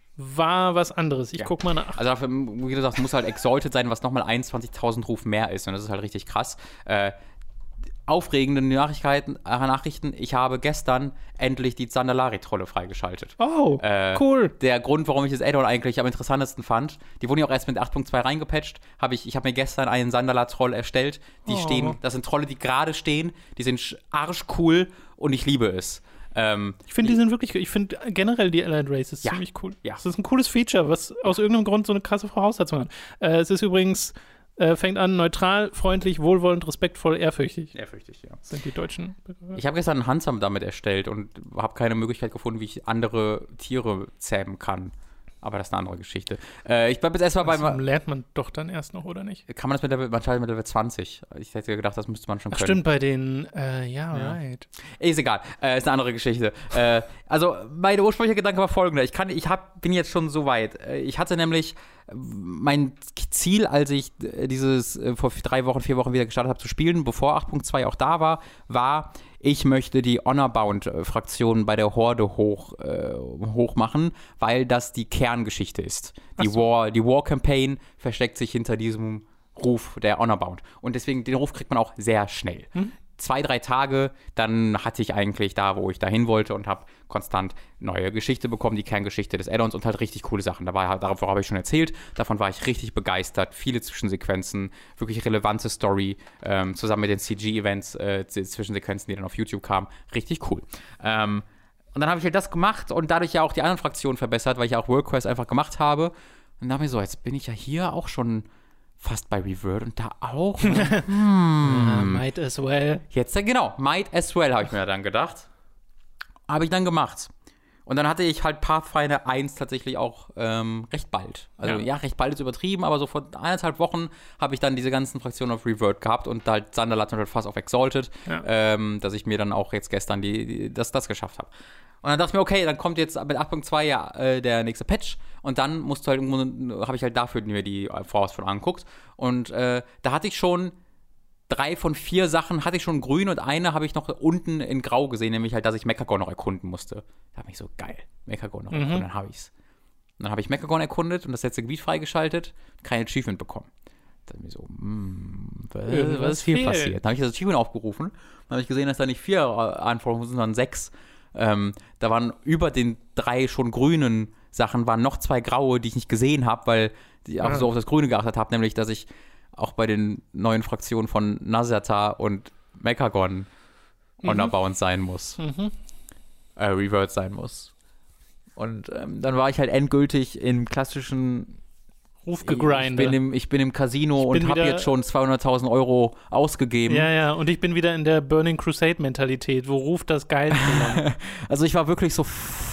war was anderes. Ich Ja. guck mal nach. Also, dafür, wie du sagst, muss halt Exalted sein, was nochmal einundzwanzigtausend Ruf mehr ist. Und das ist halt richtig krass. Äh, aufregende Nachrichten, äh, Nachrichten. Ich habe gestern endlich die Zandalari-Trolle freigeschaltet. Oh, Äh, cool. Der Grund, warum ich das Add-on eigentlich am interessantesten fand, die wurden ja auch erst mit acht Punkt zwei reingepatcht, habe ich, ich habe mir gestern einen Sandala-Troll erstellt, die Oh. stehen, das sind Trolle, die gerade stehen, die sind sch- arschcool und ich liebe es. Ähm, Ich finde, die sind wirklich, ich finde generell die Allied Races Ja. ziemlich cool. Ja. Das ist ein cooles Feature, was aus irgendeinem Grund so eine krasse Voraussetzung hat. Äh, es ist übrigens, äh, fängt an, neutral, freundlich, wohlwollend, respektvoll, ehrfürchtig. ehrfürchtig, ja. Das sind die deutschen Begriffe. Ich habe gestern einen Handsam damit erstellt und habe keine Möglichkeit gefunden, wie ich andere Tiere zähmen kann. Aber das ist eine andere Geschichte. Äh, ich bleibe jetzt erstmal Das beim. lernt man doch dann erst noch, oder nicht? Kann man das mit Level, man schaltet mit Level zwanzig? Ich hätte gedacht, das müsste man schon Ach, können. stimmt, bei den, äh, ja, Ja. right. Ist egal, äh, ist eine andere Geschichte. äh, also, mein ursprünglicher Gedanke war folgender. Ich, kann, ich hab, bin jetzt schon so weit. Äh, Ich hatte nämlich äh, mein Ziel, als ich äh, dieses äh, vor drei Wochen, vier Wochen wieder gestartet habe zu spielen, bevor acht Punkt zwei auch da war, war, ich möchte die Honorbound-Fraktion bei der Horde hoch, äh, hoch machen, weil das die Kerngeschichte ist. Die Ach so. War, die War-Campaign versteckt sich hinter diesem Ruf der Honorbound. Und deswegen, den Ruf kriegt man auch sehr schnell. Hm? Zwei, drei Tage, dann hatte ich eigentlich da, wo ich da hin wollte und habe konstant neue Geschichte bekommen, die Kerngeschichte des Add-ons und halt richtig coole Sachen. Da war, darauf habe ich schon erzählt, davon war ich richtig begeistert. Viele Zwischensequenzen, wirklich relevante Story, ähm, zusammen mit den C G-Events, äh, Zwischensequenzen, die dann auf YouTube kamen. Richtig cool. Ähm, und dann habe ich halt das gemacht und dadurch ja auch die anderen Fraktionen verbessert, weil ich ja auch WorldQuest einfach gemacht habe. Und dann dachte ich so, jetzt bin ich ja hier auch schon fast bei Revert und da auch. Ne? Ja, might as well. Jetzt, äh, genau, might as well, habe ich mir dann gedacht. Habe ich dann gemacht. Und dann hatte ich halt Pathfinder eins tatsächlich auch ähm, recht bald. Also ja. Ja. recht bald ist übertrieben, aber so vor eineinhalb Wochen habe ich dann diese ganzen Fraktionen auf Revert gehabt und halt Sandalat und halt fast auf Exalted, Ja. ähm, dass ich mir dann auch jetzt gestern die, die, das, das geschafft habe. Und dann dachte ich mir, okay, dann kommt jetzt mit acht Punkt zwei ja äh, der nächste Patch und dann musst du halt irgendwo, habe ich halt dafür mir die Vorausschau angeguckt und äh, da hatte ich schon drei von vier Sachen hatte ich schon grün und eine habe ich noch unten in grau gesehen, nämlich halt, dass ich Mechagon noch erkunden musste. Da habe ich so, geil, Mechagon noch Mhm. erkunden, dann habe ich's. Und dann habe ich Mechagon erkundet und das letzte Gebiet freigeschaltet, kein Achievement bekommen. Da dachte ich mir so, hm, was, Irgendwas was ist hier fehlt. passiert? Dann habe ich das Achievement aufgerufen, dann habe ich gesehen, dass da nicht vier äh, Anforderungen sind, sondern sechs. Ähm, da waren über den drei schon grünen Sachen, waren noch zwei graue, die ich nicht gesehen habe, weil ich auch Ah. so auf das Grüne geachtet habe, nämlich, dass ich auch bei den neuen Fraktionen von Nazata und Mechagon Honorbound sein muss. Mhm. Äh, Revert sein muss. Und ähm, dann war ich halt endgültig im klassischen Ruf ich bin, gegrindet. im, ich bin im Casino Ich bin und habe wieder- jetzt schon zweihunderttausend Euro ausgegeben. Ja, ja, und ich bin wieder in der Burning Crusade-Mentalität, wo Ruf das Geilste war. Also ich war wirklich so, pff,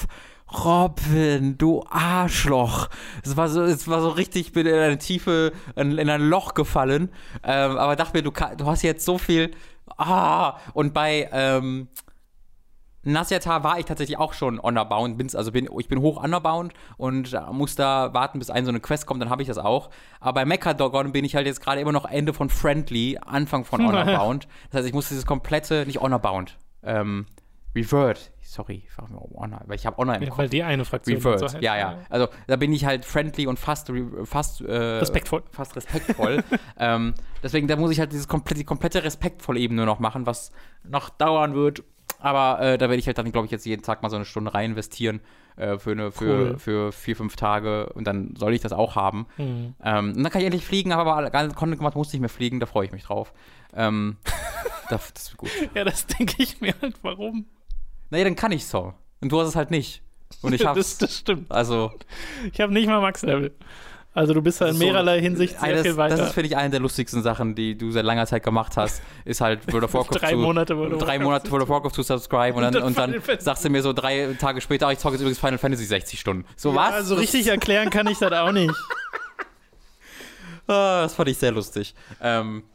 Robin, du Arschloch. Es war so, es war so richtig, ich bin in eine Tiefe, in, in ein Loch gefallen. Ähm, aber dachte mir, du, kann, du hast jetzt so viel. Ah, und bei ähm, Nazjatar war ich tatsächlich auch schon honorbound. Bin's, also bin, ich bin hoch honorbound und äh, muss da warten, bis ein so eine Quest kommt, dann habe ich das auch. Aber bei Mechadogon bin ich halt jetzt gerade immer noch Ende von Friendly, Anfang von honorbound. Das heißt, ich muss dieses komplette, nicht honorbound, ähm, Revert. Sorry, ich war Honor, weil ich habe Honor im Ja, Kopf. weil die eine Fraktion Revert, so heißt. ja, ja. Also da bin ich halt friendly und fast, re- fast äh, Respektvoll. Fast respektvoll. ähm, deswegen, da muss ich halt dieses komplette, die komplette respektvolle Ebene noch machen, was noch dauern wird. Aber äh, da werde ich halt dann, glaube ich, jetzt jeden Tag mal so eine Stunde rein investieren äh, für, eine, für, Cool. für vier, fünf Tage und dann soll ich das auch haben. Mhm. Ähm, und dann kann ich endlich fliegen, habe aber gar nicht Content gemacht, musste nicht mehr fliegen, da freue ich mich drauf. Ähm, das, das wird gut. Ja, das denke ich mir halt, warum? Naja, dann kann ich so. Und du hast es halt nicht. Und ich hab's. das, das stimmt. Also, Ich habe nicht mal Max-Level. Also du bist da in so mehrerlei Hinsicht sehr eines, viel weiter. Das ist, finde ich, eine der lustigsten Sachen, die du seit langer Zeit gemacht hast, ist halt World of Warcraft Drei zu, Monate World of drei Warcraft Monate World of Warcraft zu subscribe und Und dann, dann und dann Final Fantasy. sagst du mir so drei Tage später, ach, ich zocke jetzt übrigens Final Fantasy sechzig Stunden. So was? Also Das- richtig erklären kann ich das auch nicht. Ah, das fand ich sehr lustig. Ähm,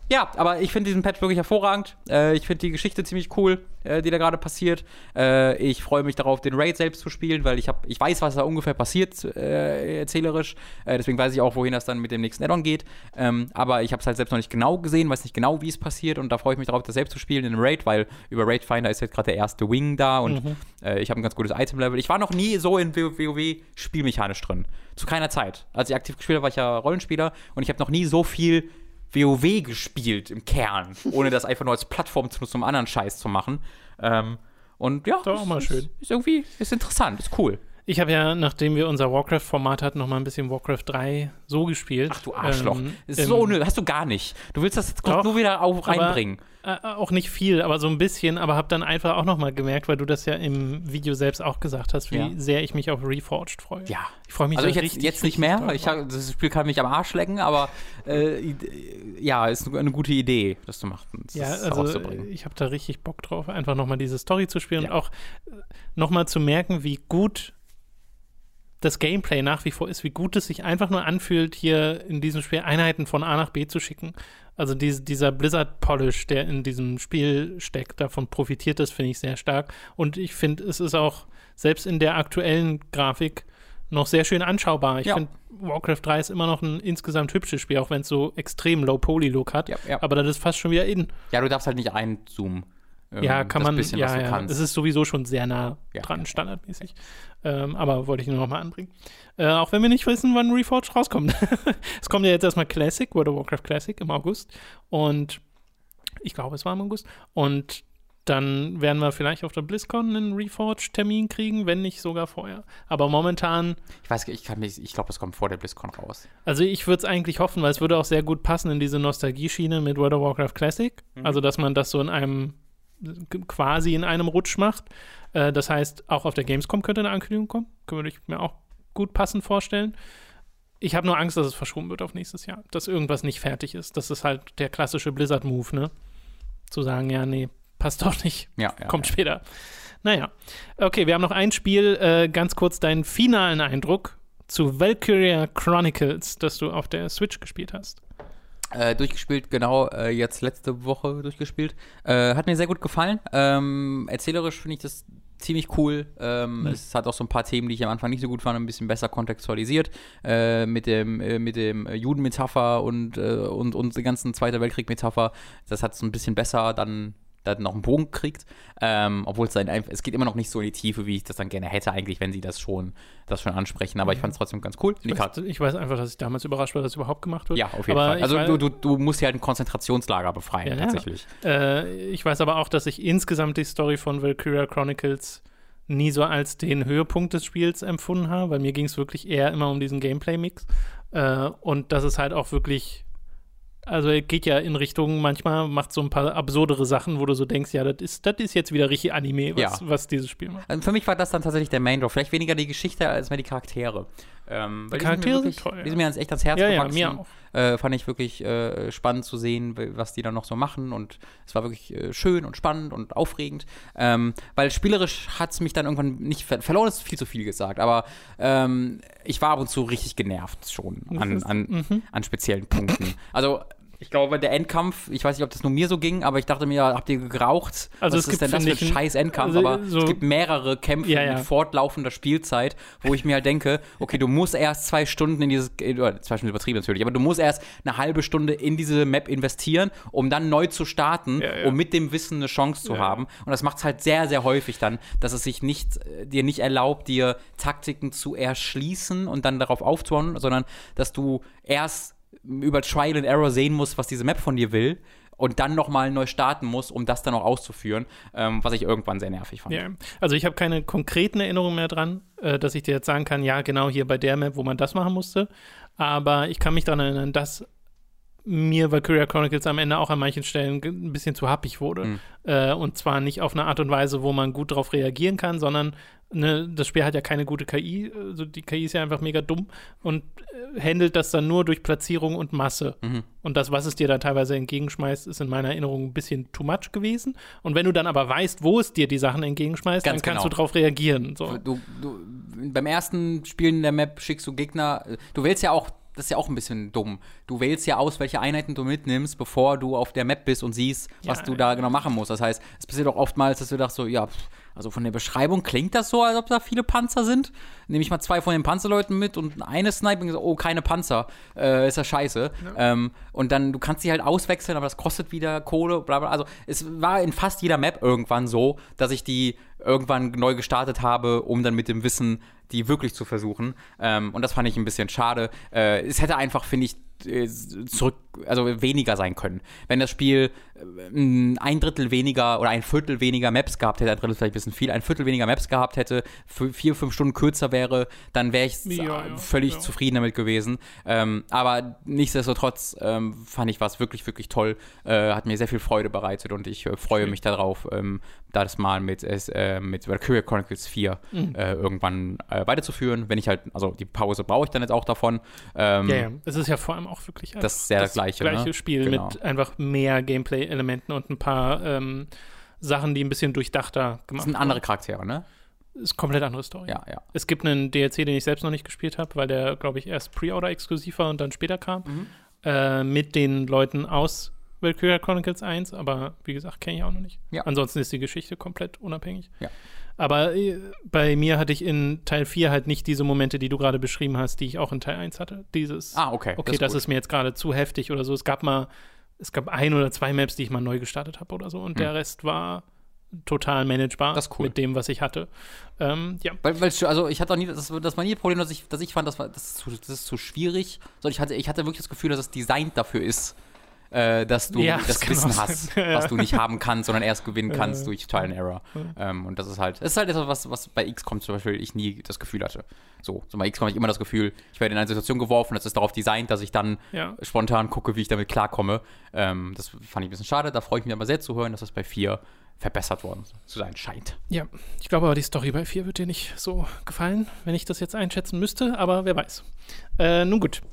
Ja, aber ich finde diesen Patch wirklich hervorragend. Äh, ich finde die Geschichte ziemlich cool, äh, die da gerade passiert. Äh, ich freue mich darauf, den Raid selbst zu spielen, weil ich, hab, ich weiß, was da ungefähr passiert, äh, erzählerisch. Äh, deswegen weiß ich auch, wohin das dann mit dem nächsten Add-on geht. Ähm, aber ich habe es halt selbst noch nicht genau gesehen, weiß nicht genau, wie es passiert. Und da freue ich mich darauf, das selbst zu spielen in einem Raid, weil über Raid Finder ist jetzt gerade der erste Wing da und mhm. äh, ich habe ein ganz gutes Item-Level. Ich war noch nie so in WoW spielmechanisch drin. Zu keiner Zeit. Als ich aktiv gespielt habe, war ich ja Rollenspieler und ich habe noch nie so viel WoW gespielt im Kern, ohne das einfach nur als Plattform zu nutzen, um anderen Scheiß zu machen. Ähm, und ja, ist auch mal schön. Ist irgendwie, ist interessant, ist cool. Ich habe ja, nachdem wir unser Warcraft-Format hatten, noch mal ein bisschen Warcraft drei so gespielt. Ach du Arschloch. Ähm, ist so nö, hast du gar nicht. Du willst das jetzt doch, nur wieder auch reinbringen. Aber, äh, auch nicht viel, aber so ein bisschen. Aber habe dann einfach auch noch mal gemerkt, weil du das ja im Video selbst auch gesagt hast, wie ja. sehr ich mich auf Reforged freue. Ja. Ich freue mich also ich jetzt, richtig, jetzt nicht mehr. Ich hab, das Spiel kann mich am Arsch lecken, aber äh, ja, ist eine gute Idee, das zu machen. Das ja, also ich habe da richtig Bock drauf, einfach noch mal diese Story zu spielen ja. und auch noch mal zu merken, wie gut das Gameplay nach wie vor ist, wie gut es sich einfach nur anfühlt, hier in diesem Spiel Einheiten von A nach B zu schicken. Also diese, dieser Blizzard-Polish, der in diesem Spiel steckt, davon profitiert das, finde ich, sehr stark. Und ich finde, es ist auch selbst in der aktuellen Grafik noch sehr schön anschaubar. Ich ja. finde, Warcraft drei ist immer noch ein insgesamt hübsches Spiel, auch wenn es so extrem Low-Poly-Look hat. Ja, ja. Aber das ist fast schon wieder in. Ja, du darfst halt nicht einzoomen. Ähm, ja, kann man, bisschen, ja, ja. Kannst. Es ist sowieso schon sehr nah ja, dran, ja, standardmäßig. Ähm, aber wollte ich nur noch mal anbringen. Äh, auch wenn wir nicht wissen, wann Reforged rauskommt. Es kommt ja jetzt erstmal Classic, World of Warcraft Classic im August. Und ich glaube, es war im August. Und dann werden wir vielleicht auf der BlizzCon einen Reforged-Termin kriegen, wenn nicht sogar vorher. Aber momentan. Ich weiß, ich kann mich, ich glaube, es kommt vor der BlizzCon raus. Also ich würde es eigentlich hoffen, weil es würde auch sehr gut passen in diese Nostalgie-Schiene mit World of Warcraft Classic. Mhm. Also, dass man das so in einem quasi in einem Rutsch macht. Äh, das heißt, auch auf der Gamescom könnte eine Ankündigung kommen. Würde ich mir auch gut passend vorstellen. Ich habe nur Angst, dass es verschoben wird auf nächstes Jahr. Dass irgendwas nicht fertig ist. Das ist halt der klassische Blizzard-Move, ne? Zu sagen, ja, nee, passt doch nicht. Ja, ja, Kommt ja. später. Naja. Okay, wir haben noch ein Spiel. Äh, ganz kurz deinen finalen Eindruck zu Valkyria Chronicles, das du auf der Switch gespielt hast. Äh, durchgespielt, genau, äh, jetzt letzte Woche durchgespielt. Äh, hat mir sehr gut gefallen. Ähm, erzählerisch finde ich das ziemlich cool. Ähm, mhm. Es hat auch so ein paar Themen, die ich am Anfang nicht so gut fand, ein bisschen besser kontextualisiert. Äh, mit dem, äh, mit dem Judenmetapher und, äh, und, und den ganzen Zweiter Weltkrieg-Metapher. Das hat es ein bisschen besser dann dann noch einen Bogen kriegt, ähm, obwohl es dann einfach, es geht immer noch nicht so in die Tiefe, wie ich das dann gerne hätte eigentlich, wenn sie das schon, das schon ansprechen, aber ich fand es trotzdem ganz cool. Ich weiß, ich weiß einfach, dass ich damals überrascht war, dass es überhaupt gemacht wird. Ja, auf jeden aber Fall. Also du, du, du musst ja halt ein Konzentrationslager befreien, ja, tatsächlich. Ja. Äh, ich weiß aber auch, dass ich insgesamt die Story von Valkyria Chronicles nie so als den Höhepunkt des Spiels empfunden habe, weil mir ging es wirklich eher immer um diesen Gameplay-Mix äh, und das ist halt auch wirklich. Also er geht ja in Richtung, manchmal macht so ein paar absurdere Sachen, wo du so denkst, ja, das ist, das ist jetzt wieder richtig Anime, was, ja. was dieses Spiel macht. Also für mich war das dann tatsächlich der Main Draw. Vielleicht weniger die Geschichte als mehr die Charaktere. Ähm, weil die Charaktere die sind, sind toll, ja. Die sind mir echt ans Herz ja, gewachsen. Ja, mir auch. Äh, fand ich wirklich äh, spannend zu sehen, was die dann noch so machen. Und es war wirklich äh, schön und spannend und aufregend. Ähm, weil spielerisch hat es mich dann irgendwann nicht ver- verloren, ist viel zu viel gesagt. Aber ähm, ich war ab und zu richtig genervt schon an, an, mhm. an speziellen Punkten. Also ich glaube, der Endkampf, ich weiß nicht, ob das nur mir so ging, aber ich dachte mir, habt ihr geraucht? Also was es ist gibt, denn das für ein scheiß Endkampf? Also aber so es gibt mehrere Kämpfe ja, ja. mit fortlaufender Spielzeit, wo ich mir halt denke, okay, du musst erst zwei Stunden in dieses, oder zwei Stunden übertrieben natürlich, aber du musst erst eine halbe Stunde in diese Map investieren, um dann neu zu starten, ja, ja. um mit dem Wissen eine Chance zu ja. haben. Und das macht es halt sehr, sehr häufig dann, dass es sich nicht, dir nicht erlaubt, dir Taktiken zu erschließen und dann darauf aufzuhauen, sondern dass du erst über Trial and Error sehen musst, was diese Map von dir will und dann nochmal neu starten musst, um das dann auch auszuführen, ähm, was ich irgendwann sehr nervig fand. Ja, also ich habe keine konkreten Erinnerungen mehr dran, äh, dass ich dir jetzt sagen kann, ja, genau hier bei der Map, wo man das machen musste, aber ich kann mich daran erinnern, dass mir Valkyria Chronicles am Ende auch an manchen Stellen ein bisschen zu happig wurde. Mhm. Äh, und zwar nicht auf eine Art und Weise, wo man gut drauf reagieren kann, sondern ne, das Spiel hat ja keine gute K I. Also die K I ist ja einfach mega dumm und äh, handelt das dann nur durch Platzierung und Masse. Mhm. Und das, was es dir da teilweise entgegenschmeißt, ist in meiner Erinnerung ein bisschen too much gewesen. Und wenn du dann aber weißt, wo es dir die Sachen entgegenschmeißt, Ganz dann kannst genau. du drauf reagieren. So. Du, du, beim ersten Spielen der Map schickst du Gegner, du wählst ja auch das ist ja auch ein bisschen dumm. Du wählst ja aus, welche Einheiten du mitnimmst, bevor du auf der Map bist und siehst, was ja, du da genau machen musst. Das heißt, es passiert auch oftmals, dass du dachtest so, ja, also von der Beschreibung klingt das so, als ob da viele Panzer sind. Nehme ich mal zwei von den Panzerleuten mit und eine Sniper und so, oh, keine Panzer. Äh, ist ja scheiße. Ja. Ähm, und dann, du kannst sie halt auswechseln, aber das kostet wieder Kohle, bla bla. Also es war in fast jeder Map irgendwann so, dass ich die irgendwann neu gestartet habe, um dann mit dem Wissen die wirklich zu versuchen. Ähm, und das fand ich ein bisschen schade. Äh, es hätte einfach, finde ich, zurück, also weniger sein können. Wenn das Spiel ein Drittel weniger oder ein Viertel weniger Maps gehabt hätte, ein Drittel vielleicht ein bisschen viel, ein Viertel weniger Maps gehabt hätte, für vier, fünf Stunden kürzer wäre, dann wäre ich ja, ja, völlig ja. zufrieden damit gewesen. Ähm, aber nichtsdestotrotz ähm, fand ich was wirklich, wirklich toll. Äh, hat mir sehr viel Freude bereitet und ich äh, freue mich darauf, ähm, das mal mit, äh, mit Valkyria Chronicles vier mhm. äh, irgendwann äh, weiterzuführen. Wenn ich halt, also die Pause brauche ich dann jetzt auch davon. Ähm, ja, ja, es ist ja vor allem auch wirklich das, ist sehr das, das gleiche, gleiche ne? Spiel genau. mit einfach mehr Gameplay-Elementen und ein paar ähm, Sachen, die ein bisschen durchdachter gemacht werden. Das sind andere Charaktere, ne? Ist komplett andere Story. Ja, ja. Es gibt einen D L C, den ich selbst noch nicht gespielt habe, weil der, glaube ich, erst Pre-Order-exklusiv war und dann später kam, mhm. äh, mit den Leuten aus Valkyria Chronicles eins, aber wie gesagt, kenne ich auch noch nicht. Ja. Ansonsten ist die Geschichte komplett unabhängig. Ja. Aber äh, bei mir hatte ich in Teil vier halt nicht diese Momente, die du gerade beschrieben hast, die ich auch in Teil eins hatte. Dieses, ah, okay. Okay, das, ist, das ist mir jetzt gerade zu heftig oder so. Es gab mal, es gab ein oder zwei Maps, die ich mal neu gestartet habe oder so und hm. der Rest war total managebar das ist cool. mit dem, was ich hatte. Ähm, ja. Weil, weil, also ich hatte auch nie, das, das war nie das Problem, dass ich, dass ich fand, das, war, das, ist zu, das ist zu schwierig. Sondern ich hatte, ich hatte wirklich das Gefühl, dass es designt dafür ist, Äh, dass du ja, das, das Wissen hast, ja. was du nicht haben kannst, sondern erst gewinnen kannst ja. durch Trial and Error. Ja. Ähm, und das ist halt, das ist halt etwas, was, was bei X COM zum Beispiel ich nie das Gefühl hatte. So, so bei X COM habe ich immer das Gefühl, ich werde in eine Situation geworfen, das ist darauf designt, dass ich dann ja. spontan gucke, wie ich damit klarkomme. Ähm, das fand ich ein bisschen schade, da freue ich mich aber sehr zu hören, dass das bei vier verbessert worden zu sein scheint. Ja, ich glaube aber, die Story bei vier wird dir nicht so gefallen, wenn ich das jetzt einschätzen müsste, aber wer weiß. Äh, nun gut.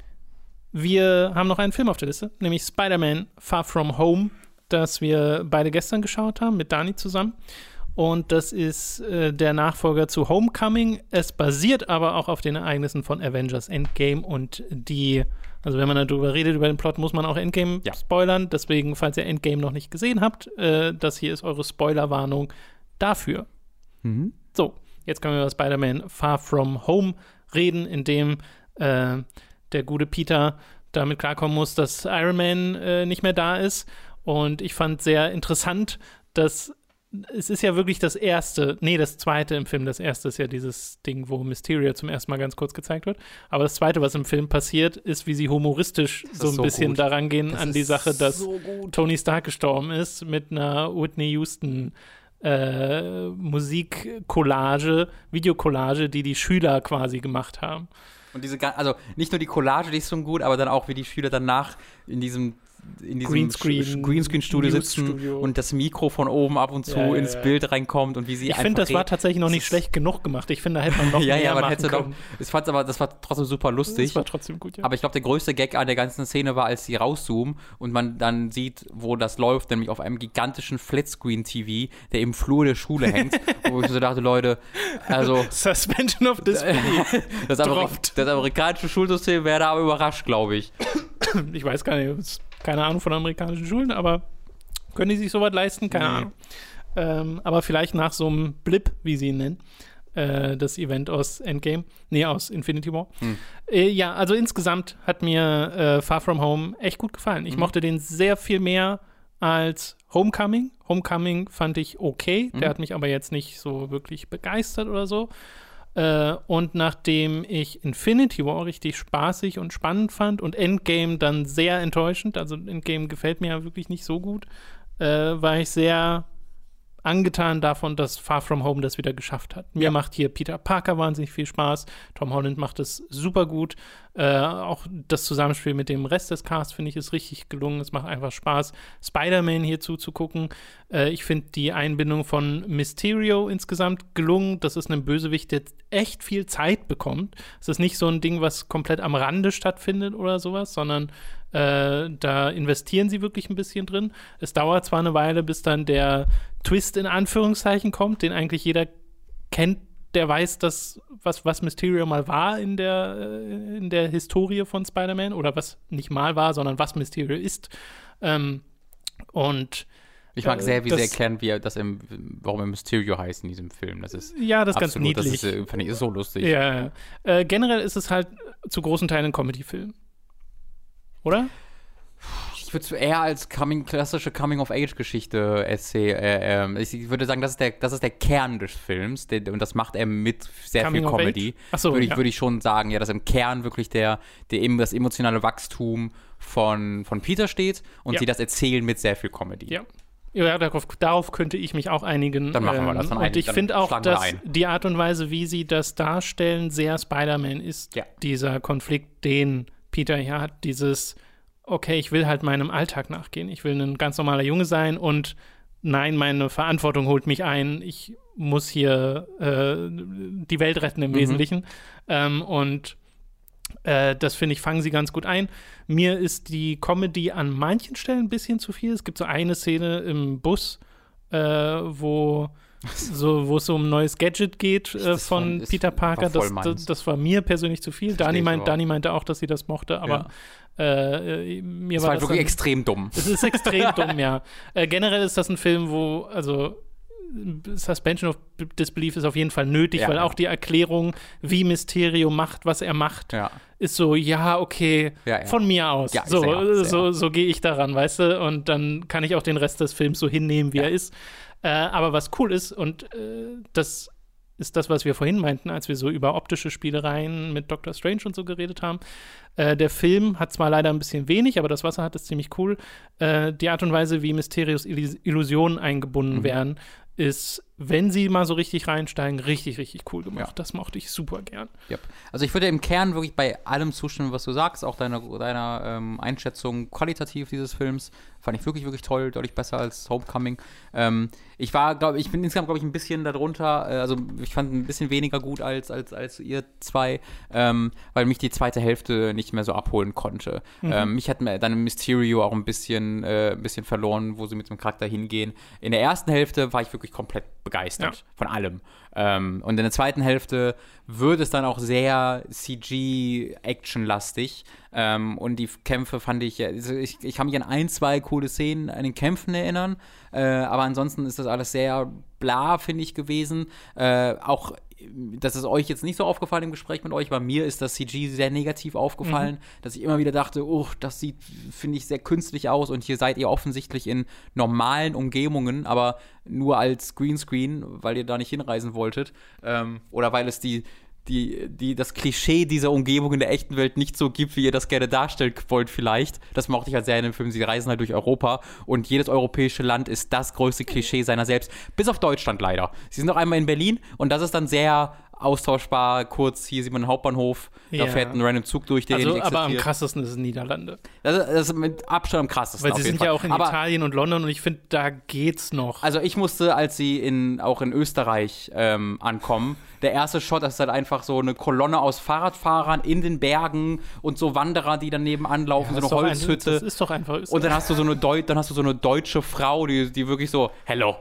Wir haben noch einen Film auf der Liste, nämlich Spider-Man Far From Home, das wir beide gestern geschaut haben, mit Dani zusammen. Und das ist äh, der Nachfolger zu Homecoming. Es basiert aber auch auf den Ereignissen von Avengers Endgame und die, also wenn man darüber redet, über den Plot, muss man auch Endgame ja. spoilern. Deswegen, falls ihr Endgame noch nicht gesehen habt, äh, das hier ist eure Spoilerwarnung dafür. Mhm. So, jetzt können wir über Spider-Man Far From Home reden, in dem äh, der gute Peter damit klarkommen muss, dass Iron Man äh, nicht mehr da ist. Und ich fand sehr interessant, dass es ist ja wirklich das erste, nee, das zweite im Film, das erste ist ja dieses Ding, wo Mysterio zum ersten Mal ganz kurz gezeigt wird. Aber das zweite, was im Film passiert, ist, wie sie humoristisch so ein so bisschen gut. daran gehen das an die Sache, dass so Tony Stark gestorben ist mit einer Whitney Houston äh, Musikcollage, Videocollage, die die Schüler quasi gemacht haben. Und diese, also nicht nur die Collage, die ist schon gut, aber dann auch, wie die Schüler danach in diesem in diesem Greenscreen, Greenscreen-Studio sitzen Studio. und das Mikro von oben ab und zu ja, ja, ins ja. Bild reinkommt und wie sie ich einfach Ich finde, das war tatsächlich noch nicht schlecht genug gemacht. Ich finde, da hätte man noch ja, mehr ja, man machen hätte können. Doch, ich fand's aber, das war trotzdem super lustig. Das war trotzdem gut, ja. Aber ich glaube, der größte Gag an der ganzen Szene war, als sie rauszoomen und man dann sieht, wo das läuft, nämlich auf einem gigantischen Flatscreen-T V, der im Flur der Schule hängt, wo ich so dachte, Leute, also Suspension of Disbelief. das, Ameri- das amerikanische Schulsystem wäre da aber überrascht, glaube ich. Ich weiß gar nicht, keine Ahnung von amerikanischen Schulen, aber können die sich sowas leisten? Keine nee. Ahnung. Ähm, aber vielleicht nach so einem Blip, wie sie ihn nennen, äh, das Event aus Endgame, nee, aus Infinity War. Hm. Äh, ja, also insgesamt hat mir äh, Far From Home echt gut gefallen. Ich hm. mochte den sehr viel mehr als Homecoming. Homecoming fand ich okay, hm. der hat mich aber jetzt nicht so wirklich begeistert oder so. Äh, und nachdem ich Infinity War richtig spaßig und spannend fand und Endgame dann sehr enttäuschend, also Endgame gefällt mir ja wirklich nicht so gut, äh, war ich sehr angetan davon, dass Far From Home das wieder geschafft hat. Mir ja. macht hier Peter Parker wahnsinnig viel Spaß, Tom Holland macht es super gut, äh, auch das Zusammenspiel mit dem Rest des Casts finde ich ist richtig gelungen, es macht einfach Spaß, Spider-Man hier zuzugucken. Äh, ich finde die Einbindung von Mysterio insgesamt gelungen, das ist ein Bösewicht, der echt viel Zeit bekommt. Es ist nicht so ein Ding, was komplett am Rande stattfindet oder sowas, sondern äh, da investieren sie wirklich ein bisschen drin. Es dauert zwar eine Weile, bis dann der Twist in Anführungszeichen kommt, den eigentlich jeder kennt der weiß, dass, was, was Mysterio mal war in der, äh, in der Historie von Spider-Man oder was nicht mal war, sondern was Mysterio ist. Ähm, und Ich mag sehr, wie das, sie erklären, wie er das im, warum er Mysterio heißt in diesem Film. Das ist ja, das ist ganz absolut, niedlich. Das ist, fand ich, ist so lustig. Ja, äh, generell ist es halt zu großen Teilen ein Comedy-Film. Oder? Ich würde es eher als Coming, klassische Coming-of-Age-Geschichte erzählen. Äh, äh, ich würde sagen, das ist der, das ist der Kern des Films. Der, und das macht er mit sehr Coming viel Comedy. Achso, würde ich, ja. würd ich schon sagen, ja, dass im Kern wirklich der, der eben das emotionale Wachstum von, von Peter steht und ja. sie das erzählen mit sehr viel Comedy. Ja. Ja, darauf, darauf könnte ich mich auch einigen. Dann machen wir das. Dann und ein, ich finde auch, dass ein. die Art und Weise, wie sie das darstellen, sehr Spider-Man ist. Ja. Dieser Konflikt, den Peter hier hat, dieses okay, ich will halt meinem Alltag nachgehen. Ich will ein ganz normaler Junge sein und nein, meine Verantwortung holt mich ein. Ich muss hier äh, die Welt retten im mhm. Wesentlichen. Ähm, und äh, das, finde ich, fangen sie ganz gut ein. Mir ist die Comedy an manchen Stellen ein bisschen zu viel. Es gibt so eine Szene im Bus, äh, wo so, wo es um ein neues Gadget geht äh, von war, Peter Parker. Das, das, das war mir persönlich zu viel. Dani, meint, Dani meinte auch, dass sie das mochte, aber ja. Äh, mir das war war das wirklich dann, extrem dumm. Es ist extrem dumm, ja. Äh, generell ist das ein Film, wo, also Suspension of Disbelief ist auf jeden Fall nötig, ja, weil ja. auch die Erklärung, wie Mysterio macht, was er macht, ja. ist so, ja, okay, ja, ja. von mir aus. Ja, so sehr, sehr. so, so gehe ich daran, weißt du? Und dann kann ich auch den Rest des Films so hinnehmen, wie ja. er ist. Äh, aber was cool ist, und äh, das ist das, was wir vorhin meinten, als wir so über optische Spielereien mit Doctor Strange und so geredet haben. Äh, der Film hat zwar leider ein bisschen wenig, aber das, was er hat, ist ziemlich cool. Äh, die Art und Weise, wie Mysterios Illusionen eingebunden mhm. werden, ist, wenn sie mal so richtig reinsteigen, richtig, richtig cool gemacht. Ja. Das mochte ich super gern. Yep. Also ich würde im Kern wirklich bei allem zustimmen, was du sagst, auch deiner, deiner ähm, Einschätzung qualitativ dieses Films. Fand ich wirklich, wirklich toll, deutlich besser als Homecoming. Ähm, ich war, glaube ich, bin insgesamt, glaube ich, ein bisschen darunter, äh, also ich fand ein bisschen weniger gut als, als, als ihr zwei, ähm, weil mich die zweite Hälfte nicht mehr so abholen konnte. Mhm. Ähm, mich hat dann im Mysterio auch ein bisschen, äh, ein bisschen verloren, wo sie mit dem Charakter hingehen. In der ersten Hälfte war ich wirklich komplett begeistert ja. von allem. Ähm, und in der zweiten Hälfte wird es dann auch sehr C G-Action-lastig. Ähm, und die Kämpfe fand ich, also ich, ich kann mich an ein, zwei coole Szenen an den Kämpfen erinnern. Äh, aber ansonsten ist das alles sehr bla, finde ich, gewesen. Äh, auch das ist euch jetzt nicht so aufgefallen im Gespräch mit euch, bei mir ist das C G sehr negativ aufgefallen, mhm. dass ich immer wieder dachte, oh, das sieht, finde ich, sehr künstlich aus und hier seid ihr offensichtlich in normalen Umgebungen, aber nur als Greenscreen, weil ihr da nicht hinreisen wolltet ähm, oder weil es die Die, die, das Klischee dieser Umgebung in der echten Welt nicht so gibt, wie ihr das gerne darstellen wollt vielleicht. Das mochte ich halt sehr in dem Film. Sie reisen halt durch Europa und jedes europäische Land ist das größte Klischee seiner selbst. Bis auf Deutschland leider. Sie sind noch einmal in Berlin und das ist dann sehr austauschbar. Kurz, hier sieht man den Hauptbahnhof, ja. da fährt ein random Zug durch, der also, nicht existiert. Aber am krassesten ist es Niederlande. Das ist, das ist mit Abstand am krassesten. Weil sie sind Fall. ja auch in aber, Italien und London und ich finde, da geht's noch. Also ich musste, als sie in, auch in Österreich ähm, ankommen, der erste Shot ist halt einfach so eine Kolonne aus Fahrradfahrern in den Bergen und so Wanderer, die daneben anlaufen, ja, so eine Holzhütte. Ein, das ist doch einfach Österreich. Und dann hast du so eine, Deu- dann hast du so eine deutsche Frau, die, die wirklich so, hello,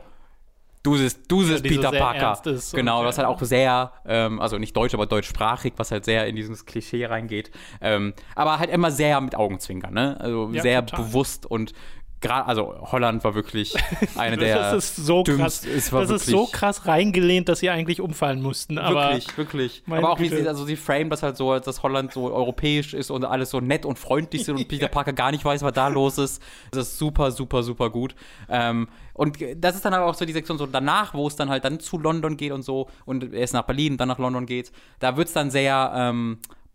du bist, du bist ja, Peter so Parker. Ist genau, was halt auch sehr, ähm, also nicht deutsch, aber deutschsprachig, was halt sehr in dieses Klischee reingeht. Ähm, aber halt immer sehr mit Augenzwinkern, ne? Also ja, sehr total. bewusst und Gerade, also Holland war wirklich eine der das ist so dümmsten, krass, es war das wirklich, ist so krass reingelehnt, dass sie eigentlich umfallen mussten. Aber wirklich, wirklich. Aber auch wie sie, also sie frame das halt so, dass Holland so europäisch ist und alles so nett und freundlich sind und Peter Parker gar nicht weiß, was da los ist. Das ist super, super, super gut. Ähm, und das ist dann aber auch so die Sektion so danach, wo es dann halt dann zu London geht und so und er ist nach Berlin, dann nach London geht. Da wird es dann sehr ähm,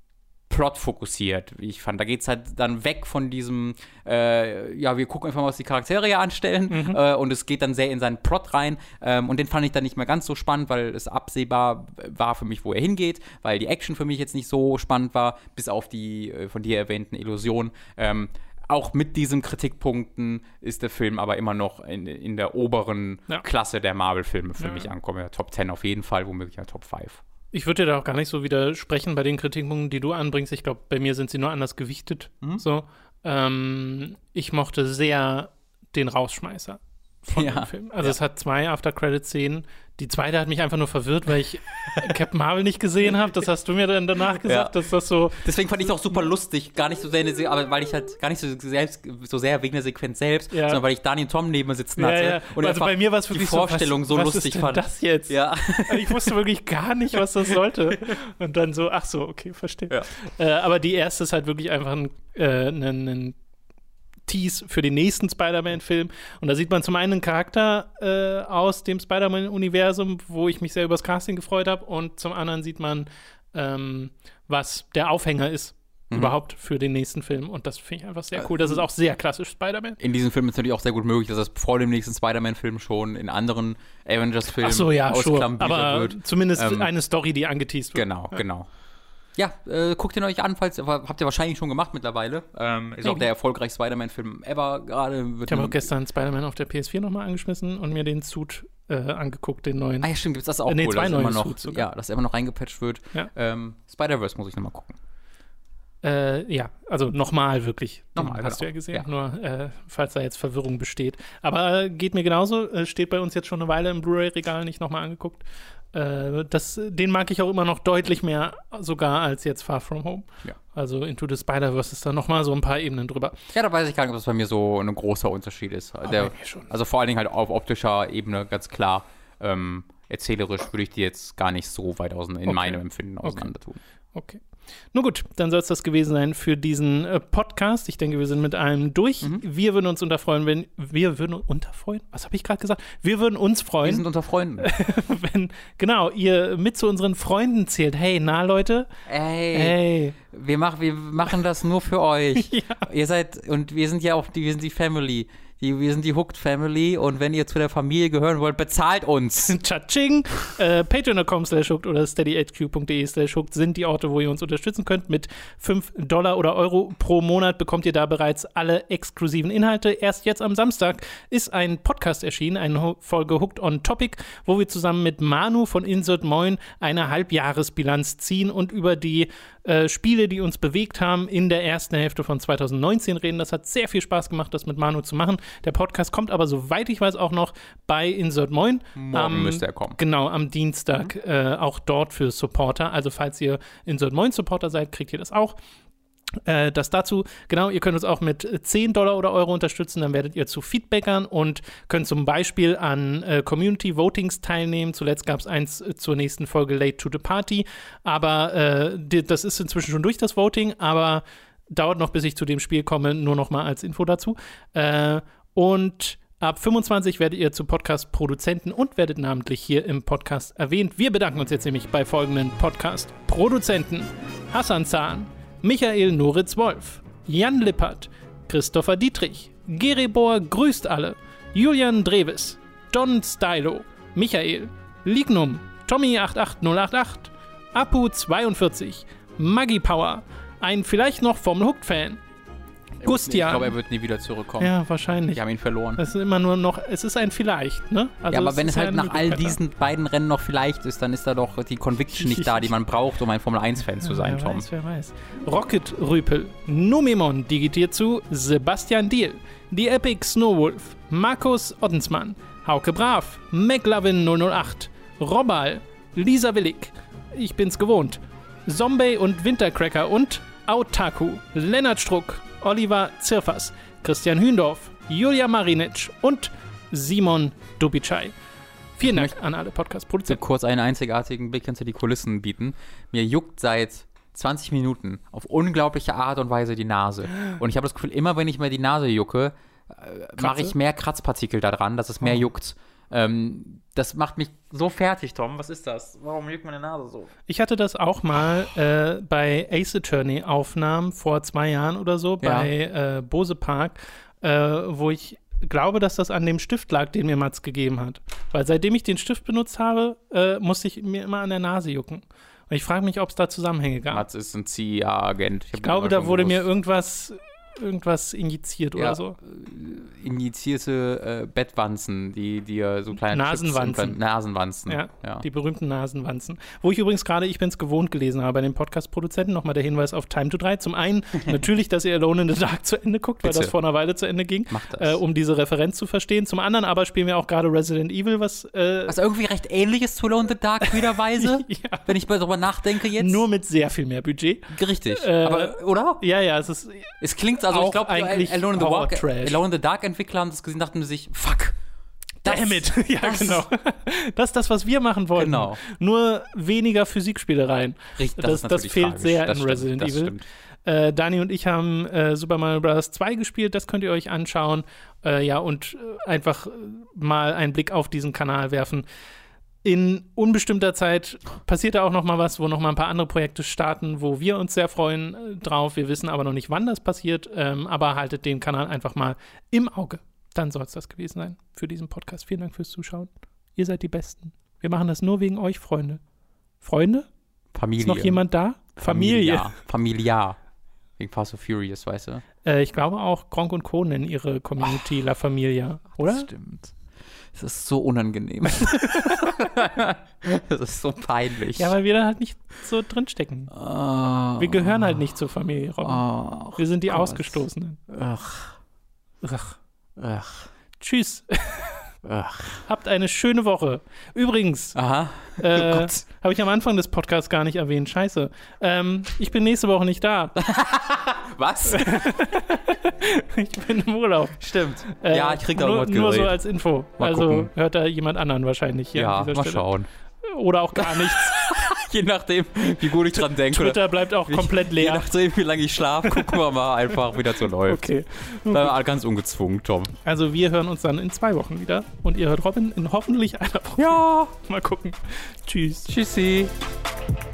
Plot fokussiert, wie ich fand. Da geht es halt dann weg von diesem, äh, ja, wir gucken einfach mal, was die Charaktere hier anstellen mhm. äh, und es geht dann sehr in seinen Plot rein ähm, und den fand ich dann nicht mehr ganz so spannend, weil es absehbar war für mich, wo er hingeht, weil die Action für mich jetzt nicht so spannend war, bis auf die äh, von dir erwähnten Illusionen. Ähm, auch mit diesen Kritikpunkten ist der Film aber immer noch in, in der oberen ja. Klasse der Marvel-Filme für ja. mich ankommen. Ja, Top zehn auf jeden Fall, womöglich ja Top fünf. Ich würde dir da auch gar nicht so widersprechen bei den Kritikpunkten, die du anbringst. Ich glaube, bei mir sind sie nur anders gewichtet. Mhm. So. Ähm, ich mochte sehr den Rausschmeißer von Ja. dem Film. Also Ja. es hat zwei After-Credit-Szenen. Die zweite hat mich einfach nur verwirrt, weil ich Captain Marvel nicht gesehen habe. Das hast du mir dann danach gesagt, Ja. dass das so... Deswegen fand ich es auch super lustig, gar nicht so sehr, eine Se- aber weil ich halt gar nicht so, selbst, so sehr wegen der Sequenz selbst, Ja. sondern weil ich Daniel Tom neben mir sitzen Ja, hatte ja. und Also einfach bei mir war es die wirklich Vorstellung so, was, so was lustig ist denn fand. das jetzt? Ja. Also ich wusste wirklich gar nicht, was das sollte. Und dann so, ach so, okay, verstehe. Ja. Äh, aber die erste ist halt wirklich einfach ein, äh, ein, ein Tease für den nächsten Spider-Man-Film. Und da sieht man zum einen einen Charakter äh, aus dem Spider-Man-Universum, wo ich mich sehr übers Casting gefreut habe. Und zum anderen sieht man, ähm, was der Aufhänger ist Mhm. überhaupt für den nächsten Film. Und das finde ich einfach sehr cool. Das ist auch sehr klassisch Spider-Man. In diesem Film ist natürlich auch sehr gut möglich, dass das vor dem nächsten Spider-Man-Film schon in anderen Avengers-Filmen Ach so, ja, sure. ausklammert Aber wird. zumindest Ähm, eine Story, die angeteased wird. Genau, genau. Ja, äh, guckt ihn euch an, falls habt ihr wahrscheinlich schon gemacht mittlerweile. Ähm, ist auch der erfolgreichste Spider-Man-Film ever gerade. Ich habe auch gestern Spider-Man auf der P S vier nochmal angeschmissen und mir den Suit äh, angeguckt, den neuen. Ah ja, stimmt, gibt's das auch Äh, nee, cool, zwei dass neue immer noch, Suits sogar. ja, dass er immer noch reingepatcht wird. Ja. Ähm, Spider-Verse muss ich nochmal gucken. Äh, ja, also nochmal wirklich. Nochmal, Hast genau. du ja gesehen, Ja. nur äh, falls da jetzt Verwirrung besteht. Aber äh, geht mir genauso, äh, steht bei uns jetzt schon eine Weile im Blu-ray-Regal, nicht nochmal angeguckt. Äh, das, den mag ich auch immer noch deutlich mehr sogar als jetzt Far From Home. Ja. Also Into the Spider-Verse ist da nochmal so ein paar Ebenen drüber. Ja, da weiß ich gar nicht, ob das bei mir so ein großer Unterschied ist. Der, bei mir schon. also vor allen Dingen halt auf optischer Ebene ganz klar. Ähm, erzählerisch würde ich die jetzt gar nicht so weit ausein, in Okay. meinem Empfinden auseinander tun. Okay. Nun gut, dann soll es das gewesen sein für diesen äh, Podcast. Ich denke, wir sind mit allem durch. Mhm. Wir würden uns unterfreuen, wenn wir würden unterfreuen? Was habe ich gerade gesagt? Wir würden uns Wir freuen, sind unter Freunden. wenn genau ihr mit zu unseren Freunden zählt. Hey, na Leute, Ey, hey, wir, mach, wir machen das nur für euch. Ja. Ihr seid, und wir sind ja auch, die, wir sind die Family. Die, wir sind die Hooked Family und wenn ihr zu der Familie gehören wollt, bezahlt uns. Tschatsching. Äh, Patreon punkt com slash hooked oder steadyhq punkt de slash hooked sind die Orte, wo ihr uns unterstützen könnt. Mit fünf Dollar oder Euro pro Monat bekommt ihr da bereits alle exklusiven Inhalte. Erst jetzt am Samstag ist ein Podcast erschienen, eine Ho- Folge Hooked on Topic, wo wir zusammen mit Manu von Insert Moin eine Halbjahresbilanz ziehen und über die äh, Spiele, die uns bewegt haben, in der ersten Hälfte von zwanzig neunzehn reden. Das hat sehr viel Spaß gemacht, das mit Manu zu machen. Der Podcast kommt aber, soweit ich weiß, auch noch bei Insert Moin. Morgen müsste er kommen. Genau, am Dienstag äh, auch dort für Supporter. Also falls ihr Insert Moin Supporter seid, kriegt ihr das auch. Äh, das dazu, genau, ihr könnt uns auch mit zehn Dollar oder Euro unterstützen, dann werdet ihr zu Feedbackern und könnt zum Beispiel an äh, Community-Votings teilnehmen. Zuletzt gab es eins äh, zur nächsten Folge Late to the Party, aber äh, die, das ist inzwischen schon durch das Voting, aber dauert noch, bis ich zu dem Spiel komme, nur noch mal als Info dazu. Äh, und ab fünfundzwanzig werdet ihr zu Podcast-Produzenten und werdet namentlich hier im Podcast erwähnt. Wir bedanken uns jetzt nämlich bei folgenden Podcast-Produzenten: Hassan Zahn, Michael Noritz-Wolf, Jan Lippert, Christopher Dietrich, Geribor grüßt alle, Julian Dreves, Don Stylo, Michael, Lignum, Tommy acht acht null acht acht, Apu zweiundvierzig, Maggie Power, ein vielleicht noch Formel Hooked-Fan, Gustian. Ich glaube, er wird nie wieder zurückkommen. Ja, wahrscheinlich. Wir haben ihn verloren. Es ist immer nur noch, es ist ein Vielleicht, ne? Also ja, aber wenn ist es halt eine nach all Möglichkeit da. diesen beiden Rennen noch vielleicht ist, dann ist da doch die Conviction nicht da, die man braucht, um ein Formel eins Fan zu sein, wer Tom. Weiß, wer weiß. Rocket Rüpel, Numemon digitiert zu Sebastian Diel, die Epic Snowwolf, Markus Ottensmann, Hauke Brav, McLovin null null acht, Robbal, Lisa Willig, ich bin's gewohnt, Zombie und Wintercracker und Autaku, Lennart Struck, Oliver Zirfers, Christian Hündorf, Julia Marinic und Simon Dubicai. Vielen Dank an alle Ich will Podcast-Produzenten. kurz einen einzigartigen Blick hinter die Kulissen bieten. Mir juckt seit zwanzig Minuten auf unglaubliche Art und Weise die Nase. Und ich habe das Gefühl, immer wenn ich mir die Nase jucke, äh, mache ich mehr Kratzpartikel da dran, dass es mehr Oh. juckt. Ähm, das macht mich so fertig, Tom. Was ist das? Warum juckt meine Nase so? Ich hatte das auch mal äh, bei Ace Attorney Aufnahmen vor zwei Jahren oder so Ja. bei äh, Bose Park, äh, wo ich glaube, dass das an dem Stift lag, den mir Mats gegeben hat. Weil seitdem ich den Stift benutzt habe, äh, musste ich mir immer an der Nase jucken. Und ich frage mich, ob es da Zusammenhänge gab. Mats ist ein C I A-Agent. ich glaube, da wurde mir irgendwas irgendwas injiziert ja, oder so. Injizierte äh, Bettwanzen, die dir so kleine Nasenwanzen. Nasenwanzen. Ja, ja, die berühmten Nasenwanzen. Wo ich übrigens gerade, ich bin es gewohnt gelesen habe bei den Podcast-Produzenten, nochmal der Hinweis auf Time to drei. Zum einen natürlich, dass ihr Alone in the Dark zu Ende guckt, weil Bitte. das vor einer Weile zu Ende ging, Macht das. Äh, um diese Referenz zu verstehen. Zum anderen aber spielen wir auch gerade Resident Evil, was äh, was irgendwie recht ähnlich ist zu Alone in the Dark, wiederweise, ja. wenn ich mal darüber nachdenke jetzt. Nur mit sehr viel mehr Budget. Richtig, Äh, aber, oder? Ja, ja, es ist Es klingt, also auch ich glaube, eigentlich Alone in the Dark, Horror-Trash. Alone in the Dark Entwickler haben das gesehen, dachten sich, fuck. Das, Damn it. Ja, das, genau. Das ist das, was wir machen wollten. Genau. Nur weniger Physikspielereien. Richtig, das, Das, ist das natürlich fehlt tragisch. sehr das in stimmt, Resident das Evil. Stimmt. Äh, Dani und ich haben äh, Super Mario Bros. zwei gespielt, das könnt ihr euch anschauen. Äh, ja, und äh, einfach äh, mal einen Blick auf diesen Kanal werfen. In unbestimmter Zeit passiert da auch noch mal was, wo noch mal ein paar andere Projekte starten, wo wir uns sehr freuen äh, drauf. Wir wissen aber noch nicht, wann das passiert, ähm, aber haltet den Kanal einfach mal im Auge. Dann soll es das gewesen sein für diesen Podcast. Vielen Dank fürs Zuschauen. Ihr seid die Besten. Wir machen das nur wegen euch, Freunde. Freunde? Familie. Ist noch jemand da? Familie. Familiar. Familiar. Wegen Fast and Furious, weißt du? Äh, ich glaube auch Gronk und Co. nennen ihre Community La Familia, oder? Das stimmt. Es ist so unangenehm. Das ist so peinlich. Ja, weil wir da halt nicht so drinstecken. Oh. Wir gehören halt nicht zur Familie, Robin. Oh, wir sind die Gott. Ausgestoßenen. Ach. Ach. Ach. Tschüss. Ach. Habt eine schöne Woche. Übrigens, Aha. äh, Oh Gott. habe ich am Anfang des Podcasts gar nicht erwähnt. Scheiße. Ähm, ich bin nächste Woche nicht da. Was? Ich bin im Urlaub. Stimmt. Äh, ja, ich krieg da nur, irgendwas nur so geredet. als Info. Mal also gucken. hört da jemand anderen wahrscheinlich hier Ja, an dieser mal Stelle. schauen. Oder auch gar nichts. Je nachdem, wie gut ich dran denke. Twitter bleibt auch wie, komplett Je leer. nachdem, wie lange ich schlafe, gucken wir mal einfach, wie das so läuft. Okay. Bleiben wir ganz ungezwungen, Tom. Also wir hören uns dann in zwei Wochen wieder. Und ihr hört Robin in hoffentlich einer Woche. Ja. Mal gucken. Tschüss. Tschüssi.